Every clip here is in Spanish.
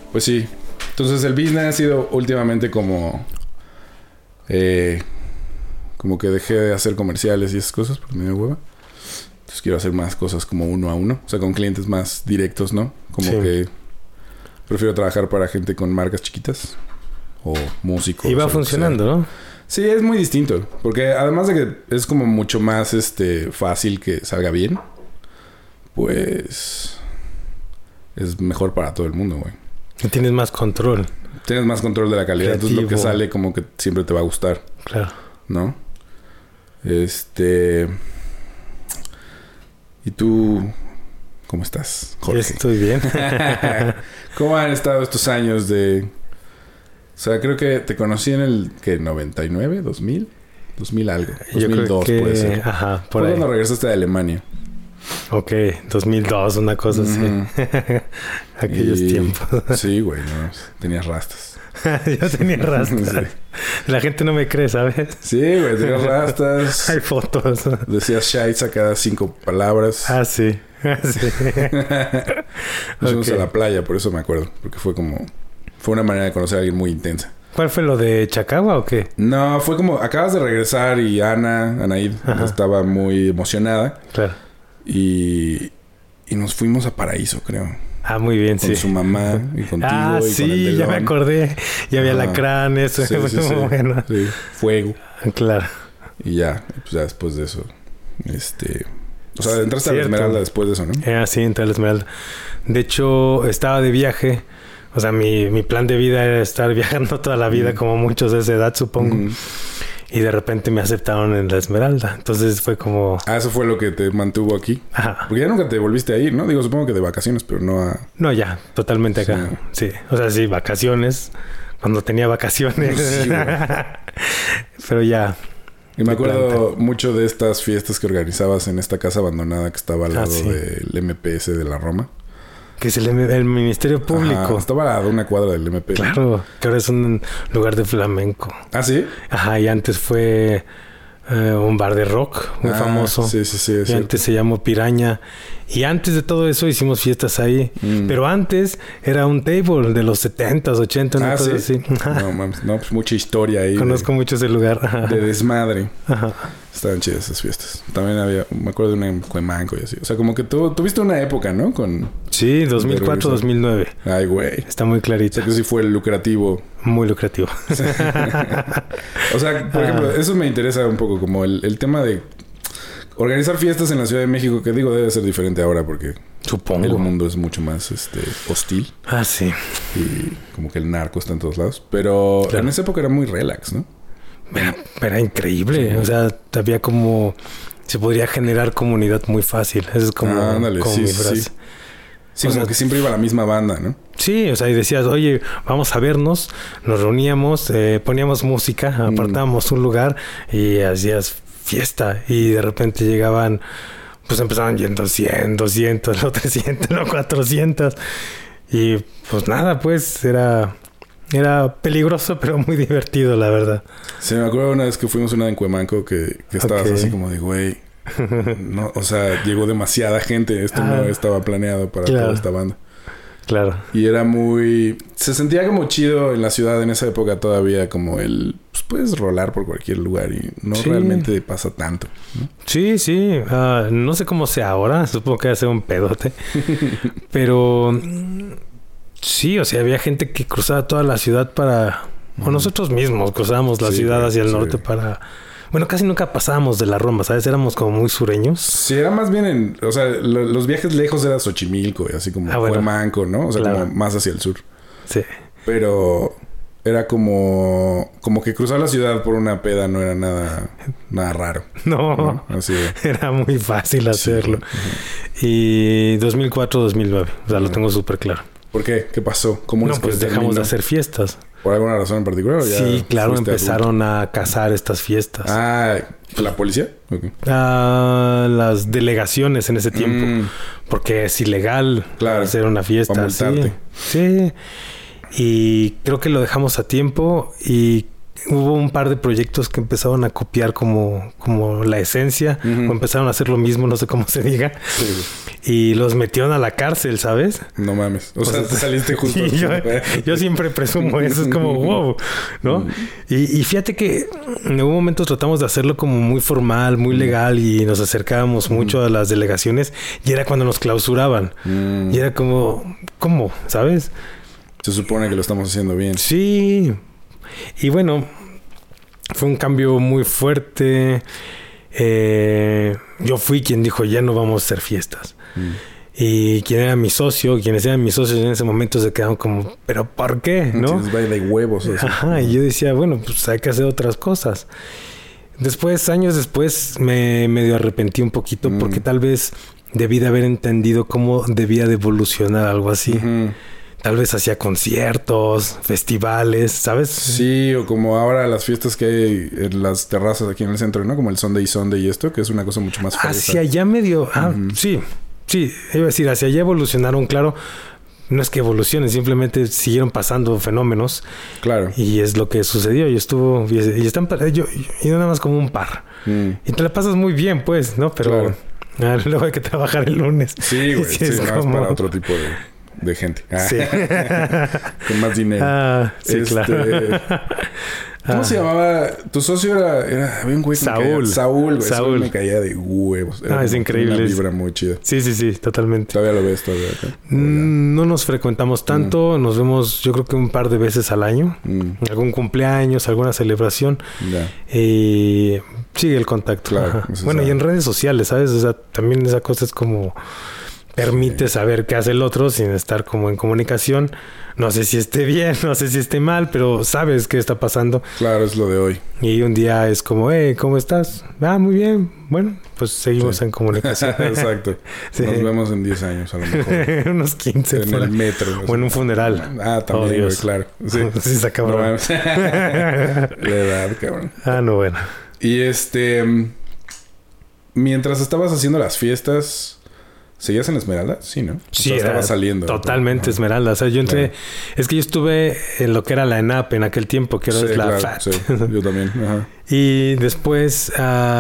Pues sí. Entonces el business ha sido últimamente como que dejé de hacer comerciales y esas cosas porque me dio hueva. Entonces quiero hacer más cosas como uno a uno. O sea, con clientes más directos, ¿no? Como que prefiero trabajar para gente con marcas chiquitas o músicos. Y va funcionando, ¿no? Sí, es muy distinto. Porque además de que es como mucho más fácil que salga bien, pues es mejor para todo el mundo, güey. Y tienes más control. Tienes más control de la calidad. Creativo. Entonces lo que sale como que siempre te va a gustar. Claro. ¿No? ¿Y tú cómo estás, Jorge? Estoy bien. ¿Cómo han estado estos años de... O sea, creo que te conocí en el... ¿Qué? ¿99? ¿2000? 2000 algo. 2002 puede ser. Ajá, por ahí. Cuando regresaste de Alemania. Ok, 2002, una cosa así. Aquellos tiempos. Sí, güey, no. Tenías rastas. Yo tenía rastas. Sí. La gente no me cree, ¿sabes? Sí, güey, tenías rastas. Hay fotos. Decías shites a cada 5 palabras. Ah, sí. Sí. Nos fuimos a la playa, por eso me acuerdo. Porque fue una manera de conocer a alguien muy intensa. ¿Cuál fue lo de Chacagua o qué? No, fue como... Acabas de regresar y Anaid estaba muy emocionada. Claro. Y nos fuimos a Paraíso, creo. Ah, muy bien, con su mamá y contigo y sí, con el delón. Ya me acordé. Ya había alacranes. Sí, muy bueno. Sí. Fuego. Claro. Y ya, pues ya después de eso... O sea, entraste a la Esmeralda después de eso, ¿no? Sí, entré a la Esmeralda. De hecho, estaba de viaje. O sea, mi plan de vida era estar viajando toda la vida, como muchos de esa edad, supongo. Y de repente me aceptaron en la Esmeralda. Entonces fue como... Ah, eso fue lo que te mantuvo aquí. Ajá. Porque ya nunca te volviste a ir, ¿no? Digo, supongo que de vacaciones, pero no a... No, ya. Totalmente acá. Sí. O sea, sí, vacaciones. Cuando tenía vacaciones. Sí, pero ya... Y me acuerdo mucho de estas fiestas que organizabas en esta casa abandonada que estaba al lado del MPS de la Roma. Que es el Ministerio Público. Ajá, estaba a una cuadra del MP. Claro, que ahora es un lugar de flamenco. ¿Ah, sí? Ajá, y antes fue un bar de rock muy famoso. Sí. Y antes se llamó Piraña. Y antes de todo eso hicimos fiestas ahí. Pero antes era un table de los 70s, 80s, una cosa así. No, mames. No, pues mucha historia ahí. Conozco mucho ese lugar. De desmadre. Ajá. Estaban chidas esas fiestas. También me acuerdo de una en Cuemanco y así. O sea, como que tú tuviste una época, ¿no? Sí, 2004, 2009. Ay, güey. Está muy clarito. O sea, que sí fue lucrativo. Muy lucrativo. O sea, por ejemplo, eso me interesa un poco. Como el tema de organizar fiestas en la Ciudad de México. Que digo, debe ser diferente ahora porque... Supongo. El mundo es mucho más hostil. Ah, sí. Y como que el narco está en todos lados. Pero en esa época era muy relax, ¿no? Era increíble. O sea, había como... Se podría generar comunidad muy fácil. Eso es como, ándale, como mi frase. Sí, como que siempre iba la misma banda, ¿no? Sí, o sea, y decías, oye, vamos a vernos. Nos reuníamos, poníamos música, apartábamos un lugar y hacías fiesta. Y de repente llegaban... Pues empezaban yendo 100, 200, luego 300, luego 400. Y pues nada, pues era peligroso, pero muy divertido, la verdad. Sí, me acuerdo una vez que fuimos una en Cuemanco que estabas así como de, güey, no, o sea, llegó demasiada gente. Esto no estaba planeado para toda esta banda. Claro. Y era muy... Se sentía como chido en la ciudad en esa época todavía como pues puedes rolar por cualquier lugar y no realmente pasa tanto, ¿no? Sí. No sé cómo sea ahora. Supongo que hace un pedote. Pero... Sí, o sea, había gente que cruzaba toda la ciudad para... O nosotros mismos cruzábamos la ciudad hacia el norte para... Bueno, casi nunca pasábamos de la Roma, ¿sabes? Éramos como muy sureños. Sí, era más bien o sea, los viajes lejos era Xochimilco y así como Cuemanco, ¿no? O sea, como más hacia el sur. Sí. Pero era como que cruzar la ciudad por una peda no era nada raro. No. Así era muy fácil hacerlo. Y 2004, 2009. O sea, lo tengo súper claro. ¿Por qué? ¿Qué pasó? ¿Cómo no, pues dejamos de hacer fiestas. ¿Por alguna razón en particular? Sí, claro, empezaron a cazar estas fiestas. Ah, ¿la policía? Okay. Las delegaciones en ese tiempo. Porque es ilegal hacer una fiesta. Para multarte. Sí. Y creo que lo dejamos a tiempo y hubo un par de proyectos que empezaron a copiar como la esencia, o empezaron a hacer lo mismo, no sé cómo se diga. Sí. Y los metieron a la cárcel, ¿sabes? No mames. O sea, te saliste justo. Sí, yo siempre presumo eso. Es como, wow, ¿no? Y fíjate que en algún momento tratamos de hacerlo como muy formal, muy legal, y nos acercábamos mucho a las delegaciones, y era cuando nos clausuraban. Y era como, ¿cómo? ¿Sabes? Se supone que lo estamos haciendo bien. Sí. Y bueno, fue un cambio muy fuerte. Yo fui quien dijo, ya no vamos a hacer fiestas. Y quienes eran mis socios en ese momento se quedaron como, ¿pero por qué? ¿No? Tienes baile de huevos. Así. Ajá, y yo decía, bueno, pues hay que hacer otras cosas. Después, años después, me medio arrepentí un poquito porque tal vez debí de haber entendido cómo debía de evolucionar algo así. Tal vez hacía conciertos, festivales, ¿sabes? Sí, o como ahora las fiestas que hay en las terrazas aquí en el centro, ¿no? Como el Sunday y esto, que es una cosa mucho más fresa. Hacia allá medio... sí, iba a decir, hacia allá evolucionaron, claro. No es que evolucionen, simplemente siguieron pasando fenómenos. Claro. Y es lo que sucedió. Y están y nada más como un par. Y te la pasas muy bien, pues, ¿no? Pero luego hay que trabajar el lunes. Sí, güey. Sí, no es para otro tipo de gente. Sí. Con más dinero. Sí, claro. ¿Cómo se llamaba? Tu socio era un güey. Saúl. Saúl, güey. Saúl me caía de huevos. Es increíble. Una vibra muy chida. Sí, totalmente. ¿Todavía lo ves acá? No nos frecuentamos tanto. Nos vemos yo creo que un par de veces al año. Algún cumpleaños, alguna celebración. Y sigue el contacto. Claro, bueno, y en redes sociales, ¿sabes? O sea, también esa cosa es como... Permite saber qué hace el otro sin estar como en comunicación. No sé si esté bien, no sé si esté mal, pero sabes qué está pasando. Claro, es lo de hoy. Y un día es como, ¿cómo estás? Muy bien. Bueno, pues seguimos en comunicación. Exacto. Sí. Nos vemos en 10 años, a lo mejor. Unos 15. En el metro. O en un funeral. También, güey, claro. Sí, se acabó. La edad, cabrón. No, bueno. Y mientras estabas haciendo las fiestas... ¿Seguías en Esmeralda? Sí, ¿no? Sí, estaba saliendo. Totalmente Esmeralda. O sea, yo entré... Claro. Es que yo estuve en lo que era la ENAP en aquel tiempo, que era la FAT. Sí, yo también. Ajá. Y después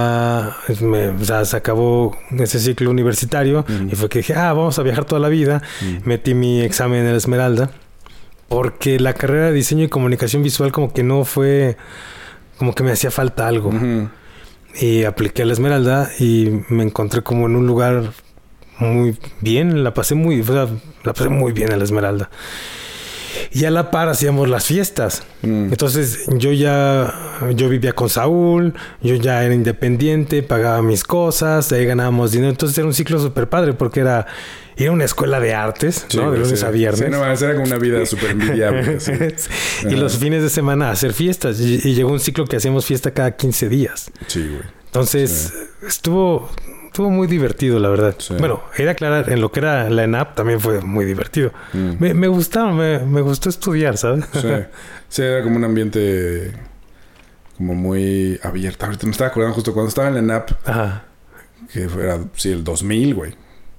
se acabó ese ciclo universitario y fue que dije, vamos a viajar toda la vida. Metí mi examen en la Esmeralda porque la carrera de diseño y comunicación visual como que no fue... Como que me hacía falta algo. Y apliqué a la Esmeralda y me encontré como en un lugar... muy bien, la pasé muy bien en la Esmeralda. Y a la par hacíamos las fiestas. Entonces yo vivía con Saúl, yo ya era independiente, pagaba mis cosas, ahí ganábamos dinero. Entonces era un ciclo súper padre porque era una escuela de artes, ¿no? De lunes a viernes. Sí, era como una vida súper envidiable. Y los fines de semana hacer fiestas. Y llegó un ciclo que hacíamos fiesta cada 15 días. Sí, güey. Entonces estuvo muy divertido, la verdad. Sí. Bueno, era aclarar, en lo que era la ENAP también fue muy divertido. Me gustaba, me gustó estudiar, ¿sabes? Sí, era como un ambiente como muy abierto. Ahorita me estaba acordando justo cuando estaba en la ENAP. Ajá. Que era, el 2000, güey.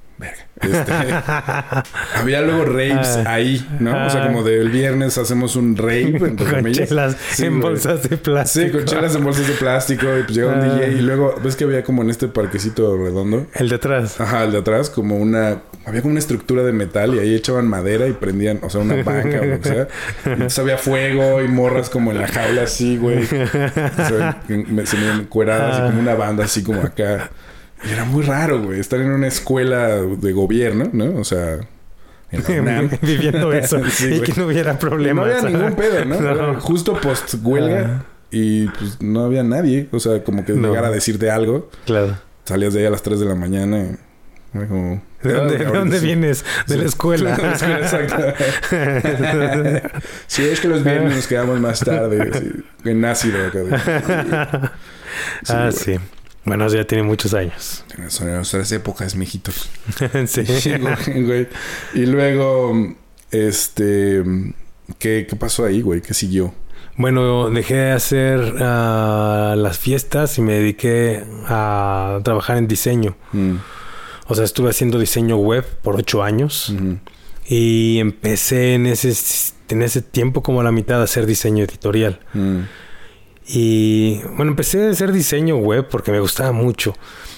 Había luego raves ahí, ¿no? O sea, como del viernes hacemos un rave con chelas en bolsas de plástico. Sí, con chelas en bolsas de plástico. Y pues llega un DJ. Y luego, ¿ves que había como en este parquecito redondo? El de atrás. Ajá, el de atrás. Había como una estructura de metal. Y ahí echaban madera y prendían, o sea, una banca o lo que sea. Y entonces había fuego y morras como en la jaula así, güey. Se me encueradas así como una banda así como acá. Y era muy raro, güey, estar en una escuela de gobierno, ¿no? O sea, en la UNAM. Viviendo eso. Sí, y que no hubiera problemas. No había ningún pedo, ¿no? Era justo post huelga y pues no había nadie. O sea, como que llegara a decirte algo. Claro. Salías de ahí a las 3 de la mañana y era como... ¿De dónde vienes? De la escuela. De la escuela, exacto. Sí, es que los viernes nos quedamos más tarde. En ácido acá. Sí. Bueno, ya tiene muchos años. Son nuestras épocas, mijitos. Sí. Güey. Y luego, ¿qué pasó ahí, güey? ¿Qué siguió? Bueno, dejé de hacer las fiestas y me dediqué a trabajar en diseño. O sea, estuve haciendo diseño web por 8 años. Y empecé en ese tiempo como a la mitad a hacer diseño editorial. Y bueno, empecé a hacer diseño web porque me gustaba mucho.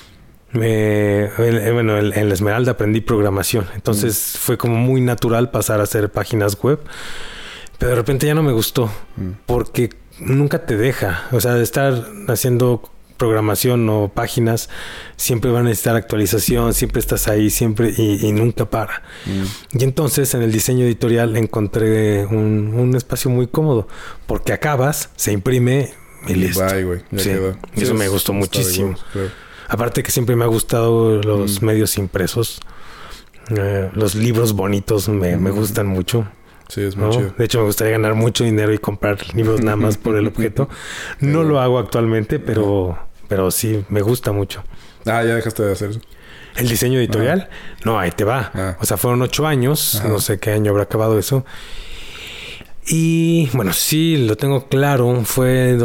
En la Esmeralda aprendí programación. Entonces fue como muy natural pasar a hacer páginas web. Pero de repente ya no me gustó. Porque nunca te deja. O sea, de estar haciendo programación o páginas, siempre van a necesitar actualización, siempre estás ahí, siempre y nunca para. Y entonces en el diseño editorial encontré un espacio muy cómodo, porque acabas, se imprime y listo. Bye, güey. Ya quedó. Y eso me gustó muchísimo. Huevos, claro. Aparte que siempre me ha gustado los medios impresos. Los libros bonitos me gustan mucho. Sí, es muy chido. De hecho, me gustaría ganar mucho dinero y comprar libros nada más por el objeto. No lo hago actualmente, pero sí, me gusta mucho. Ah, ¿ya dejaste de hacer eso? ¿El diseño editorial? No, ahí te va. O sea, fueron 8 años. No sé qué año habrá acabado eso. Y, bueno, sí, lo tengo claro. Fue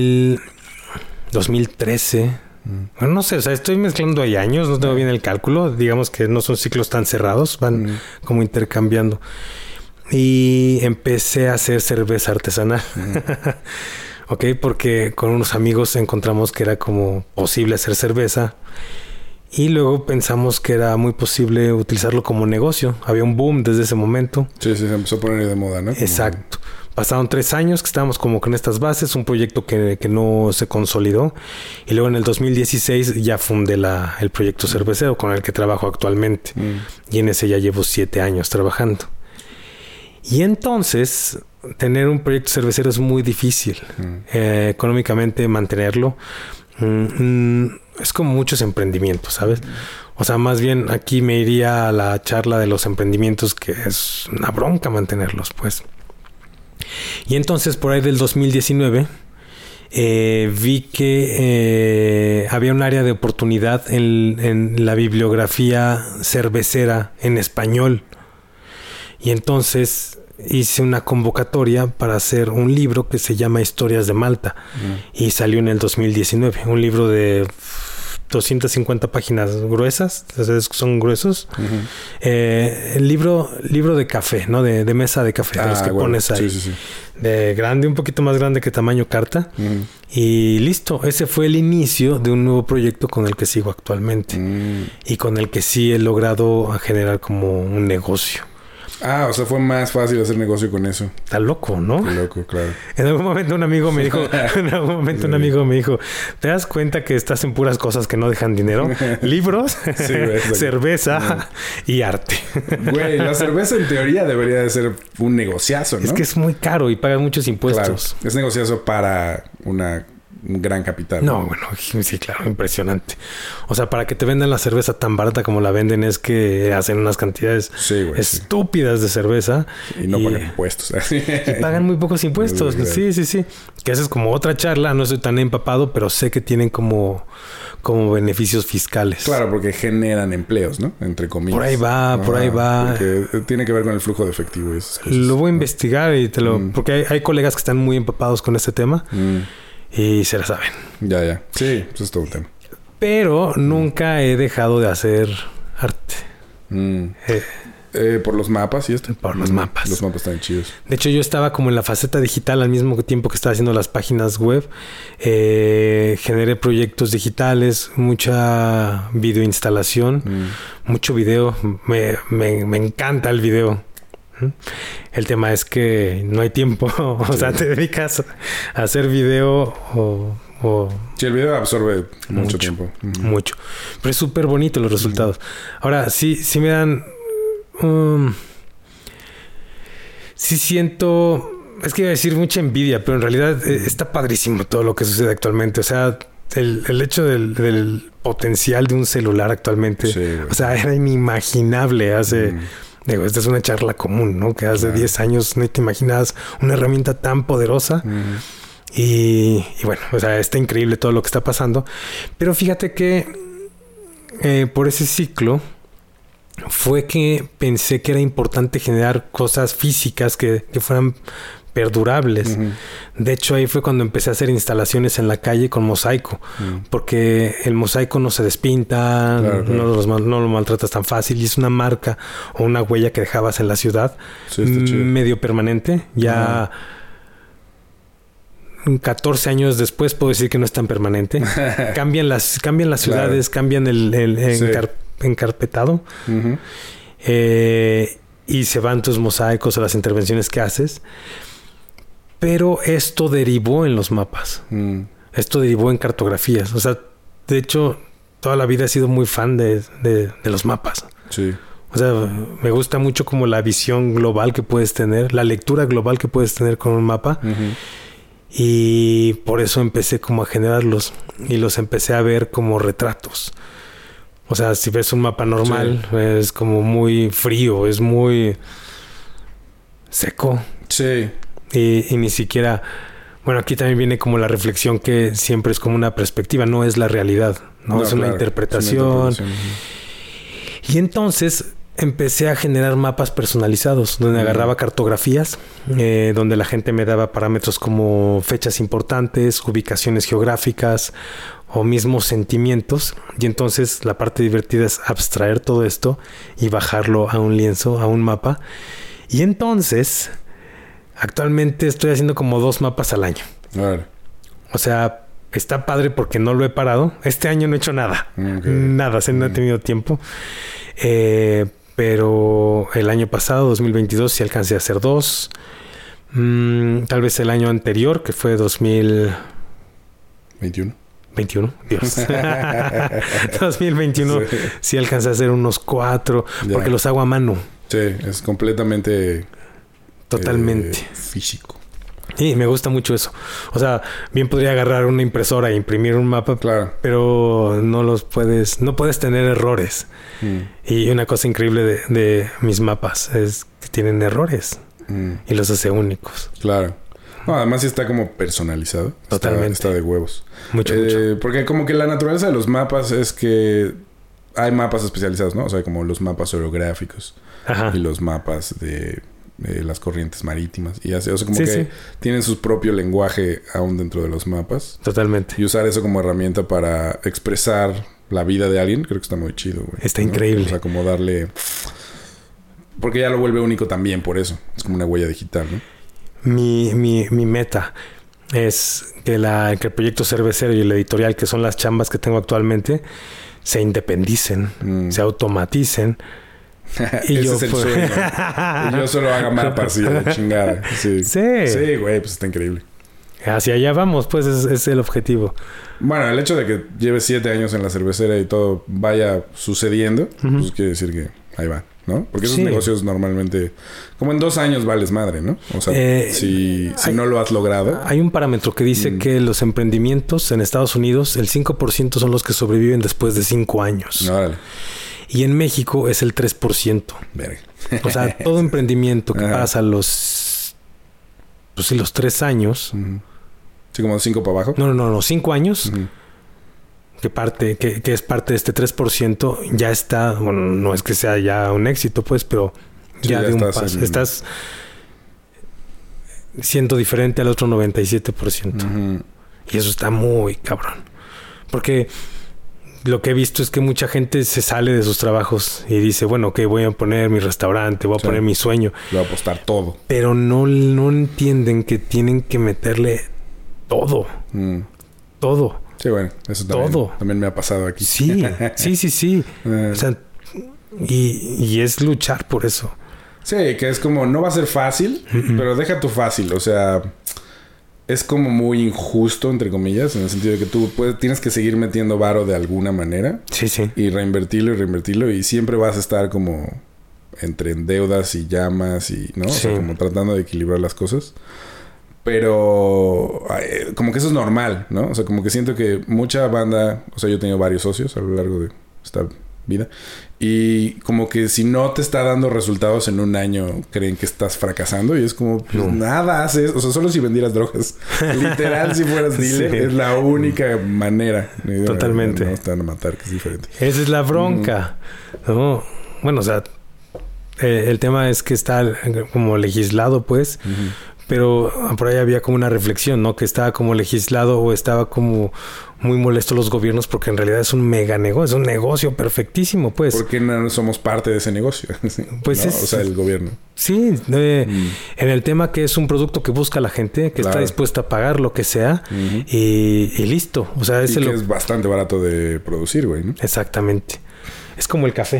2013. Bueno, no sé. O sea, estoy mezclando ahí años. No tengo bien el cálculo. Digamos que no son ciclos tan cerrados. Van como intercambiando. Y empecé a hacer cerveza artesanal. Ok, porque con unos amigos encontramos que era como posible hacer cerveza. Y luego pensamos que era muy posible utilizarlo como negocio. Había un boom desde ese momento. Sí, se empezó a poner de moda, ¿no? Exacto. Pasaron 3 años que estábamos como con estas bases. Un proyecto que no se consolidó. Y luego en el 2016 ya fundé el proyecto cervecero con el que trabajo actualmente. Y en ese ya llevo 7 años trabajando. Y entonces, tener un proyecto cervecero es muy difícil. Económicamente mantenerlo. Es como muchos emprendimientos, ¿sabes? O sea, más bien aquí me iría a la charla de los emprendimientos, que es una bronca mantenerlos, pues. Y entonces, por ahí del 2019, vi que había un área de oportunidad en la bibliografía cervecera en español. Y entonces hice una convocatoria para hacer un libro que se llama Historias de Malta. Y salió en el 2019. Un libro de 250 páginas gruesas. Son gruesos. El libro de café, ¿no? De mesa de café. De los que pones ahí. Sí. De grande, un poquito más grande que tamaño carta. Y listo. Ese fue el inicio de un nuevo proyecto con el que sigo actualmente. Y con el que sí he logrado generar como un negocio. Ah, o sea, fue más fácil hacer negocio con eso. Está loco, ¿no? Qué loco, claro. En algún momento un amigo me dijo, ¿te das cuenta que estás en puras cosas que no dejan dinero? Libros, cerveza y arte. Güey, la cerveza en teoría debería de ser un negociazo, ¿no? Es que es muy caro y pagan muchos impuestos. Claro, es negociazo para un gran capital. No, bueno, sí, claro, impresionante. O sea, para que te vendan la cerveza tan barata como la venden es que hacen unas cantidades estúpidas de cerveza. Y no pagan impuestos. Y pagan muy pocos impuestos. Sí. Que esa es como otra charla. No soy tan empapado, pero sé que tienen como beneficios fiscales. Claro, porque generan empleos, ¿no? Entre comillas. Por ahí va. Porque tiene que ver con el flujo de efectivo y esas cosas. Lo voy a investigar y porque hay colegas que están muy empapados con este tema. Y se la saben. Ya. Sí, eso es todo un tema. Pero nunca he dejado de hacer arte. ¿Por los mapas y esto? Por los mapas. Los mapas están chidos. De hecho, yo estaba como en la faceta digital al mismo tiempo que estaba haciendo las páginas web. Generé proyectos digitales, mucha videoinstalación, mucho video. Me encanta el video. El tema es que no hay tiempo. O sea, te dedicas a hacer video o... Sí, el video absorbe mucho tiempo. Mucho. Pero es súper bonito los resultados. Ahora, sí me dan... sí siento... Es que iba a decir mucha envidia, pero en realidad está padrísimo todo lo que sucede actualmente. O sea, el hecho del potencial de un celular actualmente... Sí, o sea, era inimaginable hace... Digo, esta es una charla común, ¿no? Que hace 10 años no te imaginabas una herramienta tan poderosa. Y bueno, o sea, está increíble todo lo que está pasando. Pero fíjate que por ese ciclo fue que pensé que era importante generar cosas físicas que fueran perdurables. De hecho, ahí fue cuando empecé a hacer instalaciones en la calle con mosaico, porque el mosaico no se despinta, no lo maltratas tan fácil y es una marca o una huella que dejabas en la ciudad medio permanente. Ya 14 años después puedo decir que no es tan permanente. Cambian las ciudades, cambian el encarpetado. Ujú. Y se van tus mosaicos o las intervenciones que haces. Pero esto derivó en los mapas. Esto derivó en cartografías. O sea, de hecho, toda la vida he sido muy fan de los mapas. Sí. O sea, me gusta mucho como la visión global que puedes tener, la lectura global que puedes tener con un mapa. Ujú. Y por eso empecé como a generarlos. Y los empecé a ver como retratos. O sea, si ves un mapa normal, es como muy frío, es muy seco. Sí. Y ni siquiera... Bueno, aquí también viene como la reflexión que siempre es como una perspectiva, no es la realidad, ¿no? Es una interpretación. Y entonces empecé a generar mapas personalizados, donde agarraba cartografías, donde la gente me daba parámetros como fechas importantes, ubicaciones geográficas o mismos sentimientos. Y entonces la parte divertida es abstraer todo esto y bajarlo a un lienzo, a un mapa. Y entonces, actualmente estoy haciendo como 2 mapas al año. Vale. O sea, está padre porque no lo he parado. Este año no he hecho nada. Okay. Nada, no he tenido tiempo. Pero el año pasado, 2022, sí alcancé a hacer 2. Tal vez el año anterior, que fue 21. 21, Dios. 2021 sí alcancé a hacer unos 4, porque los hago a mano. Sí, es completamente... Totalmente. Físico. Y me gusta mucho eso. O sea, bien podría agarrar una impresora e imprimir un mapa, claro, pero no puedes tener errores. Y una cosa increíble de mis mapas es que tienen errores y los hace únicos. Claro. No, además sí está como personalizado. Totalmente. Está de huevos. Mucho. Porque como que la naturaleza de los mapas es que hay mapas especializados, ¿no? O sea, como los mapas orográficos. Ajá. Y los mapas de las corrientes marítimas. Y así, o sea, como Sí, que sí. tienen su propio lenguaje aún dentro de los mapas. Totalmente. Y usar eso como herramienta para expresar la vida de alguien, creo que está muy chido, güey. Está ¿no? increíble. O sea, como darle... Porque ya lo vuelve único también por eso. Es como una huella digital, ¿no? Mi meta es que el proyecto Cervecero y el editorial, que son las chambas que tengo actualmente, se independicen, se automaticen. Y ese es el sueño. Y yo solo haga mapas y la chingada. Sí. Sí, güey, pues está increíble. Hacia allá vamos, pues es el objetivo. Bueno, el hecho de que lleves 7 años en la cervecera y todo vaya sucediendo, pues quiere decir que ahí va, ¿no? Porque esos negocios normalmente, como en 2 años vales madre, ¿no? O sea, si no lo has logrado. Hay un parámetro que dice que los emprendimientos en Estados Unidos, el 5% son los que sobreviven después de 5 años. Órale. Y en México es el 3%. Verga. O sea, todo emprendimiento que pasa los 3 años. Sí, como 5 para abajo. No, 5 años. Que es parte de este 3%, ya está, bueno, no es que sea ya un éxito, pues, pero ya de un paso. Estás siendo diferente al otro 97%. Y eso está muy cabrón. Porque lo que he visto es que mucha gente se sale de sus trabajos y dice, bueno, ok, voy a poner mi restaurante, voy a poner mi sueño. Voy a apostar todo. Pero no también que tienen que meterle todo. Todo. Sí, bueno, eso también me ha pasado aquí. Sí. O sea, y es luchar por eso. Sí, que es como, no va a ser fácil, pero deja tu fácil. O sea, es como muy injusto, entre comillas, en el sentido de que tú tienes que seguir metiendo varo de alguna manera. Sí. Y reinvertirlo. Y siempre vas a estar como entre deudas y llamas y, ¿no? Sí. O sea, como tratando de equilibrar las cosas. Pero como que eso es normal, ¿no? O sea, como que siento que mucha banda... O sea, yo he tenido varios socios a lo largo de esta vida. Y como que si no te está dando resultados en un año, creen que estás fracasando. Y es como, pues nada haces. O sea, solo si vendieras drogas. Literal, si fueras dealer, es la única manera. Totalmente. No te van a matar, que es diferente. Esa es la bronca. ¿No? Bueno, o sea... el tema es que está como legislado, pues... Pero por ahí había como una reflexión, ¿no? Que estaba como legislado o estaba como muy molesto los gobiernos porque en realidad es un mega negocio, es un negocio perfectísimo, pues. Porque no somos parte de ese negocio. Pues ¿no? es... O sea, el gobierno. Sí, en el tema que es un producto que busca la gente, que está dispuesta a pagar lo que sea y listo. O sea, que es bastante barato de producir, güey, ¿no? Exactamente. Es como el café.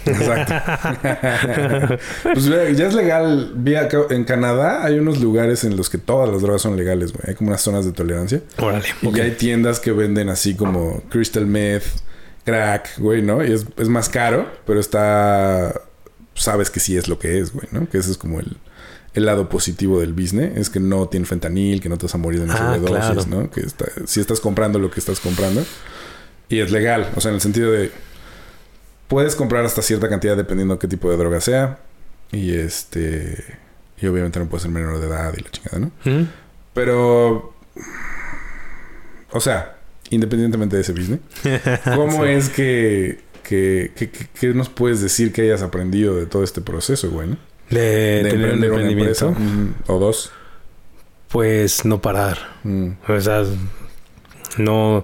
Exacto. Pues ya es legal. En Canadá hay unos lugares en los que todas las drogas son legales, güey. Hay como unas zonas de tolerancia. Órale. Y ya hay tiendas que venden así como crystal meth, crack, güey, ¿no? Y es más caro, pero está... Sabes que sí es lo que es, güey, ¿no? Que ese es como el lado positivo del business. Es que no tiene fentanil, que no te vas a morir de una sobredosis, claro, ¿no? Que si estás comprando lo que estás comprando. Y es legal. O sea, en el sentido de... Puedes comprar hasta cierta cantidad dependiendo de qué tipo de droga sea. Y y obviamente no puede ser menor de edad y la chingada, ¿no? Pero... O sea, independientemente de ese business, ¿cómo sí. Es ¿Qué nos puedes decir que hayas aprendido de todo este proceso, güey, ¿no? De tener un emprendimiento. Una empresa, o dos. Pues no parar. O sea, no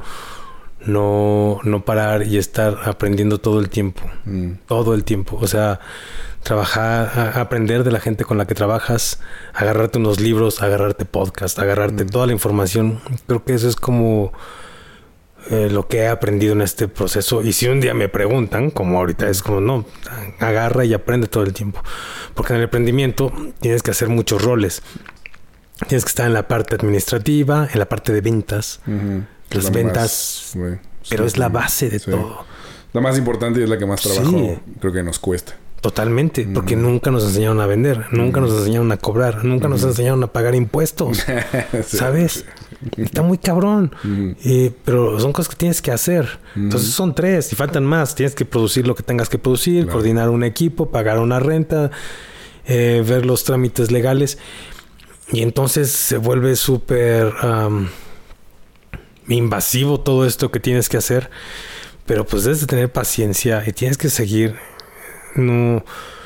parar y estar aprendiendo todo el tiempo. Todo el tiempo. O sea, trabajar, aprender de la gente con la que trabajas, agarrarte unos libros, agarrarte podcast, agarrarte toda la información. Creo que eso es como lo que he aprendido en este proceso. Y si un día me preguntan, como ahorita es como, no, agarra y aprende todo el tiempo. Porque en el emprendimiento tienes que hacer muchos roles. Tienes que estar en la parte administrativa, en la parte de ventas. Las ventas, más, pero es la base de todo. La más importante y es la que más trabajo creo que nos cuesta. Totalmente, porque nunca nos enseñaron a vender, nunca nos enseñaron a cobrar, nunca nos enseñaron a pagar impuestos, ¿sabes? Está muy cabrón, pero son cosas que tienes que hacer. Entonces son 3 y faltan más. Tienes que producir lo que tengas que producir, coordinar un equipo, pagar una renta, ver los trámites legales. Y entonces se vuelve súper invasivo todo esto que tienes que hacer. Pero pues debes de tener paciencia y tienes que seguir. No,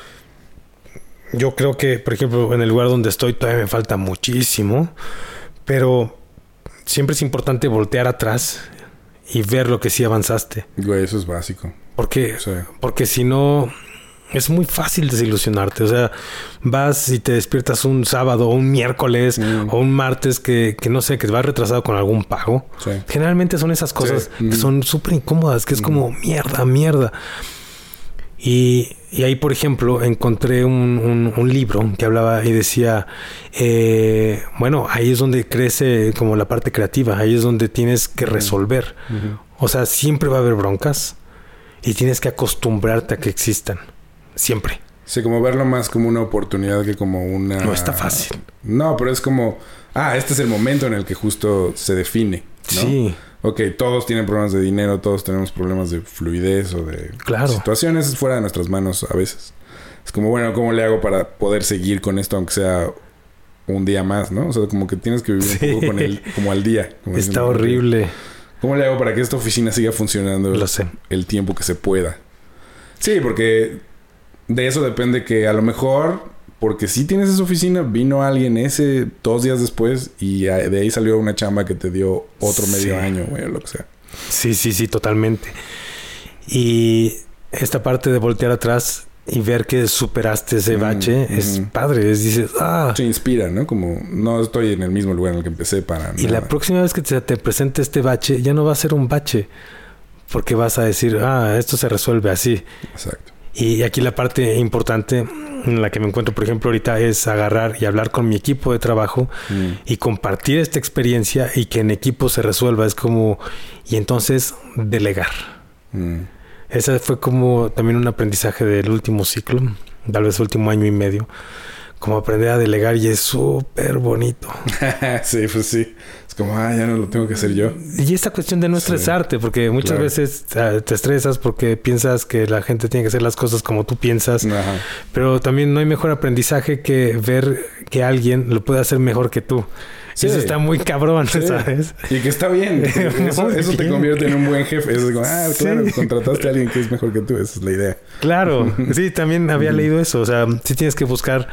yo creo que, por ejemplo, en el lugar donde estoy todavía me falta muchísimo, pero siempre es importante voltear atrás y ver lo que sí avanzaste. Güey, eso es básico. Porque si no, es muy fácil desilusionarte. O sea, vas y te despiertas un sábado o un miércoles o un martes que no sé, que vas retrasado con algún pago. Sí. Generalmente son esas cosas que son súper incómodas, que es como mierda. Y ahí, por ejemplo, encontré un libro que hablaba y decía, bueno, ahí es donde crece como la parte creativa, ahí es donde tienes que resolver. O sea, siempre va a haber broncas y tienes que acostumbrarte a que existan, siempre. Sí, como verlo más como una oportunidad que como una... No está fácil. No, pero es como, este es el momento en el que justo se define, ¿no? Sí. Ok, todos tienen problemas de dinero, todos tenemos problemas de fluidez o de situaciones fuera de nuestras manos a veces. Es como, bueno, ¿cómo le hago para poder seguir con esto aunque sea un día más, ¿no? O sea, como que tienes que vivir un poco con él, como al día. Como está horrible. ¿Cómo le hago para que esta oficina siga funcionando el tiempo que se pueda? Sí, porque de eso depende que a lo mejor... Porque si tienes esa oficina, vino alguien 2 días después y de ahí salió una chamba que te dio otro medio año, güey, o lo que sea. Sí, totalmente. Y esta parte de voltear atrás y ver que superaste ese bache es padre. Dices, Te inspira, ¿no? Como no estoy en el mismo lugar en el que empecé para y nada. La próxima vez que te presente este bache, ya no va a ser un bache. Porque vas a decir, esto se resuelve así. Exacto. Y aquí la parte importante en la que me encuentro, por ejemplo, ahorita es agarrar y hablar con mi equipo de trabajo y compartir esta experiencia y que en equipo se resuelva. Es como... Y entonces delegar. Ese fue como también un aprendizaje del último ciclo, tal vez último año y medio. Como aprender a delegar y es súper bonito. Sí, pues sí. Es como, ya no lo tengo que hacer yo. Y esta cuestión de no estresarte, porque muchas veces te estresas porque piensas que la gente tiene que hacer las cosas como tú piensas. Ajá. Pero también no hay mejor aprendizaje que ver que alguien lo puede hacer mejor que tú. Sí. Eso está muy cabrón, ¿sabes? Y que está bien. Eso te convierte en un buen jefe. Eso es como, claro, contrataste a alguien que es mejor que tú. Esa es la idea. Claro. Sí, también había leído eso. O sea, sí tienes que buscar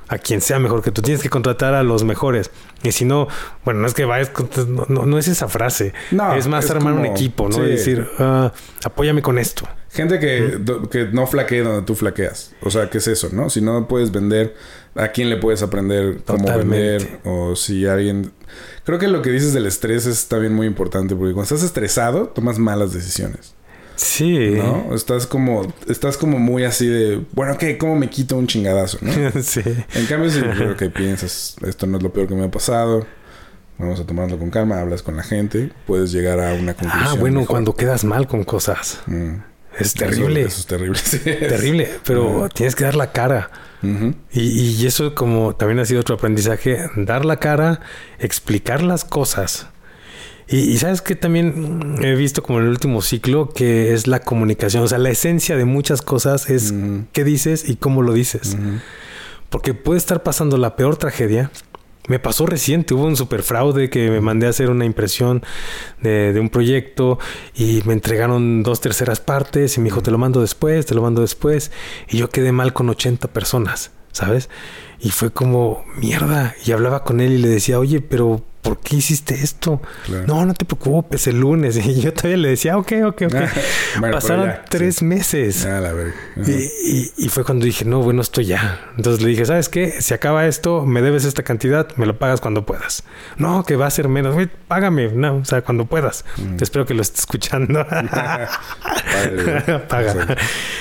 a quien sea mejor que tú. Tienes que contratar a los mejores. Y si no, bueno, no es que vayas... No es esa frase. No, es más armar un equipo, ¿no? Sí. Decir, apóyame con esto. Gente que no flaquee donde tú flaqueas. O sea, ¿qué es eso, no? Si no puedes vender, ¿a quién le puedes aprender cómo vender? O si alguien... Creo que lo que dices del estrés es también muy importante. Porque cuando estás estresado, tomas malas decisiones. Sí. ¿No? Estás como muy así de... Bueno, ¿qué? ¿Cómo me quito un chingadazo? ¿No? Sí. En cambio, si creo que piensas... Esto no es lo peor que me ha pasado... Vamos a tomarlo con calma. Hablas con la gente. Puedes llegar a una conclusión. Bueno, mejor. Cuando quedas mal con cosas... Es terrible. Eso es terrible. Sí, terrible. Pero tienes que dar la cara. Uh-huh. Y eso como también ha sido otro aprendizaje. Dar la cara. Explicar las cosas. Y sabes que también he visto como en el último ciclo que es la comunicación. O sea, la esencia de muchas cosas es qué dices y cómo lo dices. Uh-huh. Porque puede estar pasando la peor tragedia. Me pasó reciente, hubo un super fraude que me mandé a hacer una impresión de un proyecto y me entregaron 2/3 partes y me dijo, te lo mando después. Y yo quedé mal con 80 personas, ¿sabes? Y fue como, mierda. Y hablaba con él y le decía, oye, pero ¿por qué hiciste esto? Claro. No te preocupes, el lunes. Y yo todavía le decía, ok. Bueno, pasaron 3 meses. La verga. Y fue cuando dije, no, bueno, esto ya. Entonces le dije, ¿sabes qué? Si acaba esto, me debes esta cantidad, me lo pagas cuando puedas. No, que va a ser menos. Güey, págame. No, o sea, cuando puedas. Te espero que lo estés escuchando. Paga.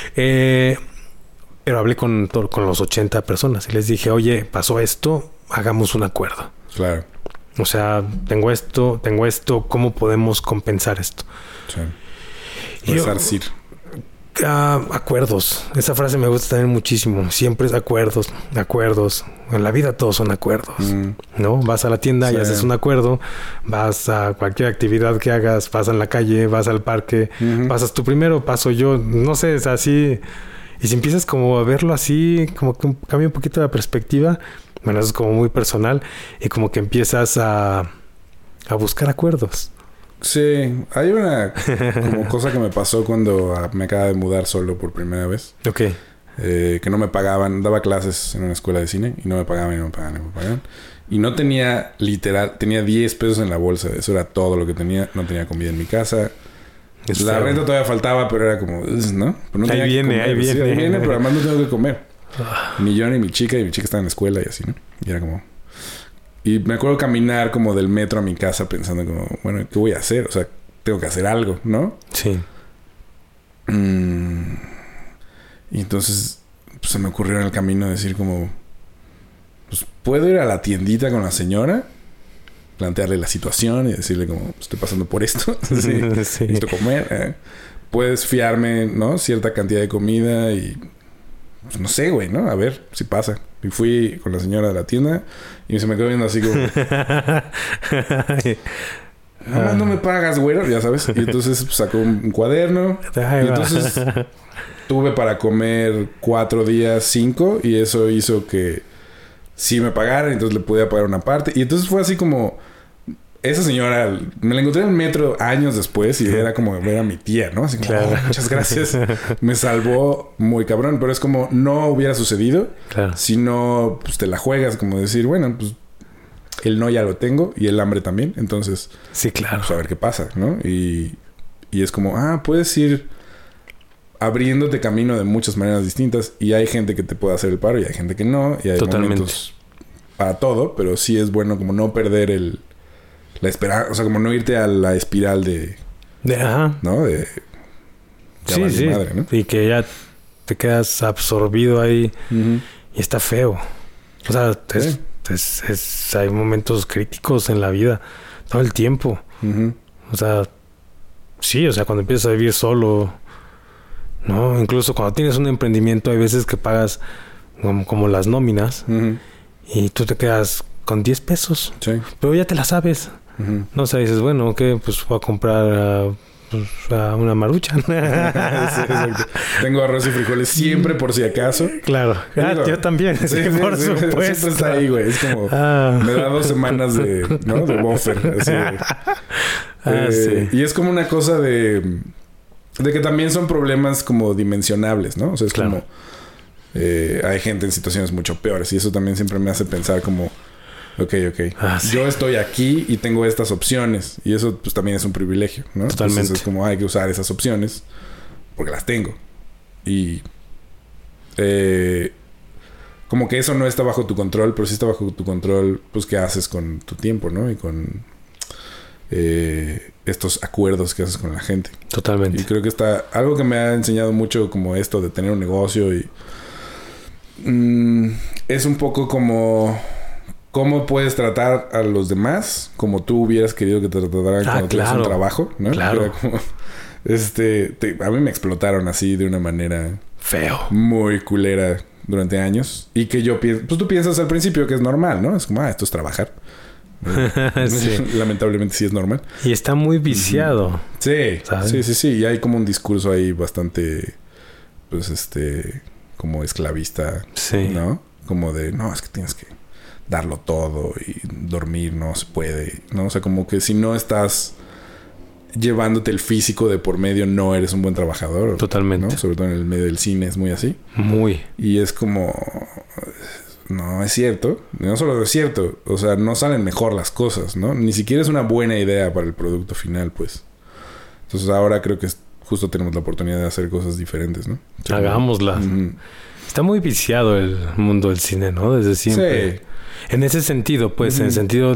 Pero hablé con los 80 personas y les dije, oye, pasó esto, hagamos un acuerdo. Claro. O sea, tengo esto, ¿cómo podemos compensar esto? Sí. Resarcir. Acuerdos. Esa frase me gusta también muchísimo. Siempre es acuerdos. En la vida todos son acuerdos. ¿No? Vas a la tienda y haces un acuerdo. Vas a cualquier actividad que hagas. Vas en la calle, vas al parque. Pasas tú primero, paso yo. No sé, es así... Y si empiezas como a verlo así, como que cambia un poquito la perspectiva, bueno, eso es como muy personal, y como que empiezas a buscar acuerdos. Sí, hay una como cosa que me pasó cuando me acaba de mudar solo por primera vez. Ok. Que no me pagaban, daba clases en una escuela de cine y no me pagaban. Y no tenía, tenía 10 pesos en la bolsa, eso era todo lo que tenía, no tenía comida en mi casa. La renta todavía faltaba, pero era como... ¿no? Pero no ahí viene, pero además no tengo que comer. Ni yo ni mi chica. Y mi chica estaba en la escuela y así, ¿no? Y era como... Y me acuerdo caminar como del metro a mi casa pensando como... Bueno, ¿qué voy a hacer? O sea, tengo que hacer algo, ¿no? Sí. Y entonces... Pues se me ocurrió en el camino decir como... Pues, ¿puedo ir a la tiendita con la señora? Plantearle la situación y decirle como estoy pasando por esto. Sí. Necesito comer. Puedes fiarme, ¿no? Cierta cantidad de comida y... Pues no sé, güey, ¿no? A ver si pasa. Y fui con la señora de la tienda y se me quedó viendo así como... no me pagas, güey. Ya sabes. Y entonces pues, sacó un cuaderno. Y entonces tuve para comer 4 días, 5. Y eso hizo que... sí me pagaran, entonces le podía pagar una parte. Y entonces fue así como... Esa señora... Me la encontré en el metro años después y era como ver a mi tía, ¿no? Así como... Claro. Muchas gracias. Me salvó muy cabrón. Pero es como... No hubiera sucedido. Claro. Si no... Pues te la juegas como decir... Bueno, pues... El no ya lo tengo. Y el hambre también. Entonces... Sí, claro. Pues a ver qué pasa, ¿no? Y es como... puedes ir... abriéndote camino de muchas maneras distintas. Y hay gente que te puede hacer el paro y hay gente que no. Y hay momentos para todo. Pero sí es bueno como no perder la esperanza. O sea, como no irte a la espiral de ajá. ¿no? De... Sí. Madre, ¿no? Y que ya te quedas absorbido ahí. Y está feo. O sea, hay momentos críticos en la vida. Todo el tiempo. O sea... Sí, o sea, cuando empiezas a vivir solo... ¿no? Incluso cuando tienes un emprendimiento hay veces que pagas como las nóminas y tú te quedas con 10 pesos. Sí. Pero ya te la sabes. No, o sea, dices, bueno, ¿qué? Pues voy a comprar una Maruchan. Sí, tengo arroz y frijoles siempre por si acaso. Claro. Yo también. Sí, por supuesto. Siempre está ahí, güey. Es como... me da 2 semanas de buffer. Así sí. Y es como una cosa de que también son problemas como dimensionables, ¿no? O sea, es claro. Como... hay gente en situaciones mucho peores. Y eso también siempre me hace pensar como... Ok. Sí. Yo estoy aquí y tengo estas opciones. Y eso pues también es un privilegio, ¿no? Totalmente. Entonces es como hay que usar esas opciones porque las tengo. Y... como que eso no está bajo tu control, pero sí está bajo tu control, pues, qué haces con tu tiempo, ¿no? Y con estos acuerdos que haces con la gente. Totalmente. Y creo que está... Algo que me ha enseñado mucho como esto de tener un negocio y... es un poco como... ¿Cómo puedes tratar a los demás como tú hubieras querido que te trataran cuando tienes un trabajo, ¿no? Claro. Era como... a mí me explotaron así de una manera... Feo. Muy culera durante años. Y que yo pienso... Pues tú piensas al principio que es normal, ¿no? Es como, esto es trabajar. Sí. Lamentablemente sí es normal. Y está muy viciado. Sí. ¿Sabes? Sí. Y hay como un discurso ahí bastante... Pues como esclavista. Sí. ¿No? Como de... No, es que tienes que darlo todo. Y dormir no se puede. ¿No? O sea, como que si no estás... llevándote el físico de por medio, no eres un buen trabajador. Totalmente. ¿No? Sobre todo en el medio del cine es muy así. Muy. Y es como... No, es cierto. No solo es cierto. O sea, no salen mejor las cosas, ¿no? Ni siquiera es una buena idea para el producto final, pues. Entonces ahora creo que justo tenemos la oportunidad de hacer cosas diferentes, ¿no? Hagámoslas. Está muy viciado el mundo del cine, ¿no? Desde siempre. Sí. En ese sentido, pues, en el sentido...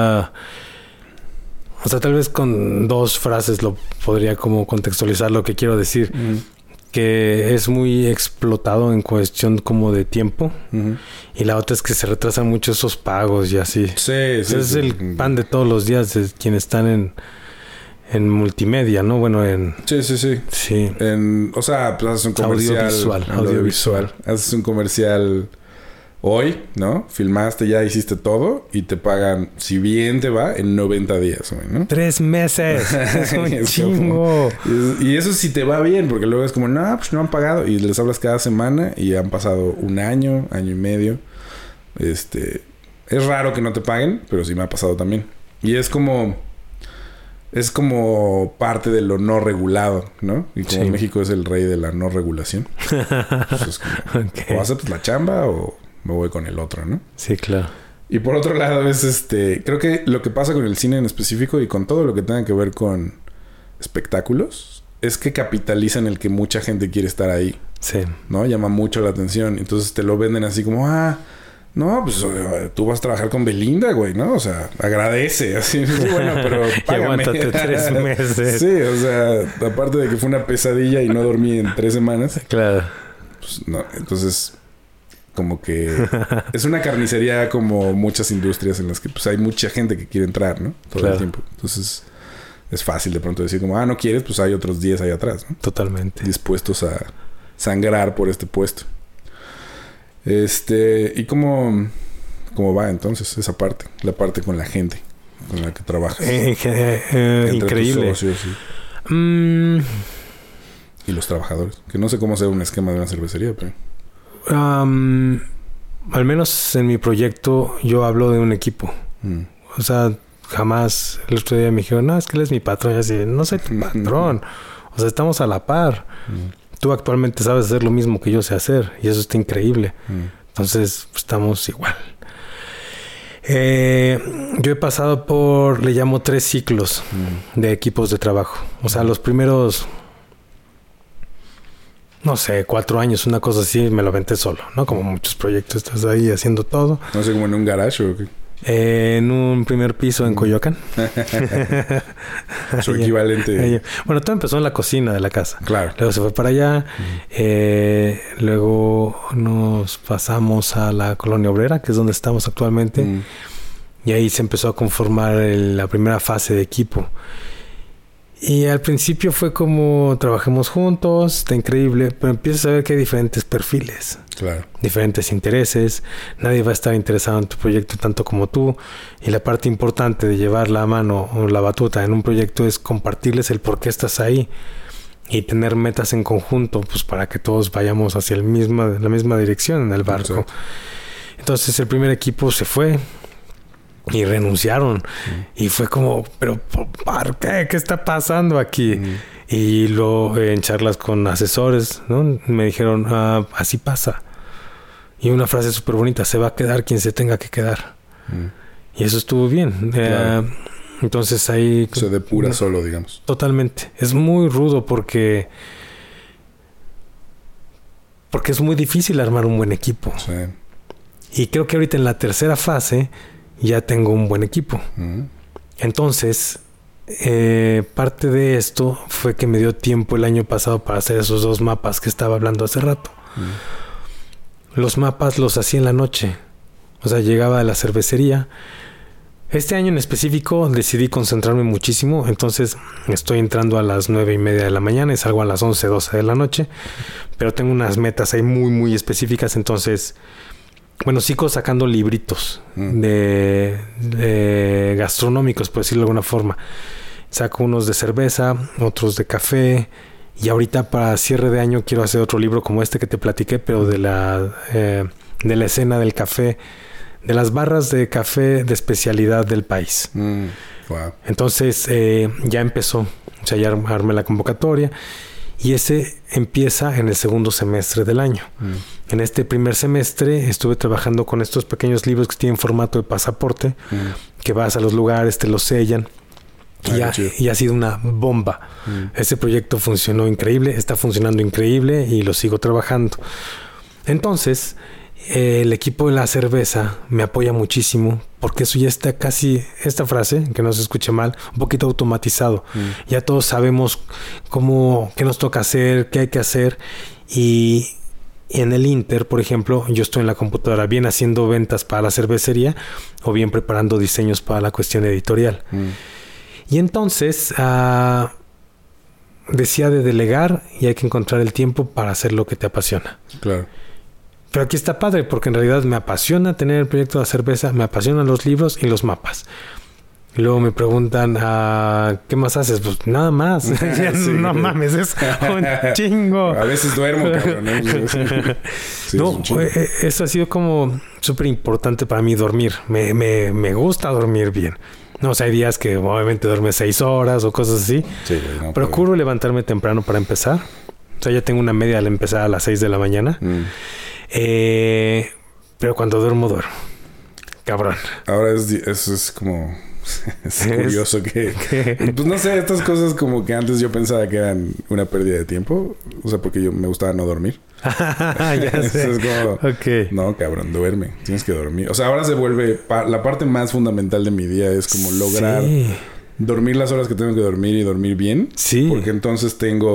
o sea, tal vez con 2 frases lo podría como contextualizar lo que quiero decir. Que es muy explotado en cuestión como de tiempo. Y la otra es que se retrasan mucho esos pagos y así. Sí. Es el pan de todos los días de quienes están en multimedia, ¿no? Bueno, en... Sí. Sí. O sea, pues haces un comercial. Audiovisual. Haces un comercial hoy, ¿no? Filmaste, ya hiciste todo y te pagan, si bien te va, en 90 días, ¿no? 3 meses. Es un chingo. Y eso sí te va bien, porque luego es como, no, pues no han pagado. Y les hablas cada semana y han pasado un año y medio. Es raro que no te paguen, pero sí me ha pasado también. Y es como parte de lo no regulado, ¿no? Y como México es el rey de la no regulación. Pues es como, o aceptas la chamba o me voy con el otro, ¿no? Sí, claro. Y por otro lado es creo que lo que pasa con el cine en específico y con todo lo que tenga que ver con espectáculos es que capitalizan el que mucha gente quiere estar ahí. Sí. ¿No? Llama mucho la atención. Entonces te lo venden así como, no, pues tú vas a trabajar con Belinda, güey, ¿no? O sea, agradece. Así, sí, bueno, pero págame. Y aguántate 3 meses. Sí, o sea, aparte de que fue una pesadilla y no dormí en 3 semanas. Claro. Pues no, entonces... Como que es una carnicería como muchas industrias en las que pues hay mucha gente que quiere entrar, ¿no? Todo el tiempo. Entonces es fácil de pronto decir como, no quieres, pues hay otros 10 ahí atrás, ¿no? Totalmente. Dispuestos a sangrar por este puesto. ¿Y cómo va entonces esa parte? La parte con la gente con la que trabajas. Increíble. Tus socios y los trabajadores. Que no sé cómo hacer un esquema de una cervecería, pero... al menos en mi proyecto yo hablo de un equipo. O sea, jamás el otro día me dijeron, no, es que él es mi patrón. Y así, no soy tu patrón. O sea, estamos a la par. Tú actualmente sabes hacer lo mismo que yo sé hacer. Y eso está increíble. Entonces, pues, estamos igual. Yo he pasado por, le llamo 3 ciclos de equipos de trabajo. O sea, los primeros... No sé, 4 años, una cosa así, me lo aventé solo, ¿no? Como muchos proyectos, estás ahí haciendo todo. No sé, como en un garage o qué. En un primer piso en Coyoacán. Su equivalente. Bueno, todo empezó en la cocina de la casa. Claro. Luego se fue para allá. Luego nos pasamos a la Colonia Obrera, que es donde estamos actualmente. Y ahí se empezó a conformar la primera fase de equipo. Y al principio fue como trabajemos juntos, está increíble, pero empiezas a ver que hay diferentes perfiles, claro, diferentes intereses, nadie va a estar interesado en tu proyecto tanto como tú, y la parte importante de llevar la mano o la batuta en un proyecto es compartirles el por qué estás ahí y tener metas en conjunto, pues para que todos vayamos hacia la misma dirección en el barco. Exacto. Entonces el primer equipo se fue y renunciaron. Y fue como, ¿pero por qué? ¿Qué está pasando aquí? Y luego en charlas con asesores, ¿no? Me dijeron, así pasa. Y una frase súper bonita, se va a quedar quien se tenga que quedar. Y eso estuvo bien. Claro. Entonces ahí... Se depura solo, digamos. Totalmente. Es muy rudo porque es muy difícil armar un buen equipo. Sí. Y creo que ahorita en la tercera fase ya tengo un buen equipo. Entonces, parte de esto fue que me dio tiempo el año pasado para hacer esos 2 mapas que estaba hablando hace rato. Los mapas los hacía en la noche. O sea, llegaba a la cervecería. Este año en específico decidí concentrarme muchísimo. Entonces estoy entrando a las 9:30 de la mañana y salgo a las 11, 12 de la noche. Pero tengo unas metas ahí muy, muy específicas. Entonces, bueno, sigo sacando libritos de gastronómicos, por decirlo de alguna forma. Saco unos de cerveza, otros de café. Y ahorita para cierre de año quiero hacer otro libro como este que te platiqué, pero de la escena del café, de las barras de café de especialidad del país. Wow. Entonces ya empezó, o sea, ya armé la convocatoria y ese empieza en el segundo semestre del año. En este primer semestre estuve trabajando con estos pequeños libros que tienen formato de pasaporte, que vas a los lugares, te los sellan. Y ha sido una bomba. Ese proyecto funcionó increíble, está funcionando increíble y lo sigo trabajando. Entonces, el equipo de la cerveza me apoya muchísimo porque eso ya está casi, esta frase, que no se escuche mal, un poquito automatizado. Ya todos sabemos qué nos toca hacer, qué hay que hacer. Y en el Inter, por ejemplo, yo estoy en la computadora bien haciendo ventas para la cervecería o bien preparando diseños para la cuestión editorial. Y entonces decía de delegar y hay que encontrar el tiempo para hacer lo que te apasiona. Claro. Pero aquí está padre porque en realidad me apasiona tener el proyecto de la cerveza, me apasionan los libros y los mapas. Y luego me preguntan, ¿qué más haces? Pues nada más. Sí, no mames, es un chingo. A veces duermo, cabrón. Sí, no, eso ha sido como súper importante para mí dormir. Me gusta dormir bien. No, o sea, hay días que obviamente duerme 6 horas o cosas así. Sí, no, procuro levantarme temprano para empezar. O sea, ya tengo una media al empezar a las 6 de la mañana. Pero cuando duermo. Cabrón. Ahora eso es como... es curioso que... Pues no sé, estas cosas como que antes yo pensaba que eran una pérdida de tiempo. O sea, porque me gustaba no dormir. Ya sé. Es como... Okay. No, cabrón, duerme. Tienes que dormir. O sea, ahora se vuelve... la parte más fundamental de mi día es como lograr dormir las horas que tengo que dormir y dormir bien. Sí. Porque entonces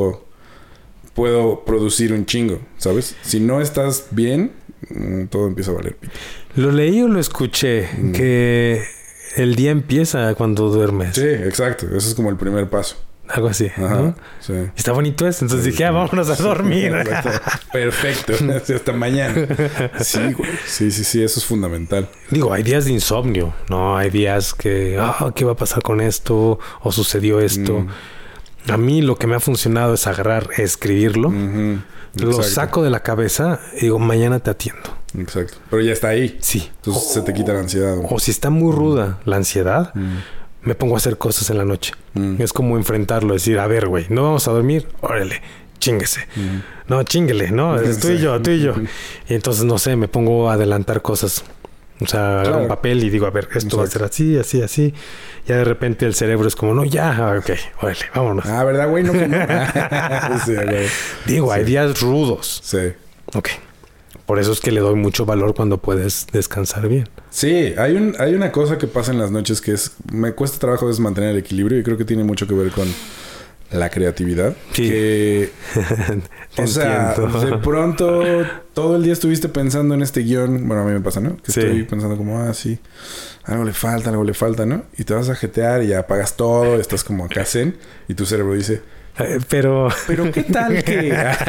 puedo producir un chingo, ¿sabes? Si no estás bien, todo empieza a valer pito. Lo leí o lo escuché, que el día empieza cuando duermes. Sí, exacto. Ese es como el primer paso. Algo así, Ajá, ¿no? Sí. Está bonito esto. Entonces dije, vámonos a dormir. Perfecto. Hasta mañana. Sí, güey. Sí. Eso es fundamental. Digo, hay días de insomnio, ¿no? Hay días que, ¿qué va a pasar con esto? O sucedió esto. A mí lo que me ha funcionado es escribirlo. Lo saco de la cabeza y digo, mañana te atiendo. Exacto. Pero ya está ahí. Sí. Entonces se te quita la ansiedad. O si está muy ruda la ansiedad, me pongo a hacer cosas en la noche. Es como enfrentarlo, decir, a ver, güey, no vamos a dormir, órale, chinguese. No, chinguele, no, es tú y yo. Y entonces, no sé, me pongo a adelantar cosas. O sea, agarro un papel y digo, a ver, esto va a ser así. Ya de repente el cerebro es como, no, ya, ok, órale, vámonos. ¿Verdad, güey? No, que no. Sí, güey. Digo, hay días rudos. Sí. Ok. Por eso es que le doy mucho valor cuando puedes descansar bien. Sí, hay una cosa que pasa en las noches que me cuesta trabajo mantener el equilibrio y creo que tiene mucho que ver con la creatividad. Sí. Que, o sea, de pronto todo el día estuviste pensando en este guión. Bueno, a mí me pasa, ¿no? Que estoy pensando como, sí, algo le falta, ¿no? Y te vas a jetear y ya apagas todo, estás como acá zen y tu cerebro dice... Pero ¿qué tal que...?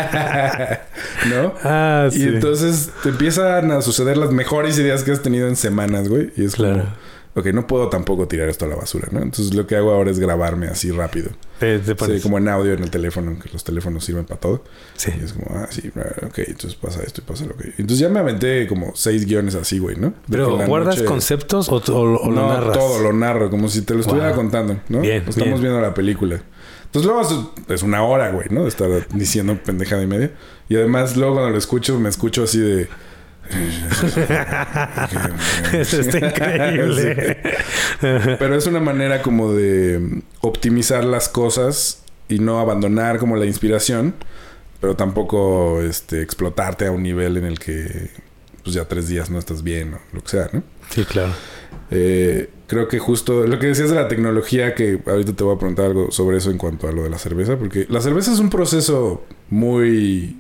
¿No? Sí. Y entonces te empiezan a suceder las mejores ideas que has tenido en semanas, güey. Y es como... Ok, no puedo tampoco tirar esto a la basura, ¿no? Entonces lo que hago ahora es grabarme así rápido. Sí, como en audio en el teléfono, que los teléfonos sirven para todo. Sí. Y es como, sí, ok, entonces pasa esto y pasa lo que... Entonces ya me aventé como 6 guiones así, güey, ¿no? ¿Pero guardas conceptos o lo narras? No, todo lo narro, como si te lo estuviera contando, ¿no? Bien, Estamos viendo la película. Entonces luego es una hora, güey, ¿no? De estar diciendo pendejada y media. Y además luego cuando lo escucho, me escucho así de... Eso está increíble. Sí. Pero es una manera como de optimizar las cosas y no abandonar como la inspiración, pero tampoco explotarte a un nivel en el que pues ya 3 días no estás bien o lo que sea, ¿no? Sí, claro. Creo que justo lo que decías de la tecnología, que ahorita te voy a preguntar algo sobre eso en cuanto a lo de la cerveza, porque la cerveza es un proceso muy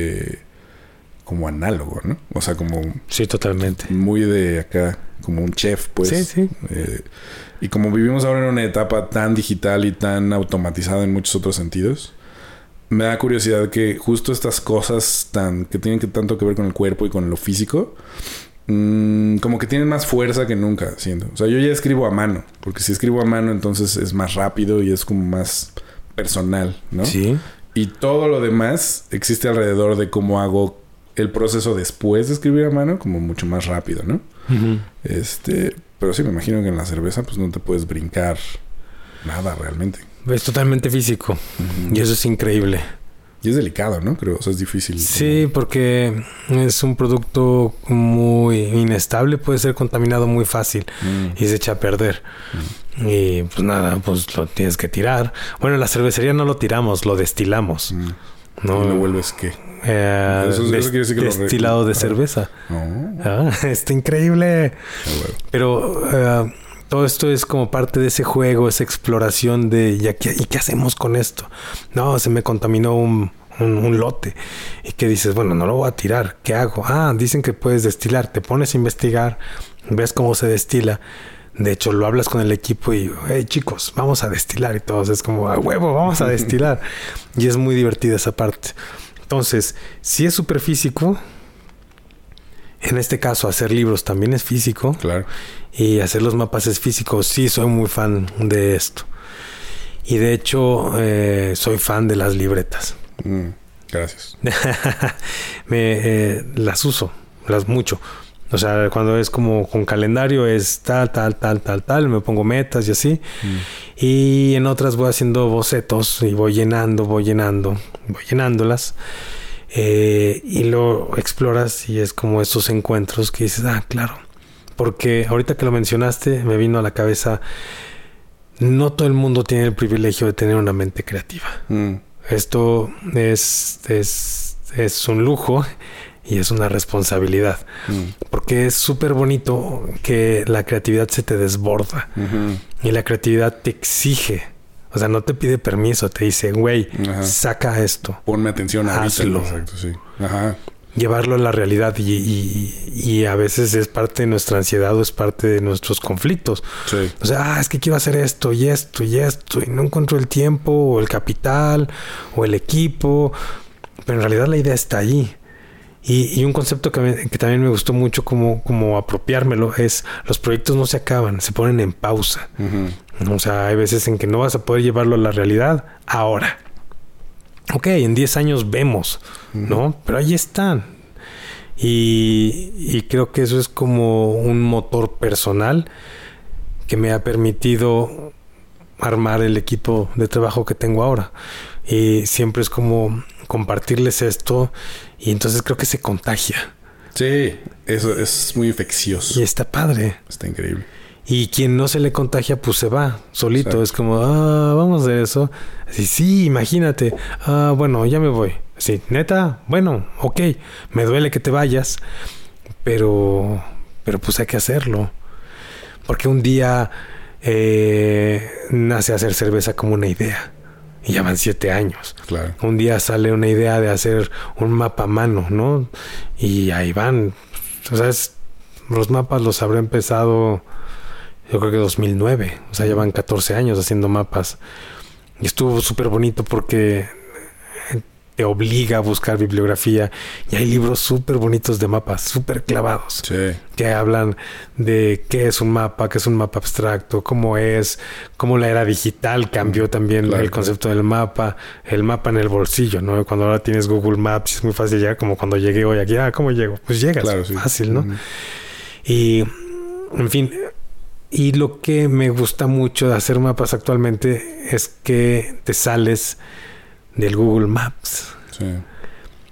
como análogo, ¿no? O sea, como... Sí, totalmente. Muy de acá, como un chef, pues. Sí, sí. Y como vivimos ahora en una etapa tan digital y tan automatizada en muchos otros sentidos, me da curiosidad que justo estas cosas que tienen tanto que ver con el cuerpo y con lo físico, como que tienen más fuerza que nunca, siento. O sea, yo ya escribo a mano, porque si escribo a mano entonces es más rápido y es como más personal, ¿no? Sí. Y todo lo demás existe alrededor de cómo hago el proceso después de escribir a mano, como mucho más rápido, ¿no? Uh-huh. Pero sí, me imagino que en la cerveza pues no te puedes brincar nada realmente. Es totalmente físico. Uh-huh. Y eso es increíble. Y es delicado, ¿no? Creo, o sea, es difícil. Sí, porque es un producto muy inestable, puede ser contaminado muy fácil y se echa a perder. Y pues nada, pues lo tienes que tirar. Bueno, en la cervecería no lo tiramos, lo destilamos. ¿No? ¿Y lo vuelves qué? Eso quiere decir que destilado de cerveza. Está increíble. Pero todo esto es como parte de ese juego, esa exploración de ¿y qué hacemos con esto? No, se me contaminó un lote. Y que dices, bueno, no lo voy a tirar. ¿Qué hago? Dicen que puedes destilar. Te pones a investigar, ves cómo se destila. De hecho, lo hablas con el equipo y, hey, chicos, vamos a destilar. Y todos es como, a huevo, vamos a destilar. Y es muy divertida esa parte. Entonces, si es súper físico, en este caso, hacer libros también es físico. Claro. Y hacer los mapas es físico. Sí, soy muy fan de esto. Y de hecho, soy fan de las libretas. Gracias. Las uso, mucho. O sea, cuando es como con calendario es tal, me pongo metas y así. Y en otras voy haciendo bocetos y voy llenándolas. Y lo exploras y es como esos encuentros que dices, claro. Porque ahorita que lo mencionaste, me vino a la cabeza, no todo el mundo tiene el privilegio de tener una mente creativa. Esto es un lujo y es una responsabilidad. Porque es súper bonito que la creatividad se te desborda. Y la creatividad te exige. O sea, no te pide permiso. Te dice, güey, saca esto. Ponme atención a hazlo. Exacto, sí. Ajá. Llevarlo a la realidad y a veces es parte de nuestra ansiedad o es parte de nuestros conflictos. Sí. O sea, es que quiero hacer esto y esto y esto y no encuentro el tiempo o el capital o el equipo, pero en realidad la idea está allí. Y un concepto que también me gustó mucho como apropiármelo es los proyectos no se acaban, se ponen en pausa. O sea, hay veces en que no vas a poder llevarlo a la realidad ahora. Ok, en 10 años vemos, ¿no? Pero ahí están. Y creo que eso es como un motor personal que me ha permitido armar el equipo de trabajo que tengo ahora. Y siempre es como compartirles esto y entonces creo que se contagia. Sí, eso es muy infeccioso. Y está padre. Está increíble. Y quien no se le contagia, pues se va solito. Exacto. Es como, vamos a hacer eso. Así, sí, imagínate. Bueno, ya me voy. Así, neta, bueno, ok. Me duele que te vayas, pero pues hay que hacerlo. Porque un día nace hacer cerveza como una idea. Y ya van 7 años. Claro. Un día sale una idea de hacer un mapa a mano, ¿no? Y ahí van. O sea, los mapas los habré empezado... Yo creo que 2009. O sea, llevan 14 años haciendo mapas. Y estuvo súper bonito porque te obliga a buscar bibliografía. Y hay libros súper bonitos de mapas, súper clavados. Sí. Que hablan de qué es un mapa abstracto, cómo la era digital cambió también el concepto del mapa. El mapa en el bolsillo, ¿no? Cuando ahora tienes Google Maps es muy fácil llegar, como cuando llegué hoy aquí. ¿Cómo llego? Pues llegas. Claro, sí. Fácil, ¿no? Y, en fin... Y lo que me gusta mucho de hacer mapas actualmente es que te sales del Google Maps. Sí.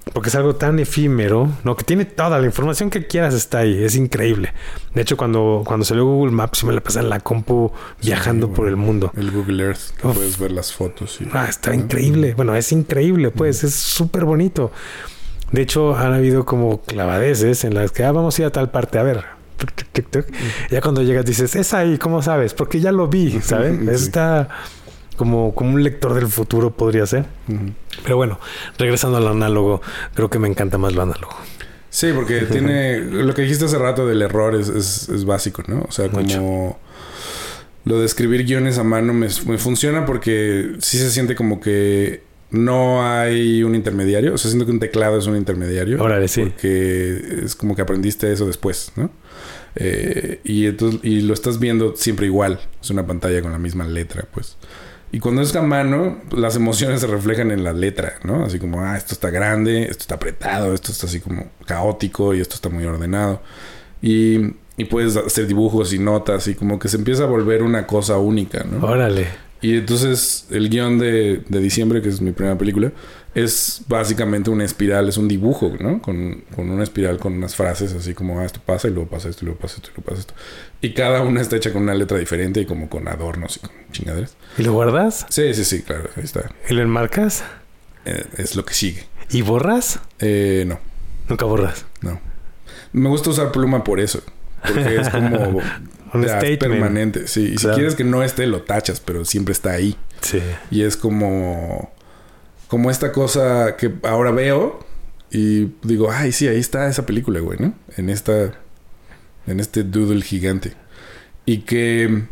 porque es algo tan efímero, ¿no? Que tiene toda la información que quieras está ahí. Es increíble. De hecho, cuando salió Google Maps, yo me la pasé en la compu viajando por el mundo. El Google Earth, que puedes ver las fotos. Está increíble. Bueno, es increíble, pues. Es súper bonito. De hecho, han habido como clavadeces en las que, vamos a ir a tal parte. A ver. Ya cuando llegas dices, es ahí, ¿cómo sabes? Porque ya lo vi, ¿sabes? Sí. Está... Como un lector del futuro podría ser. Pero bueno, regresando al análogo, creo que me encanta más lo análogo. Sí, porque tiene... Lo que dijiste hace rato del error es básico, ¿no? O sea, como... Lo de escribir guiones a mano me funciona porque sí se siente como que no hay un intermediario. O sea, siento que un teclado es un intermediario. Órale, sí. Porque es como que aprendiste eso después, ¿no? Y lo estás viendo siempre igual. Es una pantalla con la misma letra, pues. Y cuando es a mano, las emociones se reflejan en la letra, ¿no? Así como, esto está grande, esto está apretado, esto está así como caótico y esto está muy ordenado. Y puedes hacer dibujos y notas y como que se empieza a volver una cosa única, ¿no? Órale. Y entonces el guión de Diciembre, que es mi primera película, es básicamente una espiral, es un dibujo, ¿no? Con una espiral con unas frases así como, esto pasa y luego pasa esto y luego pasa esto y luego pasa esto. Y cada una está hecha con una letra diferente y como con adornos y con chingaderas. ¿Y lo guardas? Sí, claro, ahí está. ¿Y lo enmarcas? Es lo que sigue. ¿Y borras? No. ¿Nunca borras? No. Me gusta usar pluma por eso. Porque es como... un statement. Permanente, sí. Y claro, si quieres que no esté, lo tachas, pero siempre está ahí. Sí. Y es como esta cosa que ahora veo y digo, sí, ahí está esa película, güey, ¿no? En este doodle gigante. Y que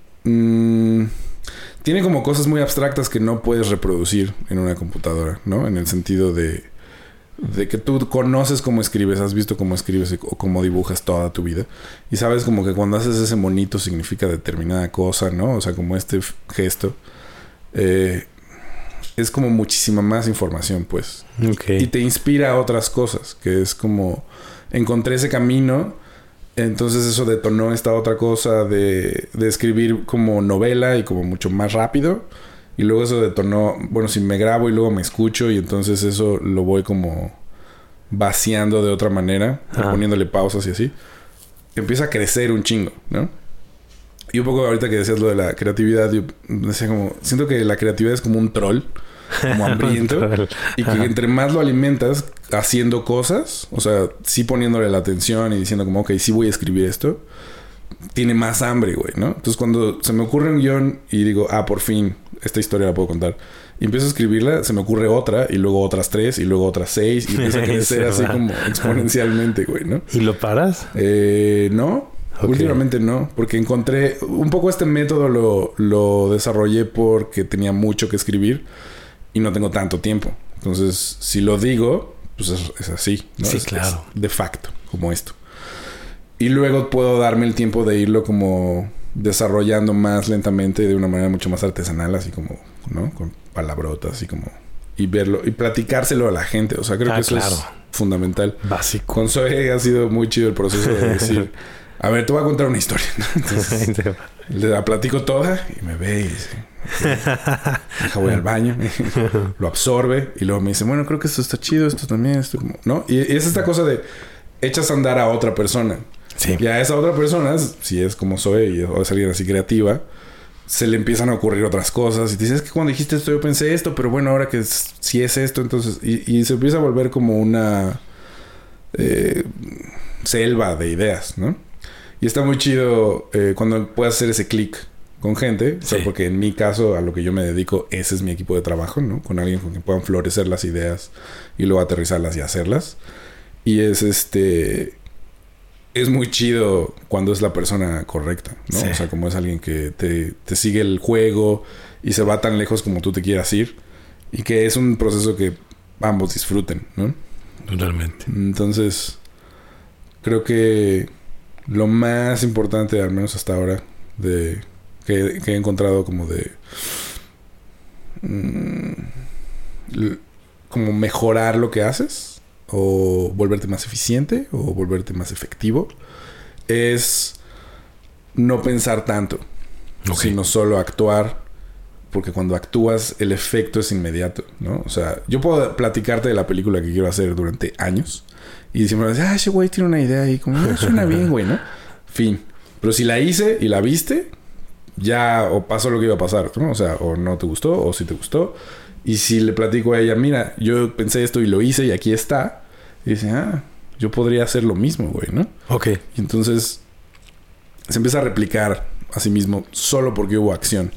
tiene como cosas muy abstractas que no puedes reproducir en una computadora, ¿no? En el sentido de que tú conoces cómo escribes, has visto cómo escribes o cómo dibujas toda tu vida. Y sabes como que cuando haces ese monito significa determinada cosa, ¿no? O sea, como este gesto. Es como muchísima más información, pues. Okay. Y te inspira a otras cosas. Que es como... Encontré ese camino. Entonces eso detonó esta otra cosa de escribir como novela y como mucho más rápido. Y luego eso detonó... Bueno, si me grabo y luego me escucho. Y entonces eso lo voy como vaciando de otra manera. Poniéndole pausas y así. Empieza a crecer un chingo, ¿no? Y un poco ahorita que decías lo de la creatividad, yo decía como... Siento que la creatividad es como un troll. Como hambriento. Y que entre más lo alimentas haciendo cosas... O sea, sí poniéndole la atención y diciendo como... Ok, sí voy a escribir esto. Tiene más hambre, güey, ¿no? Entonces cuando se me ocurre un guión y digo... por fin, esta historia la puedo contar. Y empiezo a escribirla, se me ocurre otra. Y luego otras 3. Y luego otras 6. Y empieza a crecer así como exponencialmente, güey, ¿no? ¿Y lo paras? No. Okay. Últimamente no, porque encontré... Un poco este método lo desarrollé porque tenía mucho que escribir y no tengo tanto tiempo. Entonces, si lo digo, pues es así, ¿no? Sí, claro. Es de facto, como esto. Y luego puedo darme el tiempo de irlo como desarrollando más lentamente de una manera mucho más artesanal, así como, ¿no? Con palabrotas y como... Y verlo, y platicárselo a la gente. O sea, creo que eso es fundamental. Básico. Con Zoe ha sido muy chido el proceso de decir... A ver, te voy a contar una historia, ¿no? Entonces, le la platico toda y me ve y dice... Deja, voy al baño. Lo absorbe y luego me dice... Bueno, creo que esto está chido, esto también, esto como... ¿No? Y es esta cosa de... Echas a andar a otra persona. Sí. Y a esa otra persona, si es como soy o es alguien así creativa... Se le empiezan a ocurrir otras cosas. Y te dices, es que cuando dijiste esto yo pensé esto... Pero bueno, ahora que si es esto, entonces... Y se empieza a volver como una... selva de ideas, ¿no? Y está muy chido cuando puedes hacer ese clic con gente. Sí. O sea, porque en mi caso, a lo que yo me dedico, ese es mi equipo de trabajo, ¿no? Con alguien con quien puedan florecer las ideas y luego aterrizarlas y hacerlas. Y es muy chido cuando es la persona correcta, ¿no? Sí. O sea, como es alguien que te sigue el juego y se va tan lejos como tú te quieras ir. Y que es un proceso que ambos disfruten, ¿no? Totalmente. Entonces, creo que lo más importante, al menos hasta ahora, que he encontrado como de... como mejorar lo que haces, o volverte más eficiente, o volverte más efectivo, es no pensar tanto, Okay. sino solo actuar porque cuando actúas el efecto es inmediato, ¿no? O sea, yo puedo platicarte de la película que quiero hacer durante años y siempre me ese güey tiene una idea ahí, como suena bien, güey, ¿no? Fin. Pero si la hice y la viste, ya o pasó lo que iba a pasar, ¿no? O sea, o no te gustó o sí te gustó. Y si le platico a ella, mira, yo pensé esto y lo hice y aquí está. Y dice, yo podría hacer lo mismo, güey, ¿no? Ok. Y entonces se empieza a replicar a sí mismo solo porque hubo acción.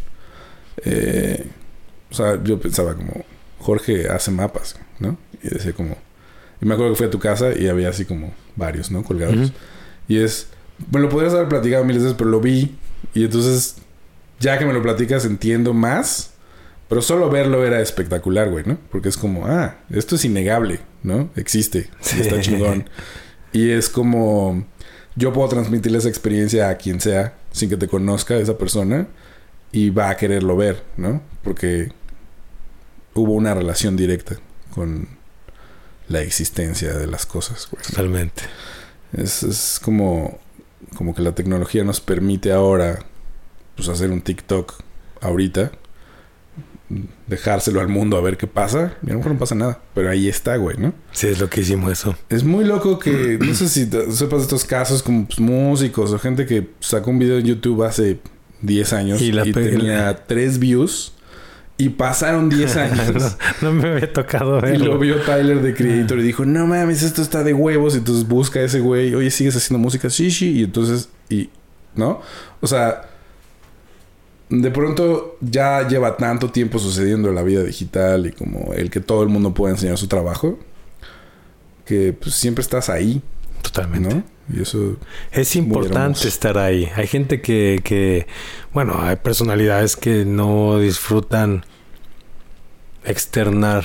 O sea, yo pensaba como, Jorge hace mapas, ¿no? Y decía como... Y me acuerdo que fui a tu casa y había así como varios, ¿no? Colgados. Uh-huh. Y me lo podrías haber platicado miles de veces, pero lo vi. Y entonces, ya que me lo platicas, entiendo más. Pero solo verlo era espectacular, güey, ¿no? Porque es como, esto es innegable, ¿no? Existe. Sí. Está chingón. Y es como... Yo puedo transmitirle esa experiencia a quien sea sin que te conozca esa persona y va a quererlo ver, ¿no? Porque hubo una relación directa con la existencia de las cosas, güey. Totalmente. Es como que la tecnología nos permite ahora pues hacer un TikTok ahorita, dejárselo al mundo a ver qué pasa. Y a lo mejor no pasa nada, pero ahí está, güey, ¿no? Sí, es lo que hicimos eso. Es muy loco que... no sé si sepas de estos casos como pues, músicos o gente que sacó un video en YouTube hace 10 años y tenía 3 views y pasaron 10 años. no me había tocado verlo. Y lo vio Tyler, de Creator, y dijo, no mames, esto está de huevos. Y entonces busca a ese güey, oye, ¿sigues haciendo música? Sí. Y entonces... ¿no? O sea... De pronto ya lleva tanto tiempo sucediendo en la vida digital y como el que todo el mundo pueda enseñar su trabajo, que pues siempre estás ahí. Totalmente. ¿No? Y eso es importante estar ahí. Hay gente que... Bueno, hay personalidades que no disfrutan externar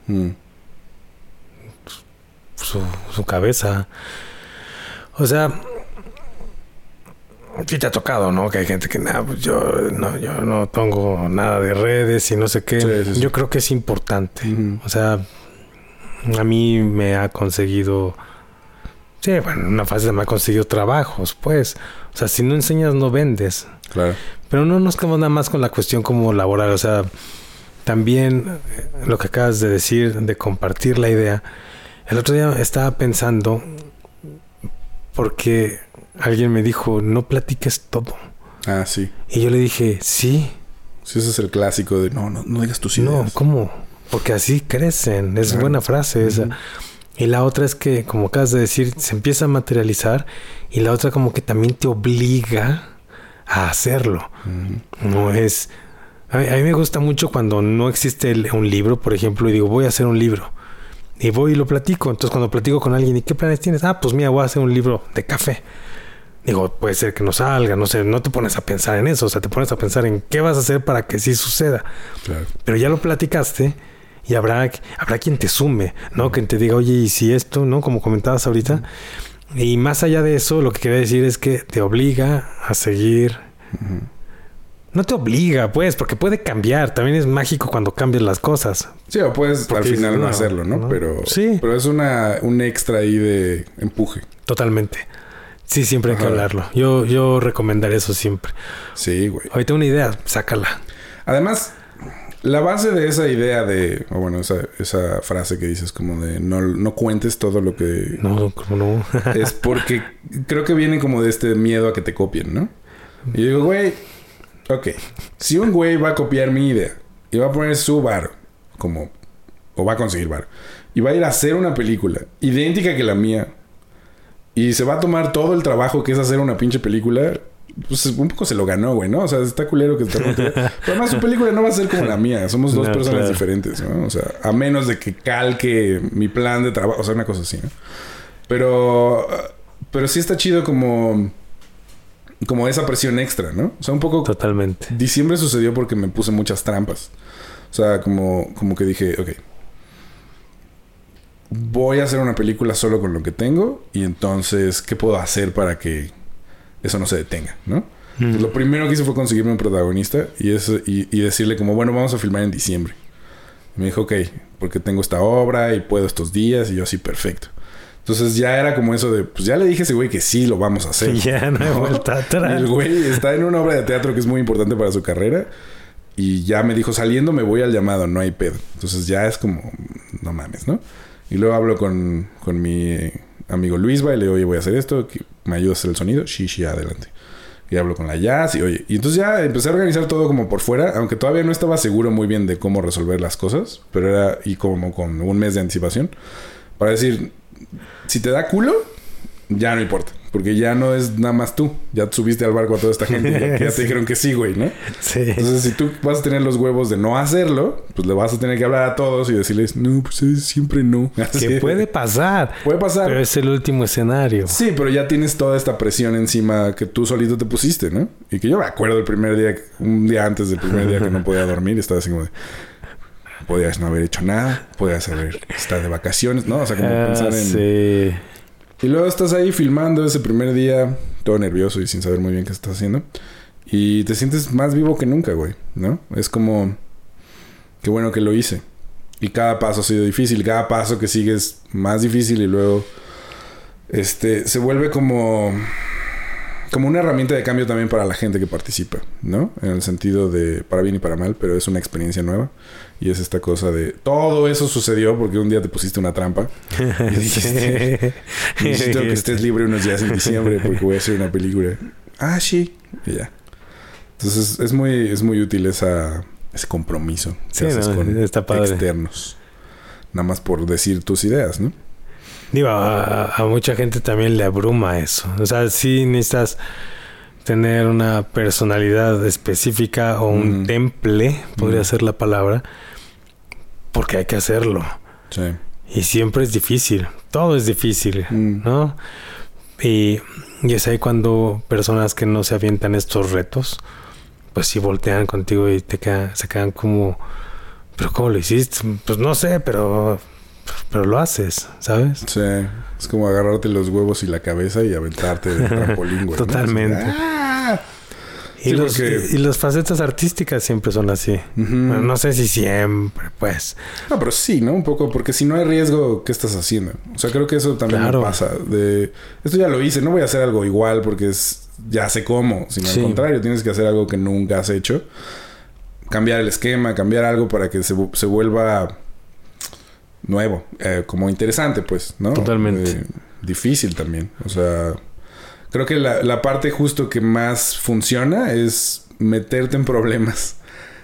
su cabeza. O sea... Sí te ha tocado, ¿no? Que hay gente que, pues yo no tengo nada de redes y no sé qué. Sí. Yo creo que es importante. Uh-huh. O sea, a mí me ha conseguido... Sí, bueno, en una fase me ha conseguido trabajos, pues. O sea, si no enseñas, no vendes. Claro. Pero no nos quedamos nada más con la cuestión como laboral. O sea, también lo que acabas de decir, de compartir la idea. El otro día estaba pensando... Porque... Alguien me dijo, no platiques todo. Sí. Y yo le dije, sí. Sí, ese es el clásico de no digas tus ideas. No, ¿cómo? Porque así crecen. Es buena frase esa. Y la otra es que, como acabas de decir, se empieza a materializar. Y la otra como que también te obliga a hacerlo. No es... A mí me gusta mucho cuando no existe un libro, por ejemplo, y digo, voy a hacer un libro. Y voy y lo platico. Entonces, cuando platico con alguien, ¿y qué planes tienes? Pues mira, voy a hacer un libro de café. Digo, puede ser que no salga, no sé, no te pones a pensar en eso. O sea, te pones a pensar en qué vas a hacer para que sí suceda. Claro. Pero ya lo platicaste y habrá quien te sume, ¿no? Quien te diga, oye, ¿y si esto, no? Como comentabas ahorita. Y más allá de eso, lo que quería decir es que te obliga a seguir. No te obliga, pues, porque puede cambiar. También es mágico cuando cambias las cosas. Sí, o puedes al final no hacerlo, ¿no? Pero, sí. Pero es un extra ahí de empuje. Totalmente. Sí, siempre hay que hablarlo. Yo recomendaré eso siempre. Sí, güey. Ahorita una idea, sácala. Además, la base de esa idea de... O bueno, esa frase que dices como de... No cuentes todo lo que... No, ¿cómo no? Es porque creo que viene como de este miedo a que te copien, ¿no? Y yo digo, güey... Ok. Si un güey va a copiar mi idea... Y va a poner su varo... Como... O va a conseguir varo... Y va a ir a hacer una película... Idéntica que la mía... Y se va a tomar todo el trabajo que es hacer una pinche película. Pues un poco se lo ganó, güey, ¿no? O sea, está culero que está... Pero además su película no va a ser como la mía. Somos dos personas diferentes, ¿no? O sea, a menos de que calque mi plan de trabajo. O sea, una cosa así, ¿no? Pero sí está chido como esa presión extra, ¿no? O sea, un poco... Totalmente. Diciembre sucedió porque me puse muchas trampas. O sea, como que dije, ok... Voy a hacer una película solo con lo que tengo. Y entonces, ¿qué puedo hacer para que eso no se detenga, ¿no? Pues lo primero que hice fue conseguirme un protagonista. Y decirle como, bueno, vamos a filmar en diciembre. Y me dijo, ok, porque tengo esta obra y puedo estos días. Y yo así, perfecto. Entonces ya era como eso de... Pues ya le dije a ese güey que sí lo vamos a hacer. Ya no hay vuelta atrás. Y el güey está en una obra de teatro que es muy importante para su carrera. Y ya me dijo, saliendo me voy al llamado, no hay pedo. Entonces ya es como, no mames, ¿no? Y luego hablo con mi amigo Luisba y le digo, oye, voy a hacer esto, ¿me ayudas a hacer el sonido? Sí, adelante. Y hablo con la Jazz y oye... Y entonces ya empecé a organizar todo como por fuera, aunque todavía no estaba seguro muy bien de cómo resolver las cosas, pero era... Y como con un mes de anticipación, para decir, si te da culo, ya no importa. Porque ya no es nada más tú. Ya te subiste al barco a toda esta gente que ya te dijeron que sí, güey, ¿no? Sí. Entonces, si tú vas a tener los huevos de no hacerlo, pues le vas a tener que hablar a todos y decirles, no, pues siempre no. Así que puede pasar. Puede pasar. Pero es el último escenario. Sí, pero ya tienes toda esta presión encima que tú solito te pusiste, ¿no? Y que yo me acuerdo el primer día, un día antes del primer día que no podía dormir, estaba así como de... Podías no haber hecho nada, podías haber estado de vacaciones, ¿no? O sea, como pensar en... Sí. Y luego estás ahí filmando ese primer día, todo nervioso y sin saber muy bien qué estás haciendo. Y te sientes más vivo que nunca, güey, ¿no? Es como... Qué bueno que lo hice. Y cada paso ha sido difícil. Cada paso que sigue es más difícil. Y luego... se vuelve como... Como una herramienta de cambio también para la gente que participa, ¿no? En el sentido de... Para bien y para mal. Pero es una experiencia nueva. Y es esta cosa de... Todo eso sucedió porque un día te pusiste una trampa. Y dijiste... Necesito que estés libre unos días en diciembre porque voy a hacer una película. Ah, sí. Y ya. Entonces es muy útil ese compromiso que haces con externos. Nada más por decir tus ideas, ¿no? Digo, a mucha gente también le abruma eso. O sea, sí necesitas tener una personalidad específica o un temple, podría ser la palabra, porque hay que hacerlo. Sí. Y siempre es difícil. Todo es difícil, ¿no? Y es ahí cuando personas que no se avientan estos retos, pues sí voltean contigo y se quedan como... ¿Pero cómo lo hiciste? Pues no sé, pero lo haces, ¿sabes? Sí. Es como agarrarte los huevos y la cabeza y aventarte del trampolín, güey. Totalmente. ¿No? ¡Ah! Y, y las facetas artísticas siempre son así. Bueno, no sé si siempre, pues. No, pero sí, ¿no? Un poco, porque si no hay riesgo, ¿qué estás haciendo? O sea, creo que eso también me pasa. Esto ya lo hice, no voy a hacer algo igual porque ya sé cómo. Sino al contrario, tienes que hacer algo que nunca has hecho. Cambiar el esquema, cambiar algo para que se vuelva nuevo. Como interesante, pues, ¿no? Totalmente. Difícil también. O sea... Creo que la parte justo que más funciona es meterte en problemas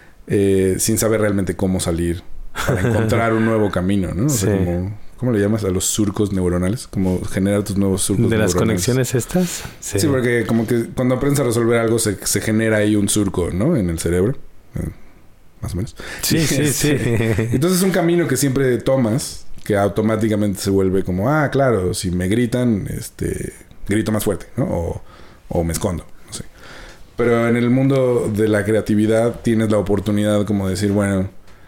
sin saber realmente cómo salir para encontrar un nuevo camino, ¿no? O sea, ¿cómo le llamas a los surcos neuronales? Como generar tus nuevos surcos neuronales. ¿De las conexiones estas? Sí, porque como que cuando aprendes a resolver algo se genera ahí un surco, ¿no? En el cerebro. Más o menos. Sí. Entonces es un camino que siempre tomas que automáticamente se vuelve como, claro, si me gritan, grito más fuerte, ¿no? O me escondo, no sé. Pero en el mundo de la creatividad tienes la oportunidad como de decir, bueno,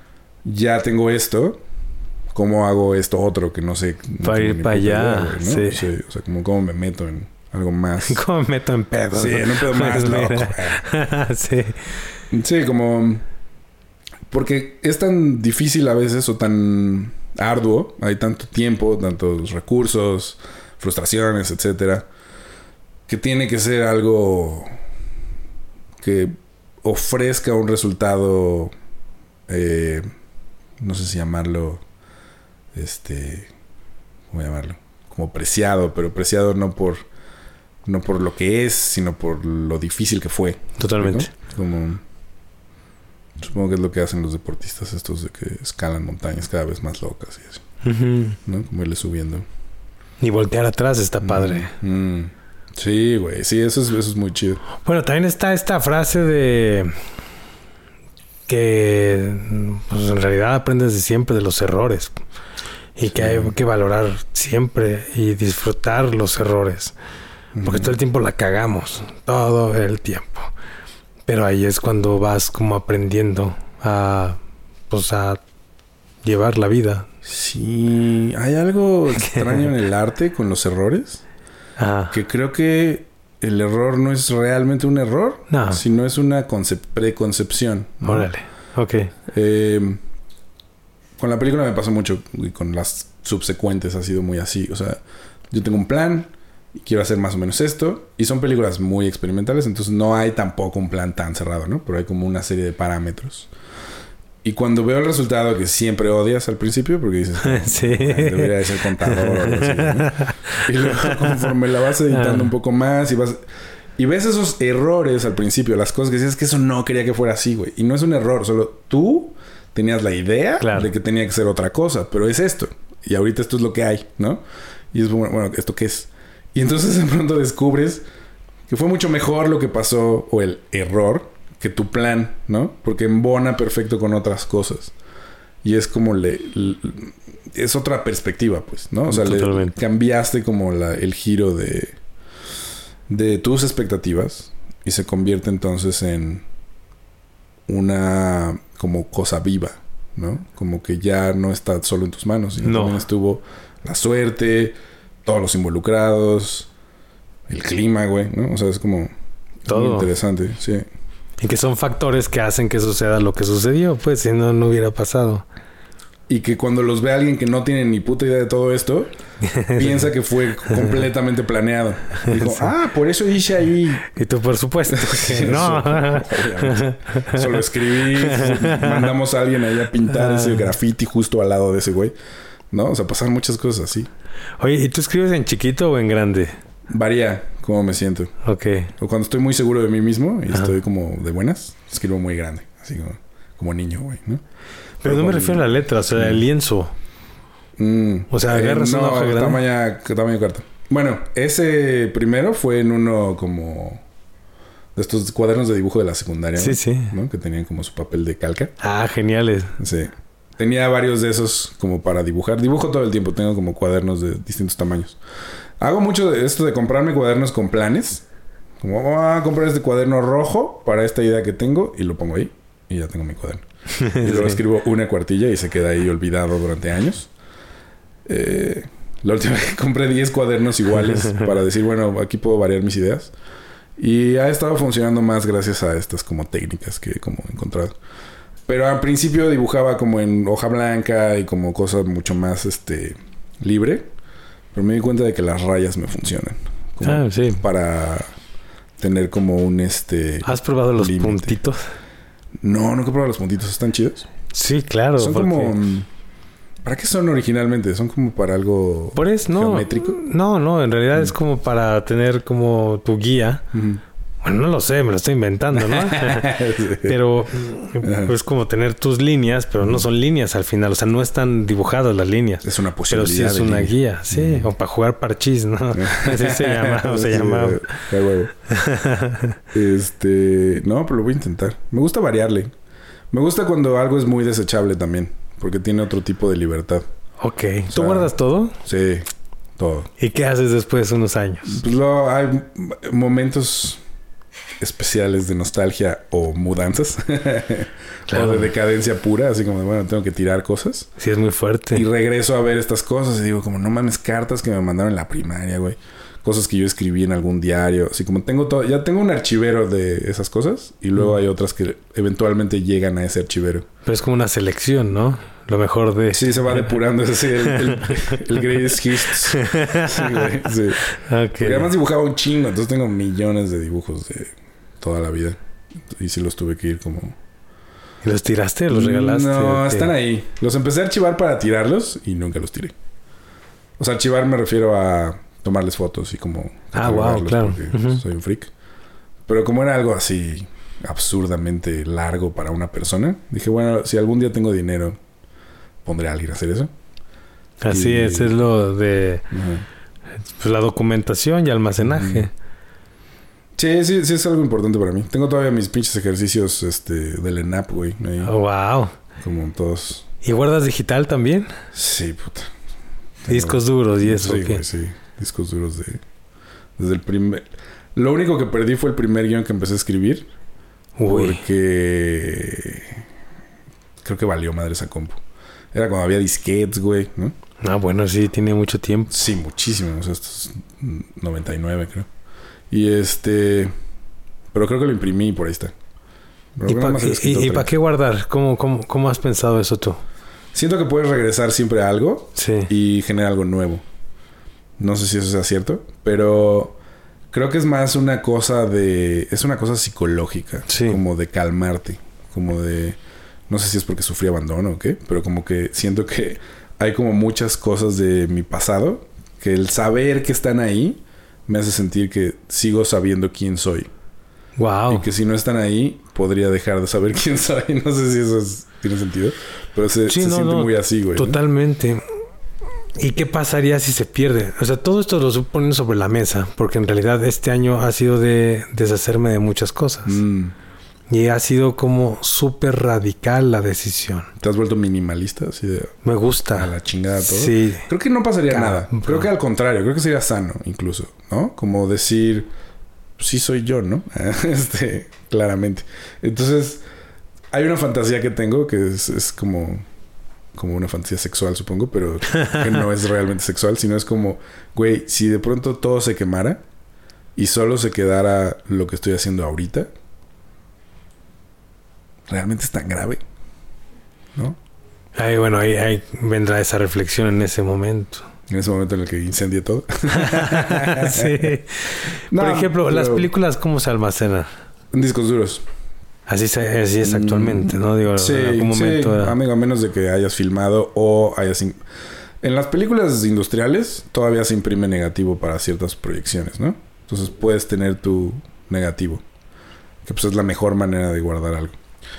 ya tengo esto, ¿cómo hago esto otro que no sé? Para ir para allá, ¿no? Sí. O sea, como cómo me meto en algo más. ¿Cómo me meto en pedo? Sí, en un pedo más loco. Sí, como... Porque es tan difícil a veces o tan arduo, hay tanto tiempo, tantos recursos, frustraciones, etcétera, que tiene que ser algo que ofrezca un resultado, no sé si llamarlo, ¿cómo llamarlo? Como preciado, pero preciado no por lo que es, sino por lo difícil que fue. Totalmente. ¿No? Como... Supongo que es lo que hacen los deportistas estos de que escalan montañas cada vez más locas y así. ¿No? Como irle subiendo. Y voltear atrás está padre. Sí, güey. Sí, eso es muy chido. Bueno, también está esta frase de... Que... Pues en realidad aprendes de siempre de los errores. Y que hay que valorar siempre y disfrutar los errores. Porque todo el tiempo la cagamos. Todo el tiempo. Pero ahí es cuando vas como aprendiendo a llevar la vida. Sí, hay algo extraño en el arte con los errores. Que creo que el error no es realmente un error, sino es una preconcepción, ¿no? Órale, ok. Con la película me pasó mucho y con las subsecuentes ha sido muy así. O sea, yo tengo un plan y quiero hacer más o menos esto. Y son películas muy experimentales, entonces no hay tampoco un plan tan cerrado, ¿no? Pero hay como una serie de parámetros. Y cuando veo el resultado que siempre odias al principio, porque dices, sí. Debería de ser contador o algo así, ¿no? Y luego conforme la vas editando un poco más y ves esos errores al principio, las cosas que decías que eso no quería que fuera así, güey. Y no es un error, solo tú tenías la idea de que tenía que ser otra cosa, pero es esto. Y ahorita esto es lo que hay, ¿no? Y es bueno, ¿esto qué es? Y entonces de pronto descubres que fue mucho mejor lo que pasó o el error que tu plan, ¿no? Porque embona perfecto con otras cosas. Y es como es otra perspectiva, pues, ¿no? O sea, le cambiaste como el giro de tus expectativas y se convierte entonces en una como cosa viva, ¿no? Como que ya no está solo en tus manos, sino también estuvo la suerte, todos los involucrados, el clima, güey, ¿no? O sea, es como todo muy interesante, sí. Y que son factores que hacen que suceda lo que sucedió, pues, si no, no hubiera pasado. Y que cuando los ve alguien que no tiene ni puta idea de todo esto, piensa que fue completamente planeado. Y dijo, por eso hice ahí. Y tú, por supuesto, que no. Obviamente. Solo escribí, mandamos a alguien ahí a pintar ese graffiti justo al lado de ese güey. ¿No? O sea, pasaron muchas cosas así. Oye, ¿y tú escribes en chiquito o en grande? Varía cómo me siento. Ok. O cuando estoy muy seguro de mí mismo y estoy como de buenas, escribo muy grande. Así como niño, güey, ¿no? Pero no me refiero a la letra, o sea, el lienzo. O sea, agarras una hoja grande. Tamaño carta. Bueno, ese primero fue en uno como de estos cuadernos de dibujo de la secundaria. Sí, ¿no? sí. ¿No? Que tenían como su papel de calca. Ah, geniales. Sí. Tenía varios de esos como para dibujar. Dibujo todo el tiempo. Tengo como cuadernos de distintos tamaños. Hago mucho de esto de comprarme cuadernos con planes. Como voy a comprar este cuaderno rojo para esta idea que tengo y lo pongo ahí. Y ya tengo mi cuaderno. Y luego escribo una cuartilla y se queda ahí olvidado durante años. La última vez que compré 10 cuadernos iguales para decir, bueno, aquí puedo variar mis ideas. Y ha estado funcionando más gracias a estas como técnicas que como he encontrado. Pero al principio dibujaba como en hoja blanca y como cosa mucho más libre. Pero me di cuenta de que las rayas me funcionan. Sí. Para tener como un ¿Has probado los puntitos? No, nunca he probado los puntitos. ¿Están chidos? Sí, claro. Son como... ¿Para qué son originalmente? ¿Son como para algo geométrico? No. En realidad es como para tener como tu guía. Bueno, no lo sé. Me lo estoy inventando, ¿no? Sí. Pero es como tener tus líneas, pero no son líneas al final. O sea, no están dibujadas las líneas. Es una posibilidad. Pero sí es una guía. Sí. O para jugar parchís, ¿no? Así se llamaba. No, pero lo voy a intentar. Me gusta variarle. Me gusta cuando algo es muy desechable también. Porque tiene otro tipo de libertad. Ok. ¿Tú guardas todo? Sí, todo. ¿Y qué haces después de unos años? Pues hay momentos especiales de nostalgia o mudanzas. Claro. O de decadencia pura. Así como de, bueno, tengo que tirar cosas. Sí, es muy fuerte. Y regreso a ver estas cosas y digo como, no mames, cartas que me mandaron en la primaria, güey. Cosas que yo escribí en algún diario. Así como tengo todo... Ya tengo un archivero de esas cosas. Y luego hay otras que eventualmente llegan a ese archivero. Pero es como una selección, ¿no? Lo mejor de... Sí, se va depurando. Es así, el greatest hits. Sí, güey. Sí. Okay. Porque además dibujaba un chingo. Entonces tengo millones de dibujos de toda la vida. Y sí los tuve que ir como... ¿Y los tiraste? ¿Los regalaste? No, están ahí. Los empecé a archivar para tirarlos y nunca los tiré. O sea, archivar me refiero a... tomarles fotos y como... wow, claro. Porque soy un freak. Pero como era algo así absurdamente largo para una persona, dije, bueno, si algún día tengo dinero, pondré a alguien a hacer eso. Así es lo de pues, la documentación y almacenaje. Sí, es algo importante para mí. Tengo todavía mis pinches ejercicios del ENAP, güey. Wow. Como todos. ¿Y guardas digital también? Sí, puta. Discos duros y eso. Sí, güey, sí. Discos duros desde el primer... Lo único que perdí fue el primer guión que empecé a escribir. Uy. Porque... creo que valió madre esa compu. Era cuando había disquetes, güey, ¿no? Ah, bueno, sí. Tiene mucho tiempo. Sí, muchísimo. O sea, esto es 99, creo. Y pero creo que lo imprimí y por ahí está. ¿Y para qué guardar? ¿Cómo has pensado eso tú? Siento que puedes regresar siempre a algo. Sí. Y generar algo nuevo. No sé si eso sea cierto, pero creo que es más una cosa de... Es una cosa psicológica. Sí. Como de calmarte. Como de... No sé si es porque sufrí abandono o qué, pero como que siento que hay como muchas cosas de mi pasado que el saber que están ahí me hace sentir que sigo sabiendo quién soy. Wow. Y que si no están ahí, podría dejar de saber quién soy. No sé si eso tiene sentido, pero se siente muy así, güey. Totalmente. ¿No? ¿Y qué pasaría si se pierde? O sea, todo esto lo ponen sobre la mesa, porque en realidad este año ha sido de deshacerme de muchas cosas. Y ha sido como súper radical la decisión. ¿Te has vuelto minimalista? Así de... Me gusta. A la chingada todo. Sí. Creo que no pasaría nada. Creo que al contrario. Creo que sería sano incluso, ¿no? Como decir... Sí soy yo, ¿no? Claramente. Entonces... Hay una fantasía que tengo que es como una fantasía sexual, supongo. Pero que no es realmente sexual. Sino es como... Güey, si de pronto todo se quemara... Y solo se quedara lo que estoy haciendo ahorita... ¿Realmente es tan grave? ¿No? Bueno, ahí vendrá esa reflexión en ese momento. En ese momento en el que incendie todo. Sí. Por ejemplo, las películas, ¿cómo se almacenan? En discos duros. Así es actualmente, ¿no? Digo, sí, en algún momento... Sí, amigo, a menos de que hayas filmado o hayas... En las películas industriales todavía se imprime negativo para ciertas proyecciones, ¿no? Entonces puedes tener tu negativo. Que pues es la mejor manera de guardar algo.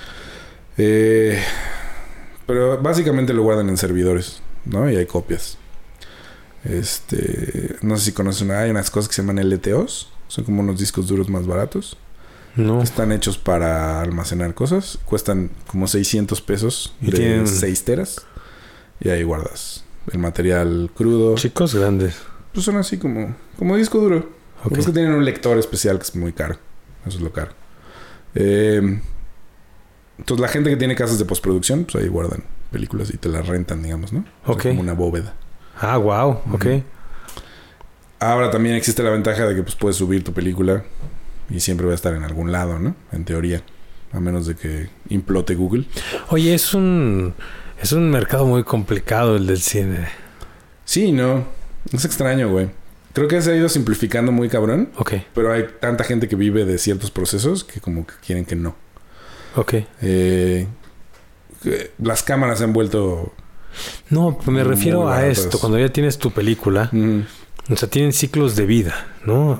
Pero básicamente lo guardan en servidores, ¿no? Y hay copias. No sé si conocen, hay unas cosas que se llaman LTOs. Son como unos discos duros más baratos. No. Están hechos para almacenar cosas. Cuestan como 600 pesos de 6 teras. Y ahí guardas el material crudo. Chicos grandes. Pues son así como disco duro. Okay. Es que tienen un lector especial que es muy caro. Eso es lo caro. Entonces la gente que tiene casas de postproducción, pues ahí guardan películas y te las rentan, digamos, ¿no? Ok. O sea, como una bóveda. Ah, wow. Ok. Ahora también existe la ventaja de que pues puedes subir tu película y siempre va a estar en algún lado, ¿no? En teoría. A menos de que implote Google. Oye, es un mercado muy complicado el del cine. Sí, no. Es extraño, güey. Creo que se ha ido simplificando muy cabrón. Ok. Pero hay tanta gente que vive de ciertos procesos que como que quieren que no. Ok. Las cámaras se han vuelto... No, me refiero a esto. Cuando ya tienes tu película, o sea, tienen ciclos de vida, ¿no?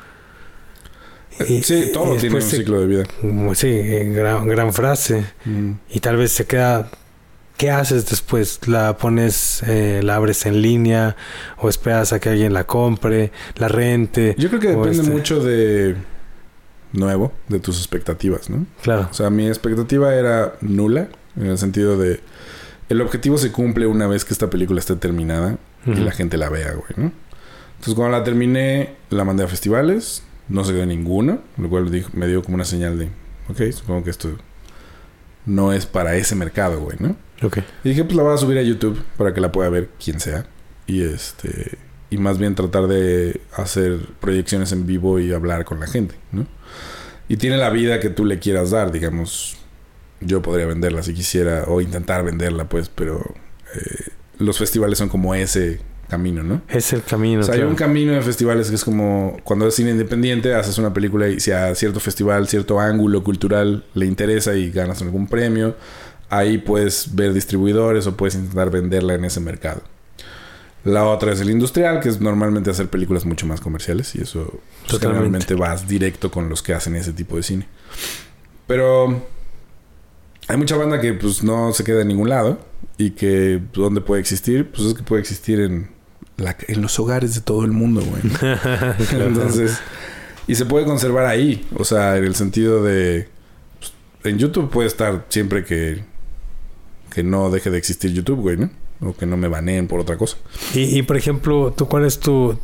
Sí, todo tiene un ciclo de vida. Sí, gran frase. Y tal vez se queda... ¿Qué haces después? ¿La pones, la abres en línea? ¿O esperas a que alguien la compre, la rente? Yo creo que depende mucho de tus expectativas, ¿no? Claro. O sea, mi expectativa era nula. En el sentido de... El objetivo se cumple una vez que esta película esté terminada. Y la gente la vea, güey, ¿no? Entonces, cuando la terminé, la mandé a festivales. No se quedó ninguno. Lo cual me dio como una señal de... Ok, supongo que esto no es para ese mercado, güey, ¿no? Ok. Y dije, pues la voy a subir a YouTube para que la pueda ver quien sea. Y más bien tratar de hacer proyecciones en vivo y hablar con la gente, ¿no? Y tiene la vida que tú le quieras dar, digamos. Yo podría venderla si quisiera, o intentar venderla, pues, pero los festivales son como ese camino, ¿no? Es el camino. O sea, claro. Hay un camino de festivales que es como cuando es cine independiente, haces una película y si a cierto festival, cierto ángulo cultural le interesa y ganas algún premio, ahí puedes ver distribuidores o puedes intentar venderla en ese mercado. La otra es el industrial, que es normalmente hacer películas mucho más comerciales y eso pues, generalmente vas directo con los que hacen ese tipo de cine. Pero hay mucha banda que pues no se queda en ningún lado y que ¿dónde puede existir? Pues es que puede existir en los hogares de todo el mundo, güey. Entonces, y se puede conservar ahí, o sea, en el sentido de pues, en YouTube puede estar siempre que no deje de existir YouTube, güey, ¿no? O que no me baneen por otra cosa. Y por ejemplo, ¿tú cuál es tu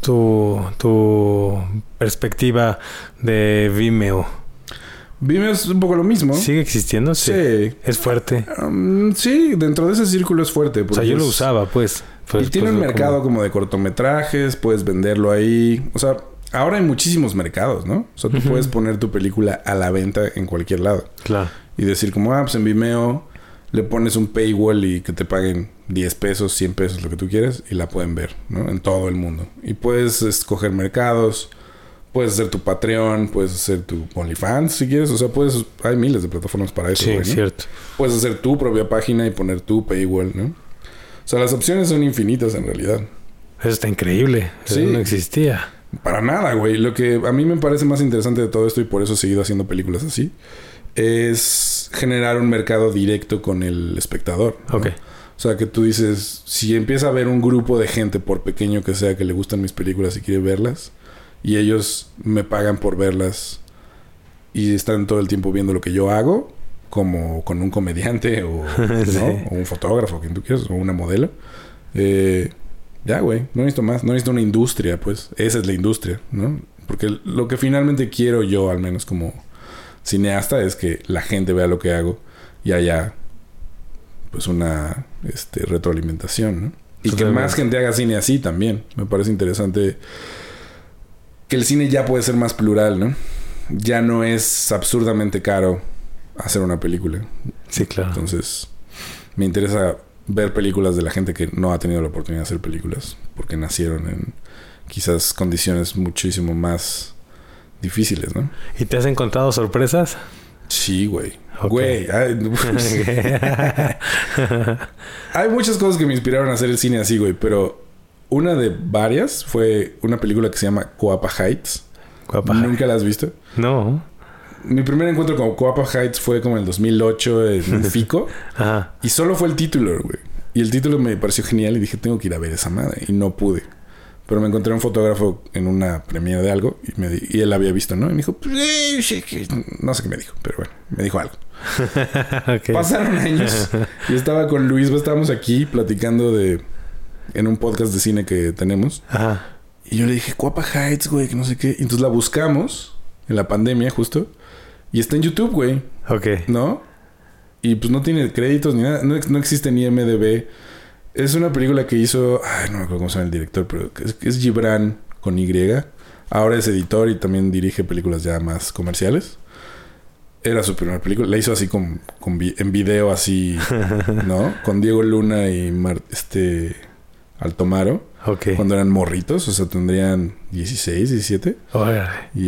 perspectiva de Vimeo? Vimeo es un poco lo mismo. ¿Sigue existiendo? Sí. ¿Es fuerte? Sí, dentro de ese círculo es fuerte. O sea, yo lo usaba, pues. Y tiene un mercado como de cortometrajes, puedes venderlo ahí. O sea, ahora hay muchísimos mercados, ¿no? O sea, tú puedes poner tu película a la venta en cualquier lado. Claro. Y decir como, pues en Vimeo le pones un paywall y que te paguen 10 pesos, 100 pesos, lo que tú quieras, y la pueden ver, ¿no? En todo el mundo. Y puedes escoger mercados, puedes hacer tu Patreon, puedes hacer tu OnlyFans si quieres. O sea, hay miles de plataformas para eso, Sí, güey, ¿no? cierto. Puedes hacer tu propia página y poner tu paywall, ¿no? O sea, las opciones son infinitas en realidad. Eso está increíble. Eso Sí. no existía. Para nada, güey. Lo que a mí me parece más interesante de todo esto, y por eso he seguido haciendo películas así, es generar un mercado directo con el espectador, ¿no? Ok. O sea, que tú dices, si empieza a haber un grupo de gente, por pequeño que sea, que le gustan mis películas y quiere verlas, y ellos me pagan por verlas y están todo el tiempo viendo lo que yo hago, como con un comediante o, Sí. ¿no? O un fotógrafo, quien tú quieras, o una modelo. Ya, güey, no necesito más. No necesito una industria, pues. Esa es la industria, ¿no? Porque lo que finalmente quiero yo, al menos como cineasta, es que la gente vea lo que hago y haya pues una retroalimentación, ¿no? Y Totalmente. que más gente haga cine así también. Me parece interesante que el cine ya puede ser más plural, ¿no? Ya no es absurdamente caro hacer una película. Sí, claro. Entonces, me interesa ver películas de la gente que no ha tenido la oportunidad de hacer películas porque nacieron en quizás condiciones muchísimo más difíciles, ¿no? ¿Y te has encontrado sorpresas? Sí, güey. Ok. Güey, hay muchas cosas que me inspiraron a hacer el cine así, güey, pero una de varias fue una película que se llama Coapa Heights. Guapa. ¿Nunca la has visto? No. Mi primer encuentro con Coapa Heights fue como en el 2008 en un Fico. Ajá. Y solo fue el título, güey. Y el título me pareció genial y dije, tengo que ir a ver esa madre. Y no pude. Pero me encontré un fotógrafo en una premiere de algo y él había visto, ¿no? Y me dijo, no sé qué me dijo, pero bueno, me dijo algo. Ok. Pasaron años y estaba con Luis, estábamos aquí platicando en un podcast de cine que tenemos. Ajá. Y yo le dije, Coapa Heights, güey, que no sé qué. Y entonces la buscamos en la pandemia justo. Y está en YouTube, güey. Ok. ¿No? Y pues no tiene créditos ni nada. No existe ni IMDb. Es una película que hizo... Ay, no me acuerdo cómo se llama el director, pero es Gibran con Y. Ahora es editor y también dirige películas ya más comerciales. Era su primera película. La hizo así en video así, ¿no? Con Diego Luna y Altomaro. Ok. Cuando eran morritos. O sea, tendrían 16, 17. Órale.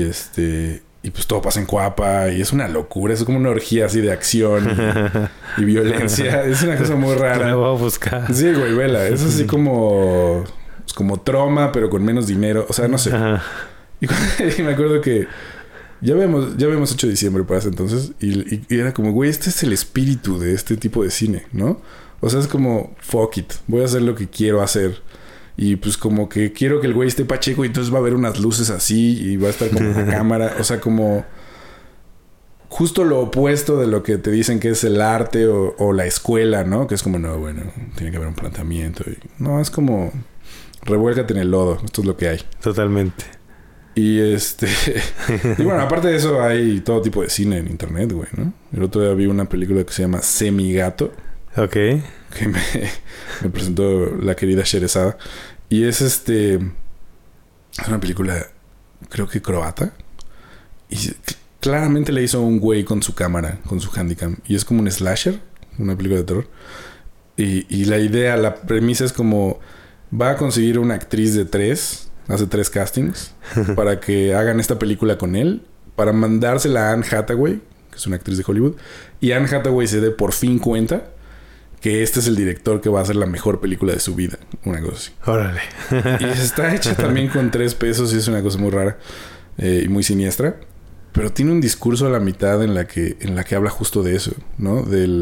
Y pues todo pasa en Coapa y es una locura. Es como una orgía así de acción y violencia. Es una cosa muy Me rara. voy a buscar. Sí, güey, vela. Es así como... Es como Troma, pero con menos dinero. O sea, no sé. Ajá. Y me acuerdo que... Ya habíamos hecho diciembre para ese entonces. Y era como, güey, este es el espíritu de este tipo de cine, ¿no? O sea, es como... Fuck it. Voy a hacer lo que quiero hacer. Y pues como que quiero que el güey esté pacheco y entonces va a haber unas luces así y va a estar como la cámara. O sea, como justo lo opuesto de lo que te dicen que es el arte o la escuela, ¿no? Que es como, no, bueno, tiene que haber un planteamiento. No, es como revuélcate en el lodo. Esto es lo que hay. Totalmente. Y y bueno, aparte de eso hay todo tipo de cine en internet, güey, ¿no? El otro día vi una película que se llama Semigato. Ok. Que me presentó la querida Sherezada. Y es una película, creo que croata. Y claramente le hizo un güey con su cámara, con su handicam. Y es como un slasher, una película de terror. Y la idea, la premisa es como... Va a conseguir una actriz de 3, hace 3 castings, para que hagan esta película con él, para mandársela a Anne Hathaway, que es una actriz de Hollywood. Y Anne Hathaway se dé por fin cuenta que este es el director que va a hacer la mejor película de su vida. Una cosa así. Órale. Y está hecha también con 3 pesos y es una cosa muy rara y muy siniestra. Pero tiene un discurso a la mitad en la que habla justo de eso, ¿no?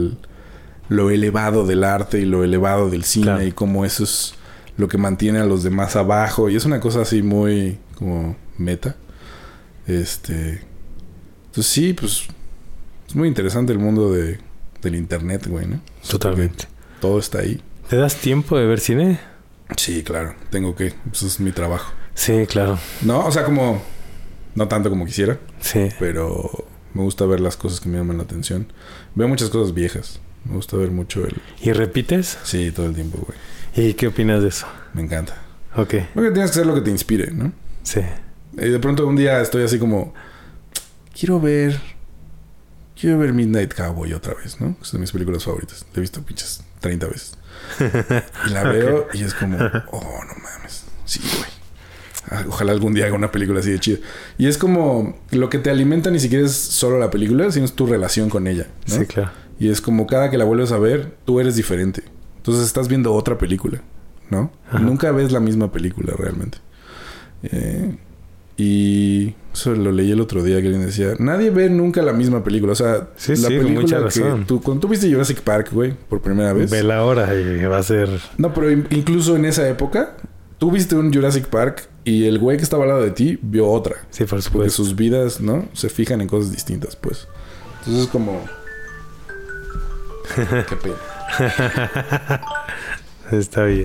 Lo elevado del arte y lo elevado del cine. Claro. Y cómo eso es lo que mantiene a los demás abajo. Y es una cosa así muy como meta. Entonces sí, pues es muy interesante el mundo del internet, güey, ¿no? Totalmente. Todo está ahí. ¿Te das tiempo de ver cine? Sí, claro. Tengo que. Eso es mi trabajo. Sí, claro. No, o sea, como... No tanto como quisiera. Sí. Pero me gusta ver las cosas que me llaman la atención. Veo muchas cosas viejas. Me gusta ver mucho ¿Y repites? Sí, todo el tiempo, güey. ¿Y qué opinas de eso? Me encanta. Ok. Porque tienes que hacer lo que te inspire, ¿no? Sí. Y de pronto un día estoy así como... Quiero ver quiero ver Midnight Cowboy otra vez, ¿no? Es de mis películas favoritas. La he visto pinches 30 veces. Y la veo y es como, oh, no mames. Sí, güey. Ojalá algún día haga una película así de chida. Y es como, lo que te alimenta ni siquiera es solo la película, sino es tu relación con ella, ¿no? Sí, claro. Y es como cada que la vuelves a ver, tú eres diferente. Entonces estás viendo otra película, ¿no? Ajá. Nunca ves la misma película realmente. Y eso lo leí el otro día que alguien decía, nadie ve nunca la misma película. O sea, sí, la película mucha razón. que cuando tú viste Jurassic Park, güey, por primera vez. Ve la hora y va a ser... No, pero incluso en esa época, tú viste un Jurassic Park y el güey que estaba al lado de ti vio otra. Sí, por supuesto. Porque sus vidas, ¿no? Se fijan en cosas distintas, pues. Entonces es como... Qué pena. Está bien.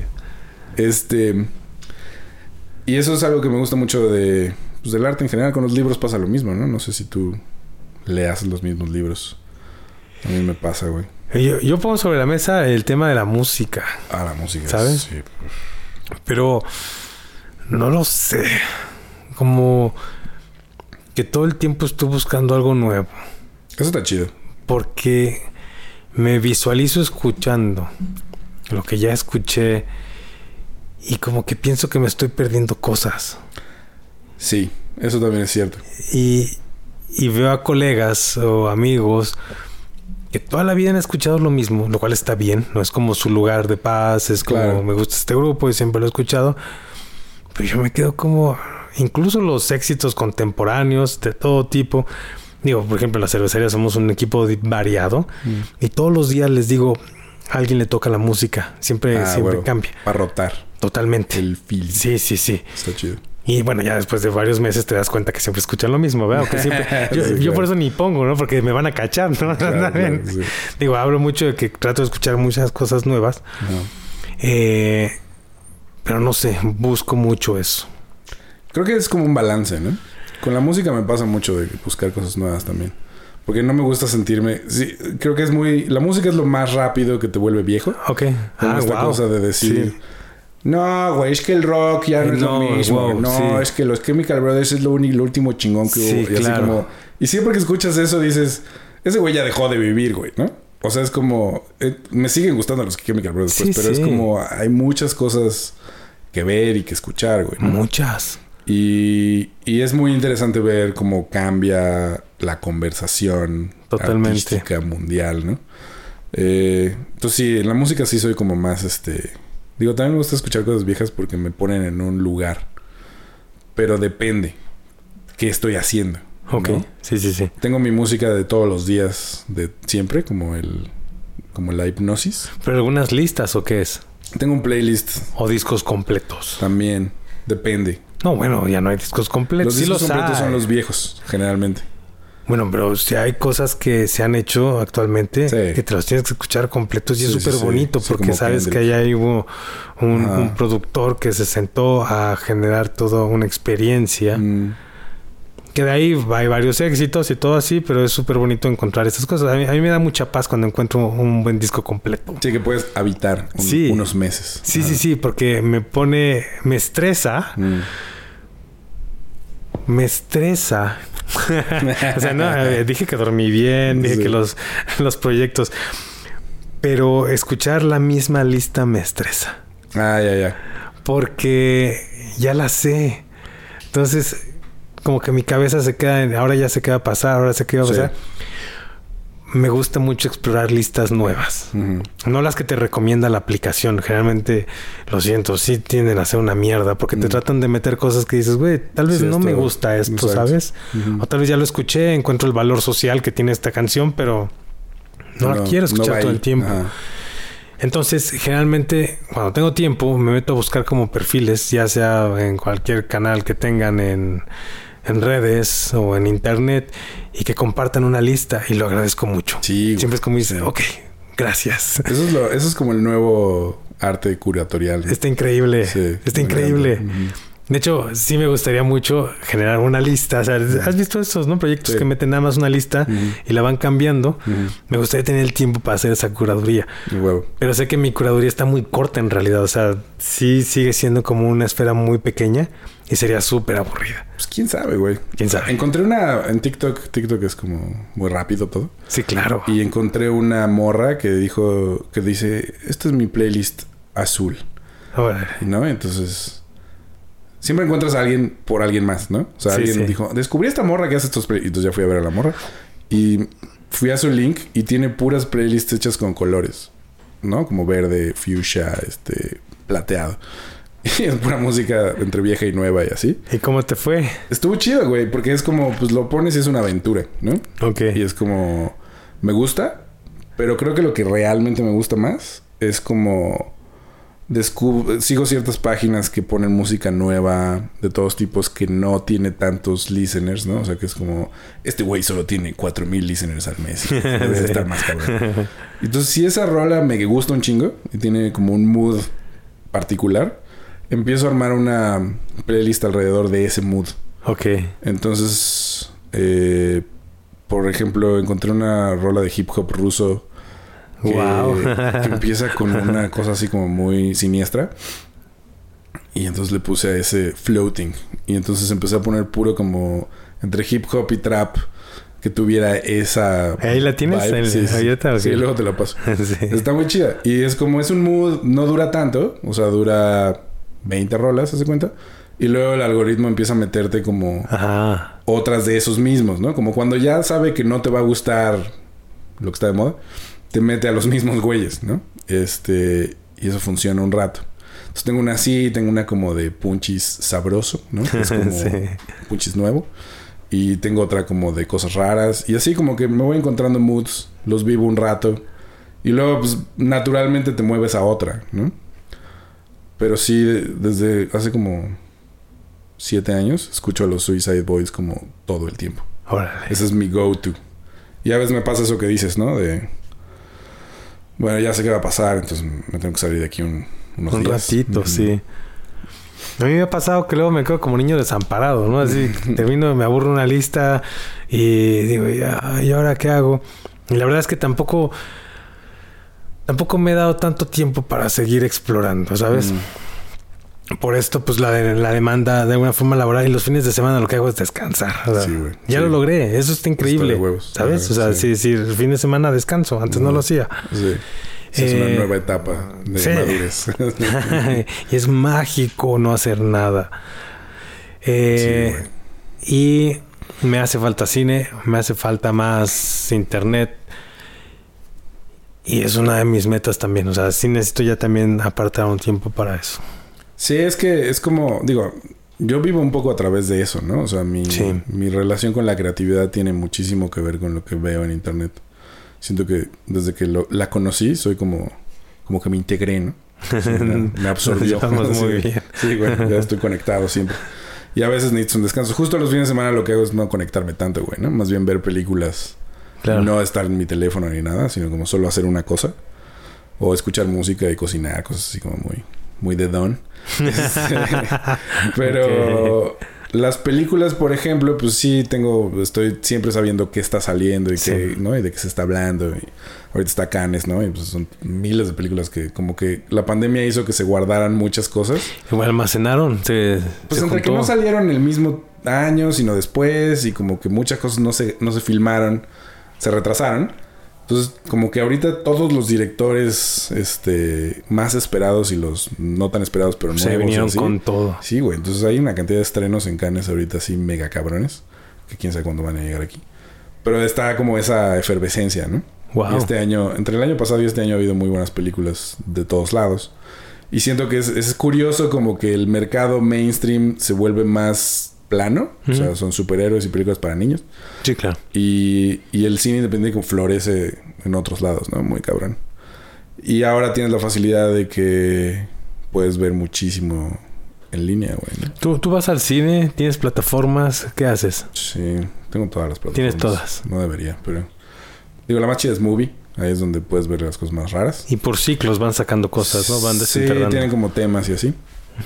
Y eso es algo que me gusta mucho de... Pues del arte en general. Con los libros pasa lo mismo, ¿no? No sé si tú leas los mismos libros. A mí me pasa, güey. Yo pongo sobre la mesa el tema de la música. Ah, la música. ¿Sabes? Sí. Pero... no lo sé. Como... que todo el tiempo estoy buscando algo nuevo. Eso está chido. Porque... me visualizo escuchando lo que ya escuché y como que pienso que me estoy perdiendo cosas. Sí, eso también es cierto. Y veo a colegas o amigos que toda la vida han escuchado lo mismo, lo cual está bien. No es como su lugar de paz, es como claro. Me gusta este grupo y siempre lo he escuchado. Pero yo me quedo como... incluso los éxitos contemporáneos de todo tipo... digo, por ejemplo, en la cervecería somos un equipo variado. Y todos los días les digo, a alguien le toca la música. Siempre bueno, cambia. Para rotar. Totalmente. El feeling. Sí. Está chido. Y bueno, ya después de varios meses te das cuenta que siempre escuchan lo mismo, ¿verdad? Que siempre... yo por eso ni pongo, ¿no? Porque me van a cachar, ¿no? Claro, sí. Digo, hablo mucho de que trato de escuchar muchas cosas nuevas. No. Pero no sé, busco mucho eso. Creo que es como un balance, ¿no? Con la música me pasa mucho de buscar cosas nuevas también. Porque no me gusta sentirme... Sí, creo que es muy... La música es lo más rápido que te vuelve viejo. Ok. Esta cosa de decir... Sí. No, güey, es que el rock ya no es lo mismo. Wow, no, es que los Chemical Brothers es lo último chingón que hubo. Sí, y claro. así como... Y siempre que escuchas eso dices... Ese güey ya dejó de vivir, güey, ¿no? O sea, es como... me siguen gustando los Chemical Brothers, pues, pero es como... Hay muchas cosas que ver y que escuchar, güey, ¿no? Muchas. Y es muy interesante ver cómo cambia la conversación artística mundial, ¿no? Entonces sí, en la música sí soy como más Digo, también me gusta escuchar cosas viejas porque me ponen en un lugar. Pero depende qué estoy haciendo. Ok, ¿no? Sí. Tengo mi música de todos los días de siempre, como la hipnosis. ¿Pero algunas listas o qué es? Tengo un playlist. ¿O discos completos? También, depende. No, bueno, ya no hay discos completos. Los discos completos son los viejos, generalmente. Bueno, pero si hay cosas que se han hecho actualmente que te los tienes que escuchar completos y es súper bonito porque sabes Kendrick. Que allá hubo un productor que se sentó a generar toda una experiencia. Que de ahí hay varios éxitos y todo así, pero es súper bonito encontrar esas cosas. A mí me da mucha paz cuando encuentro un buen disco completo. Sí, que puedes habitar unos meses. Sí, porque me estresa. Me estresa. O sea, no, dije que dormí bien, dije que los proyectos. Pero escuchar la misma lista me estresa. Ya. Porque ya la sé. Entonces, como que mi cabeza se queda ahora ya se queda a pasar, ahora se queda a pasar. Me gusta mucho explorar listas nuevas. No las que te recomienda la aplicación. Generalmente, lo siento, sí tienden a ser una mierda. Porque te tratan de meter cosas que dices, güey, tal vez no me gusta esto, ¿sabes? O tal vez ya lo escuché, encuentro el valor social que tiene esta canción, pero no la quiero escuchar todo el tiempo. Entonces, generalmente, cuando tengo tiempo, me meto a buscar como perfiles, ya sea en cualquier canal que tengan en redes o en internet y que compartan una lista y lo agradezco mucho. Sí, siempre es como dice, ok, gracias. Eso es como el nuevo arte curatorial, ¿no? Está increíble. Sí, está increíble. De hecho, sí me gustaría mucho generar una lista. O sea, ¿has visto estos, no? Proyectos que meten nada más una lista y la van cambiando. Me gustaría tener el tiempo para hacer esa curaduría. Pero sé que mi curaduría está muy corta en realidad. O sea, sí sigue siendo como una esfera muy pequeña y sería súper aburrida. Pues quién sabe, güey. Quién sabe. Encontré una en TikTok. TikTok es como muy rápido todo. Sí, claro. Y encontré una morra que dice, esta es mi playlist azul. ¿No? Entonces... Siempre encuentras a alguien por alguien más, ¿no? O sea, alguien dijo, descubrí esta morra que hace estos playlists. Entonces ya fui a ver a la morra. Y fui a su link y tiene puras playlists hechas con colores, ¿no? Como verde, fuchsia, plateado. Y es pura música entre vieja y nueva y así. ¿Y cómo te fue? Estuvo chido, güey. Porque es como, pues lo pones y es una aventura, ¿no? Ok. Y es como, me gusta. Pero creo que lo que realmente me gusta más es como... sigo ciertas páginas que ponen música nueva de todos tipos que no tiene tantos listeners, ¿no? O sea, que es como... Este güey solo tiene 4,000 listeners al mes. Debe estar más cabrón. Entonces, si esa rola me gusta un chingo y tiene como un mood particular, empiezo a armar una playlist alrededor de ese mood. Ok. Entonces, por ejemplo, encontré una rola de hip hop ruso que empieza con una cosa así como muy siniestra. Y entonces le puse a ese floating. Y entonces empecé a poner puro como entre hip hop y trap que tuviera esa... Ahí la tienes. Sí, luego te la paso. Está muy chida. Y es como es un mood, no dura tanto. O sea, dura 20 rolas, ¿se cuenta? Y luego el algoritmo empieza a meterte como otras de esos mismos, ¿no? Como cuando ya sabe que no te va a gustar lo que está de moda, te mete a los mismos güeyes, ¿no? Y eso funciona un rato. Entonces tengo una así, tengo una como de punchis sabroso, ¿no? Que es como punchis nuevo. Y tengo otra como de cosas raras. Y así como que me voy encontrando moods, los vivo un rato. Y luego, pues, naturalmente te mueves a otra, ¿no? Pero sí, desde hace como 7 años, escucho a los Suicide Boys como todo el tiempo. Órale. Ese es mi go-to. Y a veces me pasa eso que dices, ¿no? De... Bueno, ya sé qué va a pasar, entonces me tengo que salir de aquí unos días. Un ratito, sí. A mí me ha pasado que luego me quedo como niño desamparado, ¿no? Así, termino, me aburro una lista y digo, ¿y ahora qué hago? Y la verdad es que tampoco me he dado tanto tiempo para seguir explorando, ¿sabes? Por esto, pues, la demanda de alguna forma laboral y los fines de semana lo que hago es descansar. O sea, ya lo logré. Eso está increíble. Está de huevos. ¿Sabes? O sea, sí, el fin de semana descanso. Antes no lo hacía. Sí. Es una nueva etapa de madurez. Y es mágico no hacer nada. Y me hace falta cine. Me hace falta más internet. Y es una de mis metas también. O sea, sí necesito ya también apartar un tiempo para eso. Sí, es que es como... Digo, yo vivo un poco a través de eso, ¿no? O sea, mi relación con la creatividad tiene muchísimo que ver con lo que veo en internet. Siento que desde que la conocí, soy como que me integré, ¿no? O sea, me absorbió. Muy bien. Sí, bueno, ya estoy conectado siempre. Y a veces necesito un descanso. Justo los fines de semana lo que hago es no conectarme tanto, güey, ¿no? Más bien ver películas. Claro. No estar en mi teléfono ni nada, sino como solo hacer una cosa. O escuchar música y cocinar, cosas así como muy de don. Pero las películas, por ejemplo, pues sí estoy siempre sabiendo qué está saliendo y qué, ¿no? Y de qué se está hablando. Y ahorita está Cannes, ¿no? Y pues son miles de películas que como que la pandemia hizo que se guardaran muchas cosas. Igual almacenaron. Pues entre que no salieron el mismo año, sino después, y como que muchas cosas no se filmaron, se retrasaron. Entonces, como que ahorita todos los directores más esperados y los no tan esperados, pero nuevos, se vinieron con todo. Sí, güey. Entonces hay una cantidad de estrenos en Cannes ahorita así mega cabrones, que quién sabe cuándo van a llegar aquí. Pero está como esa efervescencia, ¿no? Wow. Y este año, entre el año pasado y este año ha habido muy buenas películas de todos lados. Y siento que es curioso como que el mercado mainstream se vuelve más plano. O sea, son superhéroes y películas para niños. Sí, claro. Y el cine independiente como florece en otros lados, ¿no? Muy cabrón. Y ahora tienes la facilidad de que puedes ver muchísimo en línea, güey, ¿no? ¿Tú vas al cine? ¿Tienes plataformas? ¿Qué haces? Sí, tengo todas las plataformas. ¿Tienes todas? No debería, pero... Digo, la más chida es Movie. Ahí es donde puedes ver las cosas más raras. Y por ciclos van sacando cosas, ¿no? Van desenterrando. Sí, tienen como temas y así.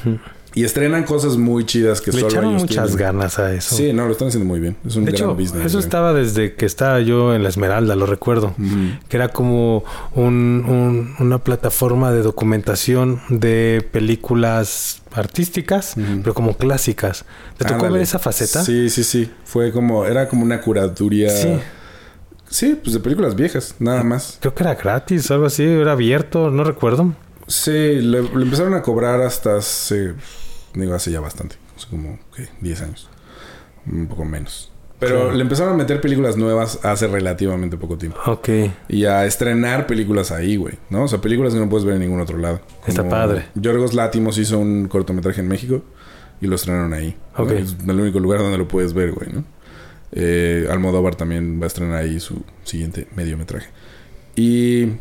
Y estrenan cosas muy chidas que Le solo echaron ellos muchas tienen. ganas a eso. Sí, no, lo están haciendo muy bien. Es un De gran hecho, business. eso güey. estaba desde que estaba yo en La Esmeralda, lo recuerdo. Que era como una plataforma de documentación de películas artísticas, pero como clásicas. ¿Te tocó Ándale. ver esa faceta? Sí. Fue como... Era como una curaduría... Sí. Sí, pues de películas viejas, nada más. Creo que era gratis, algo así, era abierto, no recuerdo. Sí, le empezaron a cobrar hasta hace... Digo, hace ya bastante. Hace como, ¿qué? 10 años. Un poco menos. Pero Claro. le empezaron a meter películas nuevas hace relativamente poco tiempo. Ok, Y a estrenar películas ahí, güey. ¿No? O sea, películas que no puedes ver en ningún otro lado. Está padre. Yorgos Látimos hizo un cortometraje en México y lo estrenaron ahí. ¿no? Ok. Es el único lugar donde lo puedes ver, güey, ¿no? Almodóvar también va a estrenar ahí su siguiente mediometraje. Y...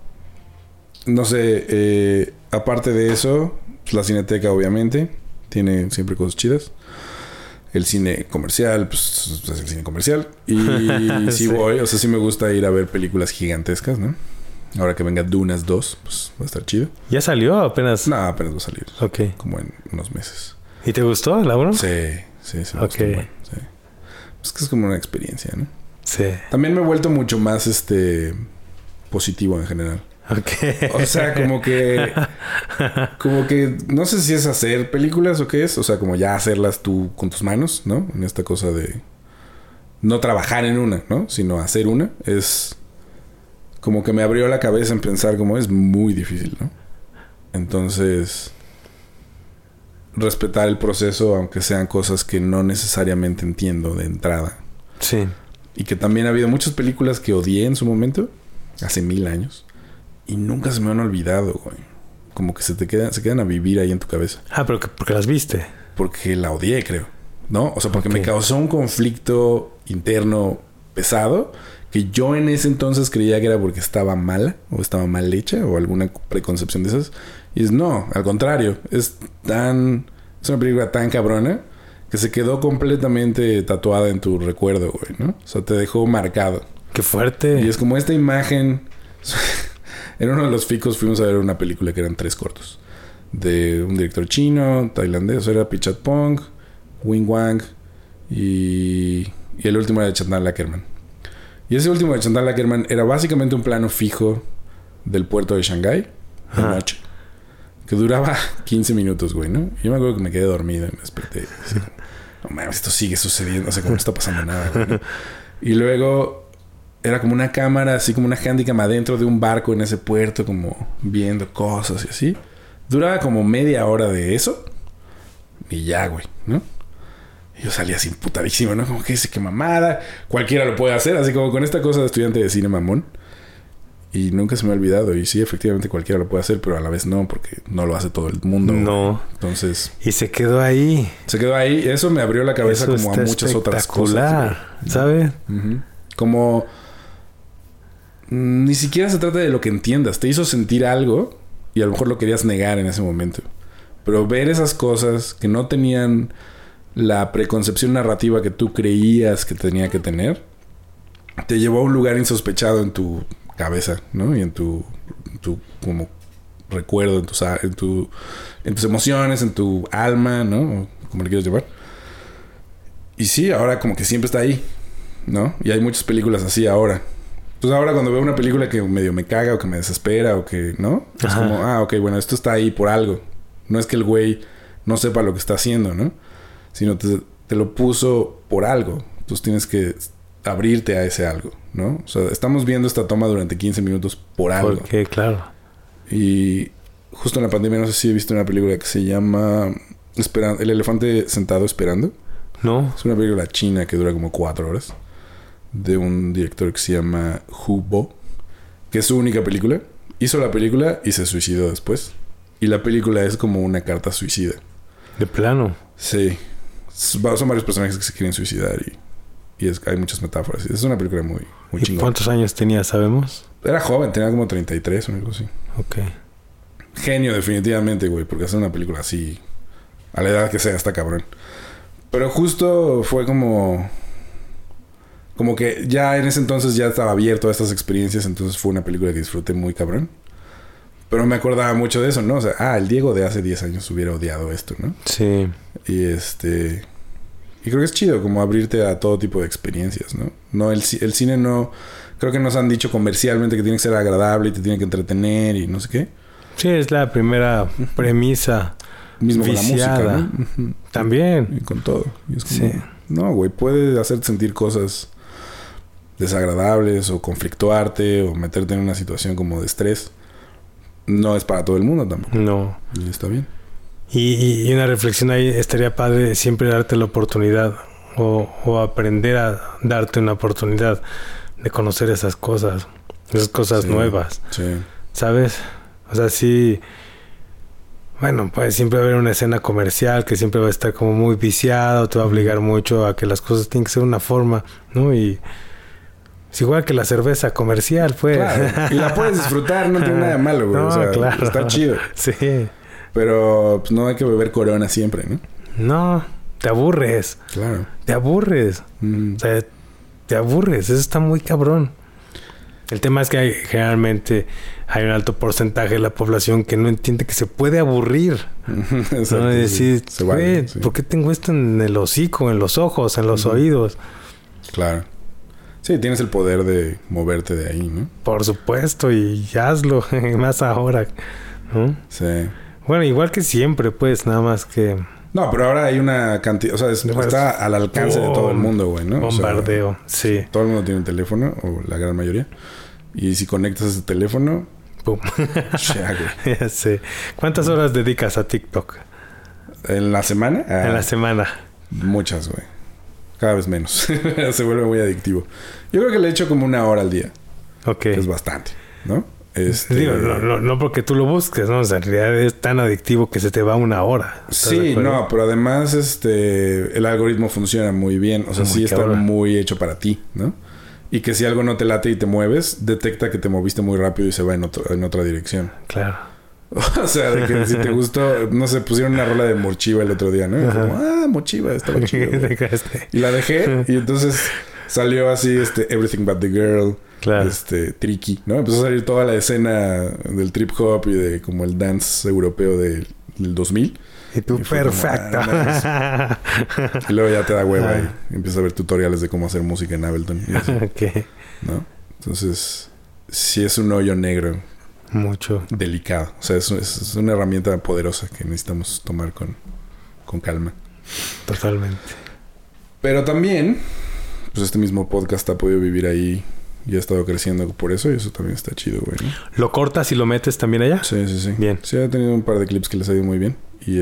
No sé, aparte de eso, pues la Cineteca obviamente tiene siempre cosas chidas. El cine comercial, pues es el cine comercial. Y sí Sí. voy, o sea, sí me gusta ir a ver películas gigantescas, ¿no? Ahora que venga Dunas 2, pues va a estar chido. ¿ya salió apenas? No, apenas va a salir. Ok. Como en unos meses. ¿Y te gustó la 1? Sí, me Ok. gustó, güey, sí. Pues que es como una experiencia, ¿no? Sí. También me he vuelto mucho más, positivo en general. Ok. O sea, como que no sé si es hacer películas o qué es. O sea, como ya hacerlas tú con tus manos, ¿no? En esta cosa de no trabajar en una, ¿no? Sino hacer una. Es como que me abrió la cabeza en pensar como es muy difícil, ¿no? Entonces, respetar el proceso, aunque sean cosas que no necesariamente entiendo de entrada. Sí. Y que también ha habido muchas películas que odié en su momento, hace 1000 años. Y nunca se me han olvidado, güey. Como que se quedan a vivir ahí en tu cabeza. Ah, pero porque las viste. Porque la odié, creo. ¿No? O sea, porque Ok. me causó un conflicto interno pesado que yo en ese entonces creía que era porque estaba mala o estaba mal hecha o alguna preconcepción de esas. Y es no, al contrario. Es una película tan cabrona que se quedó completamente tatuada en tu recuerdo, güey, ¿no? O sea, te dejó marcado. Qué fuerte. Y es como esta imagen... En uno de los ficos fuimos a ver una película que eran 3 cortos. De un director chino, tailandés. O sea, era Pichatpong, Wing Wang y el último era de Chantal Ackerman. Y ese último de Chantal Ackerman era básicamente un plano fijo del puerto de Shanghái de noche. Que duraba 15 minutos, güey, ¿no? Y yo me acuerdo que me quedé dormido y me desperté. Y decía, no mames, esto sigue sucediendo. O sea, como no está pasando nada, güey, ¿no? Y luego... Era como una cámara, así como una handicam adentro de un barco en ese puerto, como viendo cosas y así. Duraba como media hora de eso. Y ya, güey, ¿no? Y yo salía así imputadísimo, ¿no? Como que dice, qué mamada. Cualquiera lo puede hacer, así como con esta cosa de estudiante de cine mamón. Y nunca se me ha olvidado. Y sí, efectivamente cualquiera lo puede hacer, pero a la vez no, porque no lo hace todo el mundo. No. Güey. Entonces... Y se quedó ahí. Se quedó ahí. Eso me abrió la cabeza Eso como a está muchas otras cosas. espectacular, ¿sabes? Como... Ni siquiera se trata de lo que entiendas. Te hizo sentir algo y a lo mejor lo querías negar en ese momento. Pero ver esas cosas que no tenían la preconcepción narrativa que tú creías que tenía que tener, te llevó a un lugar insospechado en tu cabeza, ¿no? Y en tu como recuerdo, en tus emociones, en tu alma, ¿no? Como le quieras llevar. Y sí, ahora como que siempre está ahí, ¿no? Y hay muchas películas así ahora. Entonces ahora cuando veo una película que medio me caga o que me desespera o que... ¿no? Es como... ok, bueno, esto está ahí por algo. No es que el güey no sepa lo que está haciendo, ¿no? Sino te lo puso por algo. Entonces tienes que abrirte a ese algo, ¿no? O sea, estamos viendo esta toma durante 15 minutos por algo. Porque, claro. Y justo en la pandemia no sé si he visto una película que se llama... El elefante sentado esperando. ¿No? Es una película china que dura como 4 horas. De un director que se llama Hu Bo, que es su única película. Hizo la película y se suicidó después. Y la película es como una carta suicida. De plano. Sí. Son varios personajes que se quieren suicidar y hay muchas metáforas. Es una película muy ¿Y chingona. cuántos años tenía, sabemos? Era joven, tenía como 33 o algo así. Ok. Genio definitivamente, güey, porque hacer una película así a la edad que sea está cabrón. Pero justo fue como que ya en ese entonces ya estaba abierto a estas experiencias, entonces fue una película que disfruté muy cabrón. Pero me acordaba mucho de eso, ¿no? O sea, el Diego de hace 10 años hubiera odiado esto, ¿no? Sí. Y y creo que es chido como abrirte a todo tipo de experiencias, ¿no? No, el cine no... Creo que nos han dicho comercialmente que tiene que ser agradable y te tiene que entretener y no sé qué. Sí, es la primera premisa. Mismo viciada. Con la música, ¿no? También. Y con todo. Y es como... Sí. No, güey, puede hacerte sentir cosas desagradables o conflictuarte o meterte en una situación como de estrés. No es para todo el mundo tampoco. No. Y está bien. Y una reflexión ahí estaría padre siempre darte la oportunidad o aprender a darte una oportunidad de conocer esas cosas nuevas. Sí. ¿Sabes? O sea, sí... Bueno, pues siempre va a haber una escena comercial que siempre va a estar como muy viciada o te va a obligar mucho a que las cosas tienen que ser de una forma, ¿no? Y es igual que la cerveza comercial, pues. Claro. Y la puedes disfrutar, no tiene nada de malo, güey. No, o sea, claro. Está chido. Sí. Pero pues, no hay que beber Corona siempre, ¿no? No, te aburres. Claro. Te aburres. O sea, te aburres. Eso está muy cabrón. El tema es que generalmente hay un alto porcentaje de la población que no entiende que se puede aburrir. Exacto, ¿no? Es decir, sí. Vale, sí. ¿por qué tengo esto en el hocico, en los ojos, en los oídos? Claro. Sí, tienes el poder de moverte de ahí, ¿no? Por supuesto, y hazlo, más ahora, ¿no? Sí. Bueno, igual que siempre, pues, nada más que... No, pero ahora hay una cantidad... O sea, está al alcance de todo el mundo, güey, ¿no? Bombardeo, o sea, sí. Todo el mundo tiene un teléfono, o la gran mayoría. Y si conectas ese teléfono... ¡Pum! Ya, güey. Ya sé. ¿Cuántas horas dedicas a TikTok? ¿En la semana? En la semana. Muchas, güey. Cada vez menos. Se vuelve muy adictivo. Yo creo que le echo como 1 hora al día. Ok. Es bastante, ¿no? Digo, no porque tú lo busques, ¿no? O sea, en realidad es tan adictivo que se te va 1 hora. Sí, no, pero además el algoritmo funciona muy bien. O sea, sí está muy hecho para ti, ¿no? Y que si algo no te late y te mueves, detecta que te moviste muy rápido y se va en otra dirección. Claro. O sea, de que si te gustó, no sé, pusieron una rola de Mochiva el otro día, ¿no? Como, Mochiva, estaba chido. Y la dejé y entonces salió así, Everything But The Girl. Claro. Tricky, ¿no? Empezó a salir toda la escena del trip hop y de como el dance europeo del 2000. Y tú, perfecto. Y luego ya te da hueva y empiezas a ver tutoriales de cómo hacer música en Ableton. Y así, okay. ¿no? Entonces, sí es un hoyo negro. Mucho. Delicado. O sea, es una herramienta poderosa que necesitamos tomar con calma. Totalmente. Pero también, pues este mismo podcast ha podido vivir ahí y ha estado creciendo por eso y eso también está chido, güey, ¿no? ¿Lo cortas y lo metes también allá? Sí. Bien. Sí, ha tenido un par de clips que les ha ido muy bien. Y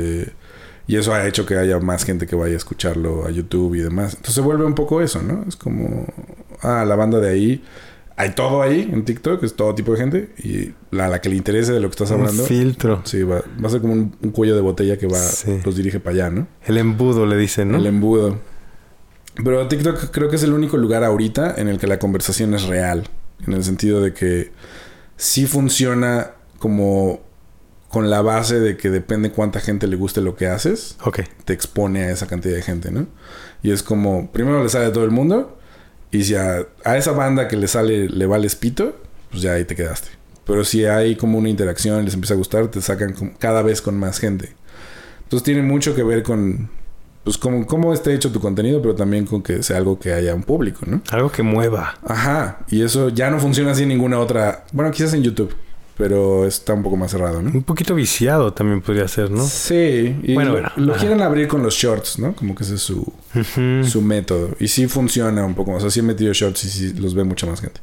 y eso ha hecho que haya más gente que vaya a escucharlo a YouTube y demás. Entonces se vuelve un poco eso, ¿no? Es como... la banda de ahí... Hay todo ahí en TikTok. Es todo tipo de gente. Y la que le interese de lo que estás hablando... Un filtro. Sí, va a ser como un cuello de botella que los dirige para allá, ¿no? El embudo le dicen, ¿no? El embudo. Pero TikTok creo que es el único lugar ahorita en el que la conversación es real. En el sentido de que sí funciona como con la base de que depende cuánta gente le guste lo que haces. Ok. Te expone a esa cantidad de gente, ¿no? Y es como... Primero le sale a todo el mundo. Y si a esa banda que le vales pito, pues ya ahí te quedaste. Pero si hay como una interacción y les empieza a gustar, te sacan cada vez con más gente. Entonces tiene mucho que ver con... Pues cómo esté hecho tu contenido, pero también con que sea algo que haya un público, ¿no? Algo que mueva. Ajá. Y eso ya no funciona así en ninguna otra... Bueno, quizás en YouTube. Pero está un poco más cerrado, ¿no? Un poquito viciado también podría ser, ¿no? Sí. Y bueno. Lo quieren abrir con los shorts, ¿no? Como que ese es su método. Y sí funciona un poco. O sea, sí he metido shorts y sí los ve mucha más gente.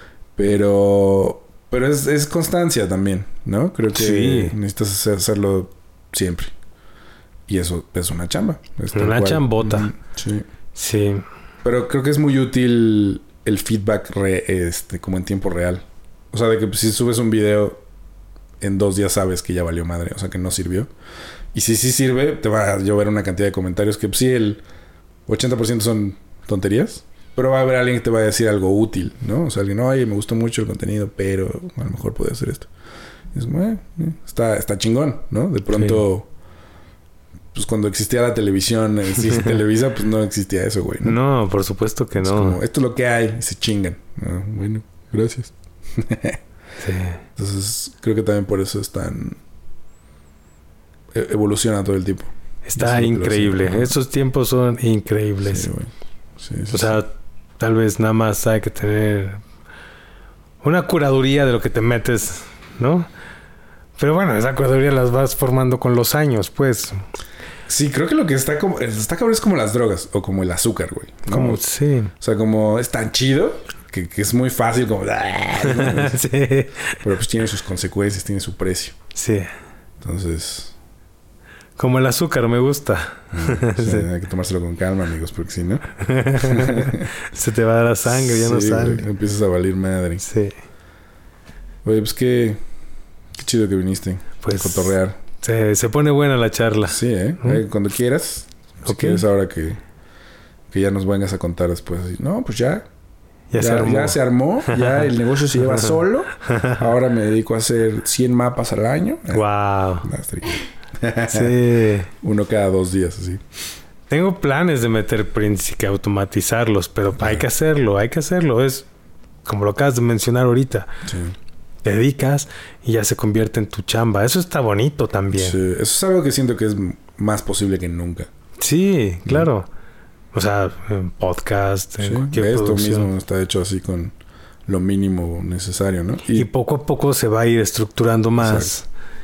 Pero es constancia también, ¿no? Creo que necesitas hacerlo siempre. Y eso es una chamba. Una chambota. Sí. Sí. Pero creo que es muy útil el feedback como en tiempo real. O sea, de que si subes un video en 2 días sabes que ya valió madre. O sea, que no sirvió. Y si sí sirve, te va a llover una cantidad de comentarios que pues, sí, el 80% son tonterías. Pero va a haber alguien que te va a decir algo útil, ¿no? O sea, alguien, oye, me gustó mucho el contenido, pero a lo mejor puede hacer esto. Y es como, está chingón, ¿no? De pronto... Sí. Pues cuando existía la televisión, Televisa, pues no existía eso, güey, ¿no? No, por supuesto que no. Es como, esto es lo que hay. Y se chingan. Bueno, gracias. Sí. Entonces, creo que también por eso es tan... evoluciona todo el tiempo. Está increíble. Estos tiempos son increíbles. Sí, güey. Sí, o sea, tal vez nada más hay que tener una curaduría de lo que te metes, ¿no? Pero bueno, esa curaduría las vas formando con los años, pues. Sí, creo que lo que está cabrón es como las drogas o como el azúcar, güey, ¿no? Como, sí. O sea, como es tan chido que es muy fácil como... Sí. Pero pues tiene sus consecuencias, tiene su precio. Sí. Entonces... Como el azúcar, me gusta. O sea, hay que tomárselo con calma, amigos, porque si no... Se te va a dar la sangre, ya no sale. Güey, empiezas a valer madre. Sí. Oye, pues qué chido que viniste. Pues... a cotorrear. Se pone buena la charla. Sí, cuando quieras. Si quieres ahora que ya nos vengas a contar después. Así, no, pues ya se armó. Ya el negocio se lleva solo. Ahora me dedico a hacer 100 mapas al año. Wow. Sí. Uno cada 2 días, así. Tengo planes de meter prints y que automatizarlos, pero hay que hacerlo. Es como lo acabas de mencionar ahorita. Sí. Te dedicas y ya se convierte en tu chamba. Eso está bonito también. Sí, eso es algo que siento que es más posible que nunca. Sí, claro. O sea, en podcast, en cualquier esto producción. mismo está hecho así con lo mínimo necesario, ¿no? Y poco a poco se va a ir estructurando más.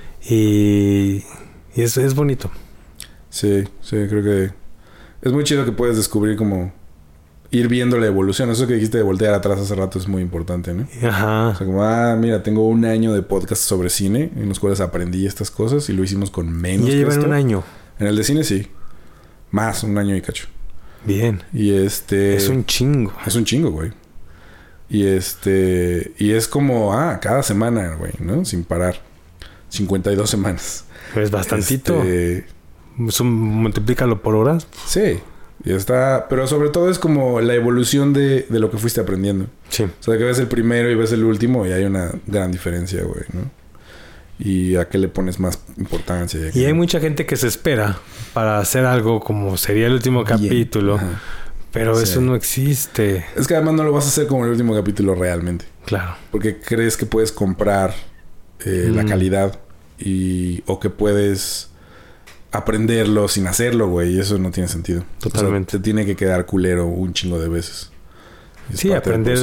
Y eso es bonito. Sí, creo que es muy chido que puedes descubrir como ir viendo la evolución. Eso que dijiste de voltear atrás hace rato es muy importante, ¿no? Ajá. O sea, como, mira, tengo 1 año de podcast sobre cine en los cuales aprendí estas cosas y lo hicimos con menos. ¿Ya llevan 1 año? En el de cine sí. Más, 1 año y cacho. Bien. Y es un chingo. Es un chingo, güey. Y es como, cada semana, güey, ¿no? Sin parar. 52 semanas. Es bastantito. Multiplícalo por horas. Sí. Y está... Pero sobre todo es como la evolución de lo que fuiste aprendiendo. Sí. O sea, que ves el primero y ves el último y hay una gran diferencia, güey, ¿no? Y a qué le pones más importancia. Y hay mucha gente que se espera para hacer algo como sería el último capítulo. Ajá. Pero eso no existe. Es que además no lo vas a hacer como el último capítulo realmente. Claro. Porque crees que puedes comprar la calidad o que puedes aprenderlo sin hacerlo, güey. Y eso no tiene sentido. Totalmente. O sea, te tiene que quedar culero un chingo de veces. Sí, aprender,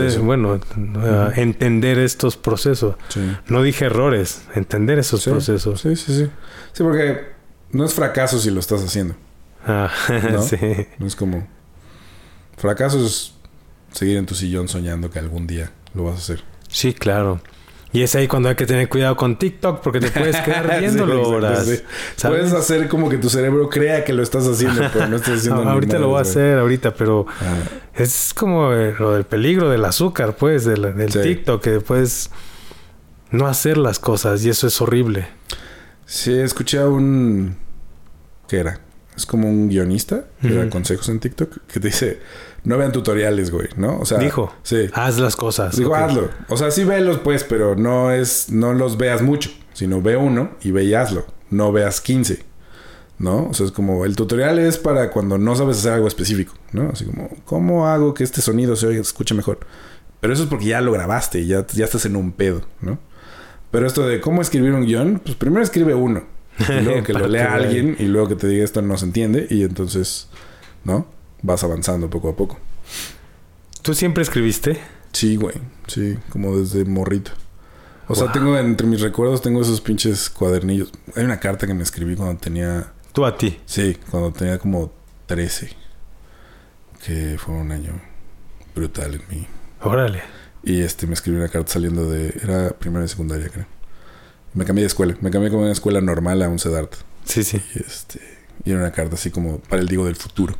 entender estos procesos. Sí. No dije errores, entender esos procesos. Sí. Sí, porque no es fracaso si lo estás haciendo. ¿No? Sí. No es como... Fracaso es seguir en tu sillón soñando que algún día lo vas a hacer. Sí, claro. Y es ahí cuando hay que tener cuidado con TikTok porque te puedes quedar viéndolo horas. Sí. Puedes hacer como que tu cerebro crea que lo estás haciendo, pero no estás haciendo nada. Ahorita lo voy a hacer, pero es como lo del peligro del azúcar, pues, del TikTok, que puedes no hacer las cosas y eso es horrible. Sí, escuché a un... ¿Qué era? Es como un guionista que da consejos en TikTok que te dice... No vean tutoriales, güey, ¿no? O sea... Dijo. Sí. Haz las cosas. Digo, hazlo. O sea, sí velos, pues, pero no los veas mucho. Sino ve uno y ve y hazlo. No veas 15. ¿No? O sea, es como... El tutorial es para cuando no sabes hacer algo específico, ¿no? Así como... ¿Cómo hago que este sonido se escuche mejor? Pero eso es porque ya lo grabaste. Y ya estás en un pedo, ¿no? Pero esto de cómo escribir un guión... Pues primero escribe uno. Y luego que lo lea alguien. Y luego que te diga esto no se entiende. Y entonces... ¿No? Vas avanzando poco a poco. ¿Tú siempre escribiste? Sí, güey. Sí, como desde morrito. O sea, tengo entre mis recuerdos, tengo esos pinches cuadernillos. Hay una carta que me escribí cuando tenía... ¿Tú a ti? Sí, cuando tenía como 13. Que fue un año brutal en mí. Órale. Y me escribí una carta saliendo de... Era primera y secundaria, creo. Me cambié de escuela. Me cambié como de una escuela normal a un CEDART. Sí. Y era una carta así como para el Diego del futuro.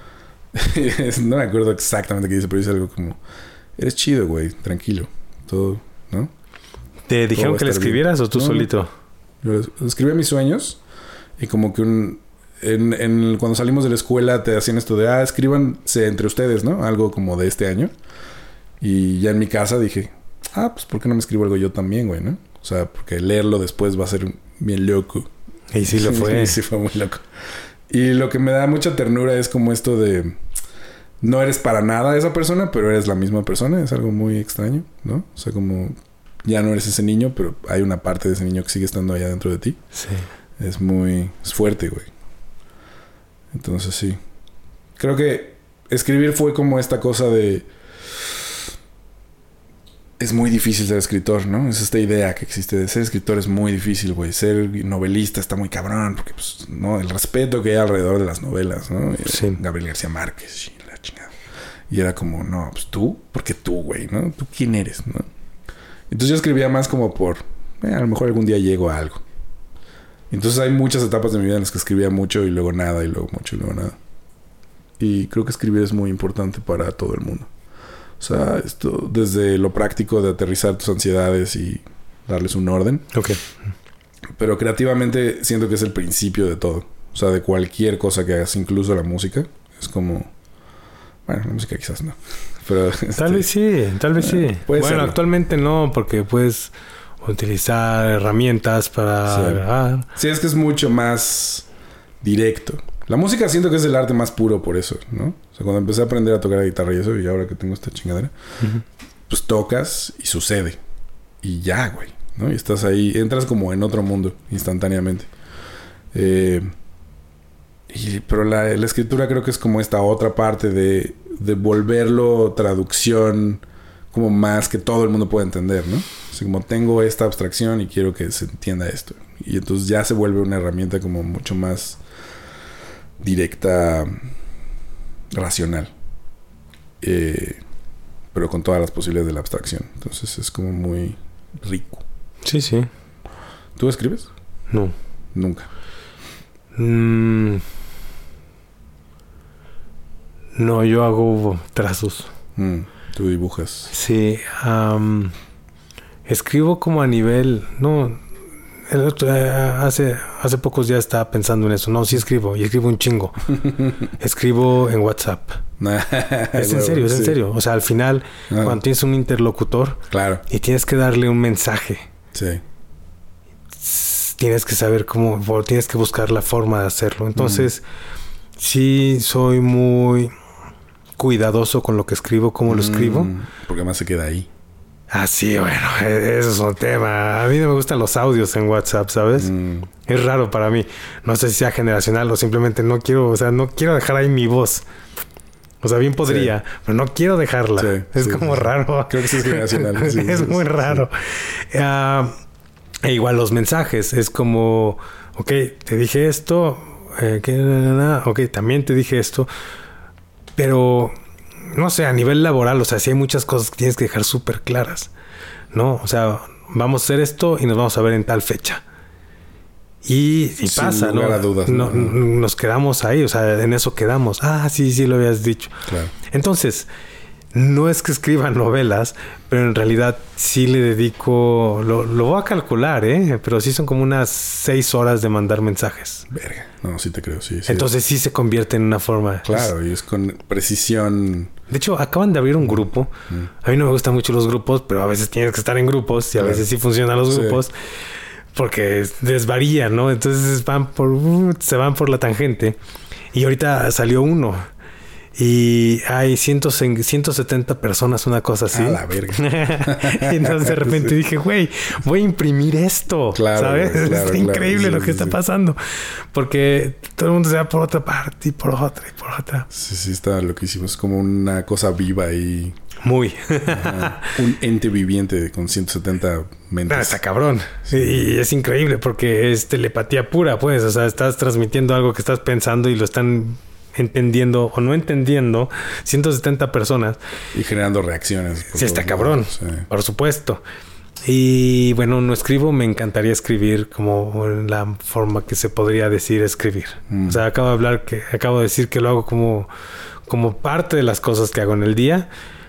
No me acuerdo exactamente qué dice, pero dice algo como... Eres chido, güey. Tranquilo. Todo, ¿no? ¿Te dijeron que le escribieras o tú solito? Yo escribí mis sueños. Y como que cuando salimos de la escuela te hacían esto de... escríbanse entre ustedes, ¿no? Algo como de este año. Y ya en mi casa dije... pues ¿por qué no me escribo algo yo también, güey, no? O sea, porque leerlo después va a ser bien loco. Y sí lo fue. Sí fue muy loco. Y lo que me da mucha ternura es como esto de... No eres para nada esa persona, pero eres la misma persona. Es algo muy extraño, ¿no? O sea, como... ya no eres ese niño, pero hay una parte de ese niño que sigue estando allá dentro de ti. Sí. Es fuerte, güey. Entonces sí. Creo que escribir fue como esta cosa de... Es muy difícil ser escritor, ¿no? Es esta idea que existe de ser escritor es muy difícil, güey. Ser novelista está muy cabrón, porque, pues, ¿no? El respeto que hay alrededor de las novelas, ¿no? Sí. Gabriel García Márquez, la chingada. Y era como, no, pues tú, porque tú, güey, ¿no? ¿Tú quién eres, no? Entonces yo escribía más como por... a lo mejor algún día llego a algo. Entonces hay muchas etapas de mi vida en las que escribía mucho y luego nada, y luego mucho y luego nada. Y creo que escribir es muy importante para todo el mundo. O sea, esto desde lo práctico de aterrizar tus ansiedades y darles un orden. Ok. Pero creativamente siento que es el principio de todo. O sea, de cualquier cosa que hagas, incluso la música. Es como... Bueno, la música quizás no. Pero Tal vez sí, tal vez sí. Puede Bueno, serlo. actualmente no, porque puedes utilizar herramientas para grabar. Sí, es que es mucho más directo. La música siento que es el arte más puro por eso, ¿no? O sea, cuando empecé a aprender a tocar la guitarra y eso, y ahora que tengo esta chingadera, pues tocas y sucede. Y ya, güey, ¿no? Y estás ahí, entras como en otro mundo instantáneamente. Pero la escritura creo que es como esta otra parte de volverlo traducción como más que todo el mundo pueda entender, ¿no? O sea, como tengo esta abstracción y quiero que se entienda esto. Y entonces ya se vuelve una herramienta como mucho más directa, racional. Pero con todas las posibilidades de la abstracción. Entonces es como muy rico. Sí, sí. ¿Tú escribes? No. Nunca. No, yo hago trazos. Tú dibujas. Sí. Escribo como a nivel... No... hace pocos días estaba pensando en eso. No, sí escribo. Y escribo un chingo. Escribo en WhatsApp. Es en serio, es en serio. O sea, al final, cuando tienes un interlocutor... Claro. Y tienes que darle un mensaje. Sí. Tienes que saber cómo... O tienes que buscar la forma de hacerlo. Entonces... Sí, soy muy cuidadoso con lo que escribo, cómo lo escribo. Porque más se queda ahí. Ah, sí, bueno, eso es un tema. A mí no me gustan los audios en WhatsApp, ¿sabes? Es raro para mí. No sé si sea generacional o simplemente no quiero... O sea, no quiero dejar ahí mi voz. O sea, bien podría, pero no quiero dejarla. Sí, es como raro. Creo que sí es generacional. Es muy raro. E igual los mensajes. Es como... Ok, te dije esto... ok, también te dije esto, pero no sé, a nivel laboral, o sea, sí hay muchas cosas que tienes que dejar súper claras, ¿no? O sea, vamos a hacer esto y nos vamos a ver en tal fecha. Y pasa, sin lugar a dudas, ¿no? Nos quedamos ahí, o sea, en eso quedamos. Ah, sí, lo habías dicho. Claro. Entonces, no es que escriba novelas, pero en realidad sí le dedico... Lo voy a calcular, pero sí son como unas 6 horas de mandar mensajes. Verga. No, sí te creo, sí. Entonces sí se convierte en una forma... Claro, y es con precisión... De hecho, acaban de abrir un grupo. A mí no me gustan mucho los grupos, pero a veces tienes que estar en grupos y a veces sí funcionan los grupos. Porque desvarían, ¿no? Entonces se van por la tangente. Y ahorita salió uno. Y hay 170 personas, una cosa así. A la verga. Y entonces de repente dije, güey, voy a imprimir esto. Claro, ¿sabes? Claro, es increíble sí, lo que está pasando. Porque todo el mundo se va por otra parte y por otra y por otra. Sí, está lo que hicimos. Es como una cosa viva y... Muy. un ente viviente con 170 mentes. Está cabrón. Sí. Y es increíble porque es telepatía pura, pues. O sea, estás transmitiendo algo que estás pensando y lo están... entendiendo o no entendiendo 170 personas y generando reacciones. Sí, está cabrón, por supuesto. Y bueno, no escribo, me encantaría escribir como la forma que se podría decir escribir. O sea, acabo de decir que lo hago como parte de las cosas que hago en el día,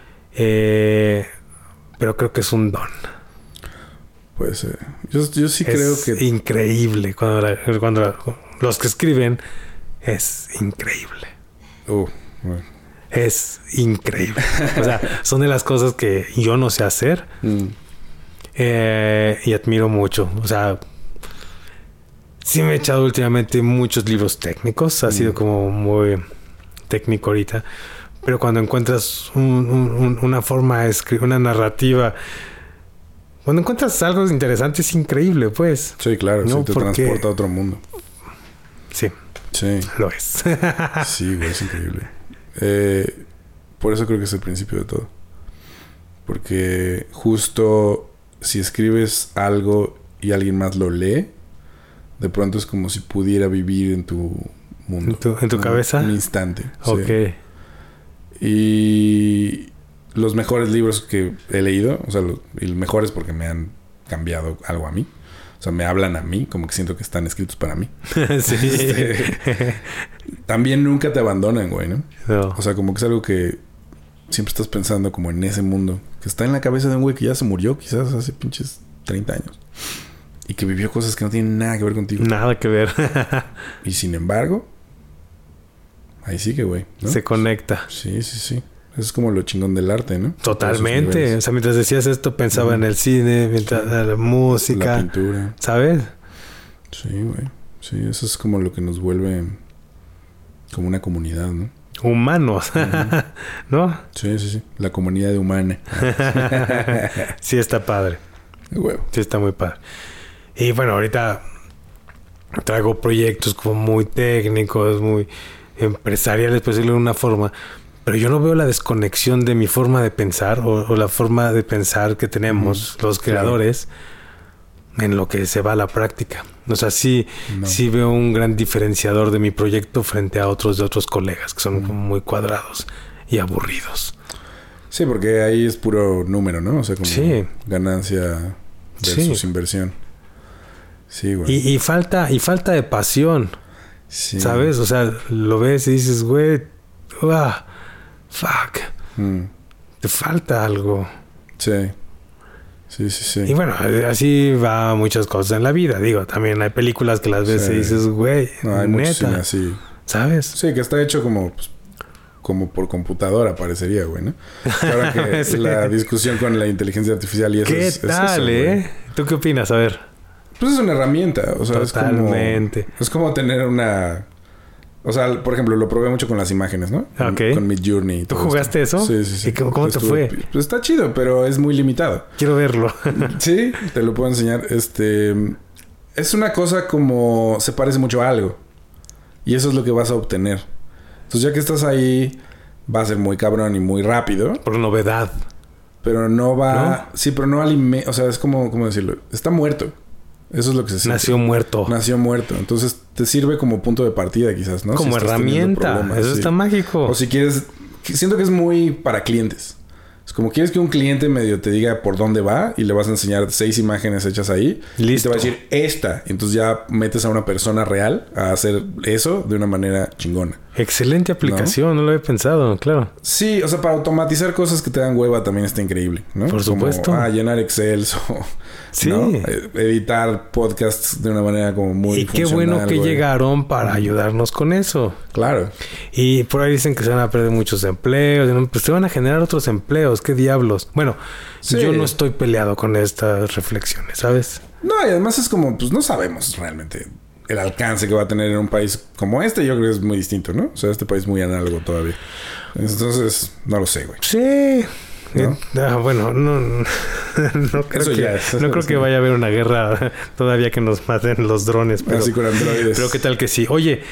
pero creo que es un don. Puede ser. Yo sí creo que... Es increíble cuando los que escriben. Es increíble. Bueno. Es increíble. O sea, son de las cosas que yo no sé hacer. Y admiro mucho. O sea, sí me he echado últimamente muchos libros técnicos. Ha sido como muy técnico ahorita. Pero cuando encuentras una forma de escribir, una narrativa Cuando encuentras algo interesante es increíble, pues. Sí, claro. No, sí, te porque- transporta a otro mundo. Sí, Sí. lo es. Sí, güey, es increíble. Por eso creo que es el principio de todo. Porque justo si escribes algo y alguien más lo lee, de pronto es como si pudiera vivir en tu mundo. ¿En tu cabeza? Un instante. sí. Ok. Y los mejores libros que he leído, o sea, y los mejores porque me han cambiado algo a mí. O sea, me hablan a mí, como que siento que están escritos para mí. Sí. También nunca te abandonan, güey, ¿no? No. O sea, como que es algo que siempre estás pensando como en ese mundo. Que está en la cabeza de un güey que ya se murió quizás hace pinches 30 años. Y que vivió cosas que no tienen nada que ver contigo. Nada que ver. Y sin embargo, ahí sigue, güey, ¿no? Se conecta. Sí, sí, sí. Eso es como lo chingón del arte, ¿no? Totalmente. O sea, mientras decías esto pensaba en el cine, mientras la música. La pintura. ¿Sabes? Sí, güey. Sí, eso es como lo que nos vuelve como una comunidad, ¿no? Humanos. ¿No? Sí, sí, sí. La comunidad humana. Sí está padre. De huevo. Sí está muy padre. Y bueno, ahorita traigo proyectos como muy técnicos, muy empresariales, por decirlo de una forma. Pero yo no veo la desconexión de mi forma de pensar o la forma de pensar que tenemos los creadores en lo que se va a la práctica. O sea, sí veo un gran diferenciador de mi proyecto frente a otros de otros colegas que son como muy cuadrados y aburridos. Sí, porque ahí es puro número, ¿no? O sea, como Sí. ganancia versus inversión. Sí, güey. Y falta de pasión, Sí. ¿sabes? O sea, lo ves y dices, güey, fuck, te falta algo. Sí. Sí, sí, sí. Y bueno, así va muchas cosas en la vida. Digo, también hay películas que las ves Sí. y dices, güey, No, hay mucho cine neta, así. ¿sabes? Sí, que está hecho como, pues, como por computadora, parecería, güey, ¿no? Ahora que Sí. la discusión con la inteligencia artificial y eso ¿Qué es tal, eso, güey. ¿Tú qué opinas? A ver. Pues es una herramienta, o sea, Totalmente. es como tener una... O sea, por ejemplo, lo probé mucho con las imágenes, ¿no? Ok. Con Midjourney. y ¿Tú todo jugaste esto. eso? Sí, sí, sí. ¿Y cómo te fue? Pues está chido, pero es muy limitado. Quiero verlo. Sí, te lo puedo enseñar. Es una cosa como... Se parece mucho a algo. Y eso es lo que vas a obtener. Entonces, ya que estás ahí, va a ser muy cabrón y muy rápido. Por novedad. Pero no va... ¿No? Sí, pero no alimenta... O sea, es como... ¿Cómo decirlo? Está muerto. Eso es lo que se siente. Nació muerto. Nació muerto. Entonces, te sirve como punto de partida, quizás, ¿no? Como Si estás teniendo herramienta. problemas, Eso sí. está mágico. O si quieres... Siento que es muy para clientes. Es como quieres que un cliente medio te diga por dónde va y le vas a enseñar 6 imágenes hechas ahí. Listo. Y te va a decir esta. Entonces ya metes a una persona real a hacer eso de una manera chingona. Excelente aplicación. No lo había pensado, claro. Sí, o sea, para automatizar cosas que te dan hueva también está increíble, ¿no? Por supuesto. Como, llenar Excel o... Sí. ¿no? Editar podcasts de una manera como muy Y qué bueno que güey. llegaron para ayudarnos con eso. Claro. Y por ahí dicen que se van a perder muchos empleos. ¿No? Pues se van a generar otros empleos. ¿Qué diablos? Bueno, Sí. yo no estoy peleado con estas reflexiones, ¿sabes? No, y además es como... Pues no sabemos realmente el alcance que va a tener en un país como este. Yo creo que es muy distinto, ¿no? O sea, este país es muy análogo todavía. Entonces, no lo sé, güey. Sí. ¿No? Bueno, no creo Eso que, ya es. no creo que vaya a haber una guerra todavía que nos maten los drones. Pero, Así con androides. pero qué tal que sí. Oye,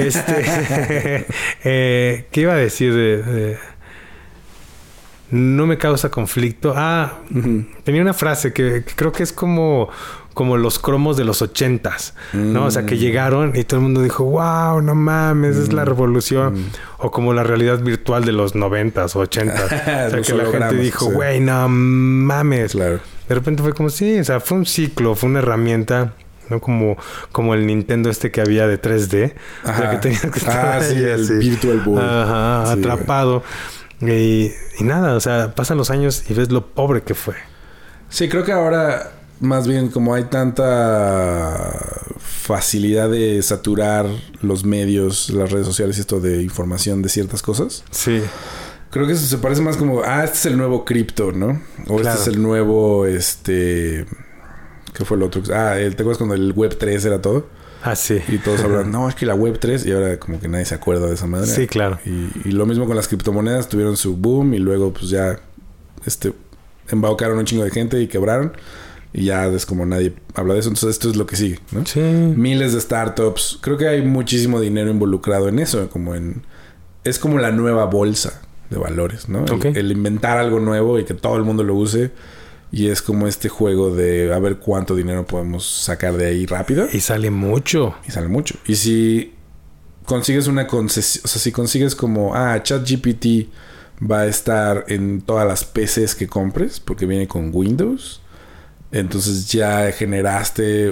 ¿qué iba a decir no me causa conflicto? Tenía una frase que creo que es como los cromos de los 80s, ¿no? O sea, que llegaron y todo el mundo dijo, wow, no mames, es la revolución. O como la realidad virtual de los 90s o 80s. O sea, Los que la gente hologramas, dijo, sí. güey, no mames. Claro. De repente fue como, sí, o sea, fue un ciclo, fue una herramienta, ¿no? Como el Nintendo que había de 3D. O sea, que tenías que estar sí, ahí el así. Virtual Boy. Ajá, Sí, atrapado. Y nada, o sea, pasan los años y ves lo pobre que fue. Sí, creo que ahora más bien como hay tanta facilidad de saturar los medios, las redes sociales y esto de información de ciertas cosas. Sí. Creo que eso se parece más como, este es el nuevo cripto, ¿no? O Claro. este es el nuevo, ¿qué fue el otro? ¿te acuerdas cuando el Web 3 era todo? Sí. Y todos hablan, no, es que la Web 3, y ahora como que nadie se acuerda de esa manera. Sí, claro. Y lo mismo con las criptomonedas, tuvieron su boom y luego pues ya embaucaron un chingo de gente y quebraron. Y ya es como nadie habla de eso. Entonces esto es lo que sigue, ¿no? Sí. Miles de startups. Creo que hay muchísimo dinero involucrado en eso. Es como la nueva bolsa de valores, ¿no? Okay. El inventar algo nuevo y que todo el mundo lo use. Y es como este juego de a ver cuánto dinero podemos sacar de ahí rápido. Y sale mucho. Y si consigues una concesión... O sea, si consigues como... ChatGPT va a estar en todas las PCs que compres. Porque viene con Windows. Entonces ya generaste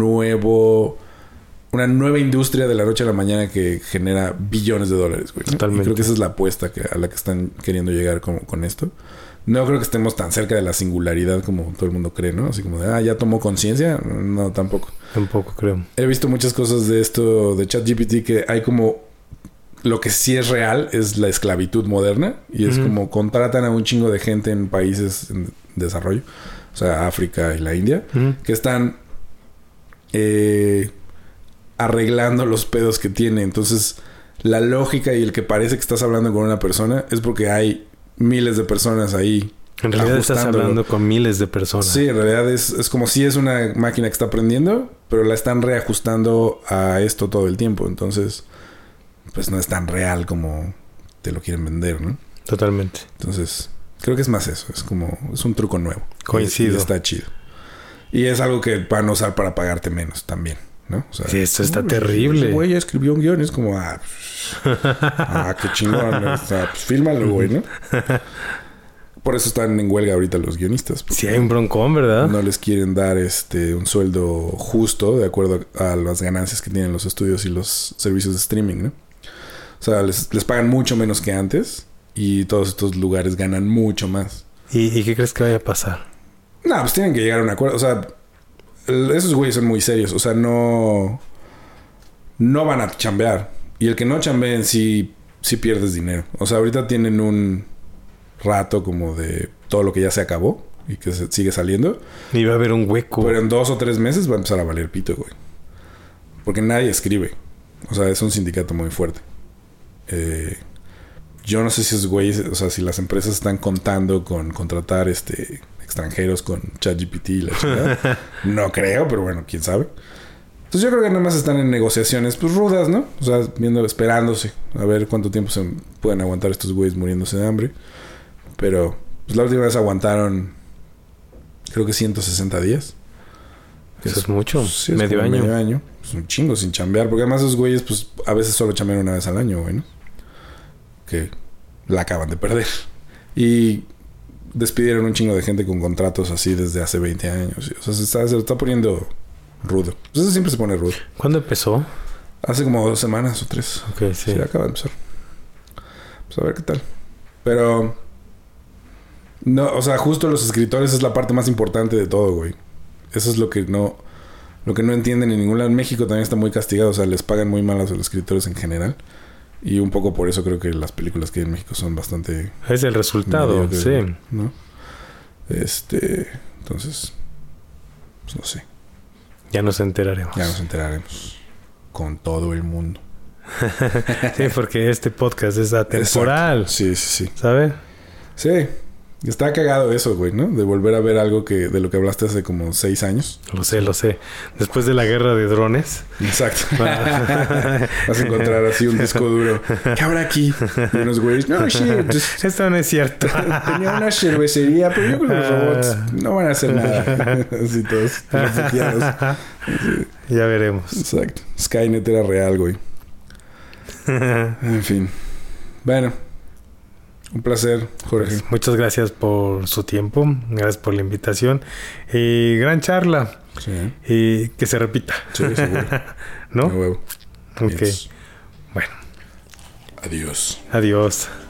una nueva industria de la noche a la mañana que genera billones de dólares, güey. Totalmente. Y creo que esa es la apuesta a la que están queriendo llegar con esto. No creo que estemos tan cerca de la singularidad como todo el mundo cree, ¿no? Así como de, ya tomó conciencia. No, tampoco. Tampoco creo. He visto muchas cosas de esto, de ChatGPT, que hay como... Lo que sí es real es la esclavitud moderna. Y es como contratan a un chingo de gente en países en desarrollo. O sea, África y la India. Que están arreglando los pedos que tiene. Entonces, la lógica y el que parece que estás hablando con una persona es porque hay miles de personas ahí. En realidad estás hablando con miles de personas. Sí, en realidad es como si es una máquina que está aprendiendo, pero la están reajustando a esto todo el tiempo. Entonces, pues no es tan real como te lo quieren vender, ¿no? Totalmente. Entonces... Creo que es más eso. Es un truco nuevo. Coincido. Y está chido. Y es algo que van a usar para pagarte menos también, ¿no? O sea, sí, esto está terrible. Ese güey ya escribió un guión. Es como, qué chingón. O sea, pues fírmalo, güey, ¿no? Por eso están en huelga ahorita los guionistas. Sí, hay un broncón, ¿verdad? No les quieren dar un sueldo justo de acuerdo a las ganancias que tienen los estudios y los servicios de streaming, ¿no? O sea, les pagan mucho menos que antes. Y todos estos lugares ganan mucho más. ¿Y qué crees que vaya a pasar? No, pues tienen que llegar a un acuerdo. O sea, esos güeyes son muy serios. O sea, no van a chambear. Y el que no chambee en sí pierdes dinero. O sea, ahorita tienen un rato como de todo lo que ya se acabó y que sigue saliendo. Y va a haber un hueco. Pero en 2 o 3 meses va a empezar a valer pito, güey. Porque nadie escribe. O sea, es un sindicato muy fuerte. Yo no sé si esos güeyes, o sea, si las empresas están contando con contratar extranjeros con ChatGPT y la chingada. No creo, pero bueno, quién sabe. Entonces yo creo que nada más están en negociaciones pues rudas, ¿no? O sea, esperándose a ver cuánto tiempo se pueden aguantar estos güeyes muriéndose de hambre. Pero pues la última vez aguantaron creo que 160 días. Eso es mucho. Pues, sí, medio año. Medio año. Es un chingo sin chambear. Porque además esos güeyes pues a veces solo chambean una vez al año, güey, ¿no? Que la acaban de perder. Y despidieron un chingo de gente con contratos así desde hace 20 años. O sea, se está poniendo rudo. Pues eso siempre se pone rudo. ¿Cuándo empezó? Hace como 2 semanas o 3. Ok, sí. Sí, acaba de empezar. Pues a ver qué tal. Pero... No, o sea, justo los escritores es la parte más importante de todo, güey. Eso es lo que no entienden en ningún lado. En México también está muy castigado. O sea, les pagan muy mal a los escritores en general. Y un poco por eso creo que las películas que hay en México son bastante... Es el resultado, sí. ¿No? Entonces... Pues no sé. Ya nos enteraremos. Ya nos enteraremos. Con todo el mundo. Sí, porque este podcast es atemporal. Exacto. Sí, sí, sí. ¿Sabes? Sí. Está cagado eso, güey, ¿no? De volver a ver algo de lo que hablaste hace como 6 años. Lo sé. Después de la guerra de drones. Exacto. Vas a encontrar así un disco duro. ¿Qué habrá aquí? Y unos güeyes. No, shit. Esto no es cierto. Tenía una cervecería, pero yo creo que los robots no van a hacer nada. Así todos refugiados. Sí. Ya veremos. Exacto. Skynet era real, güey. En fin. Bueno. Un placer, Jorge. Pues muchas gracias por su tiempo. Gracias por la invitación. Y gran charla. Sí. Y que se repita. Sí, seguro. ¿No? De huevo. Ok. Yes. Bueno. Adiós. Adiós.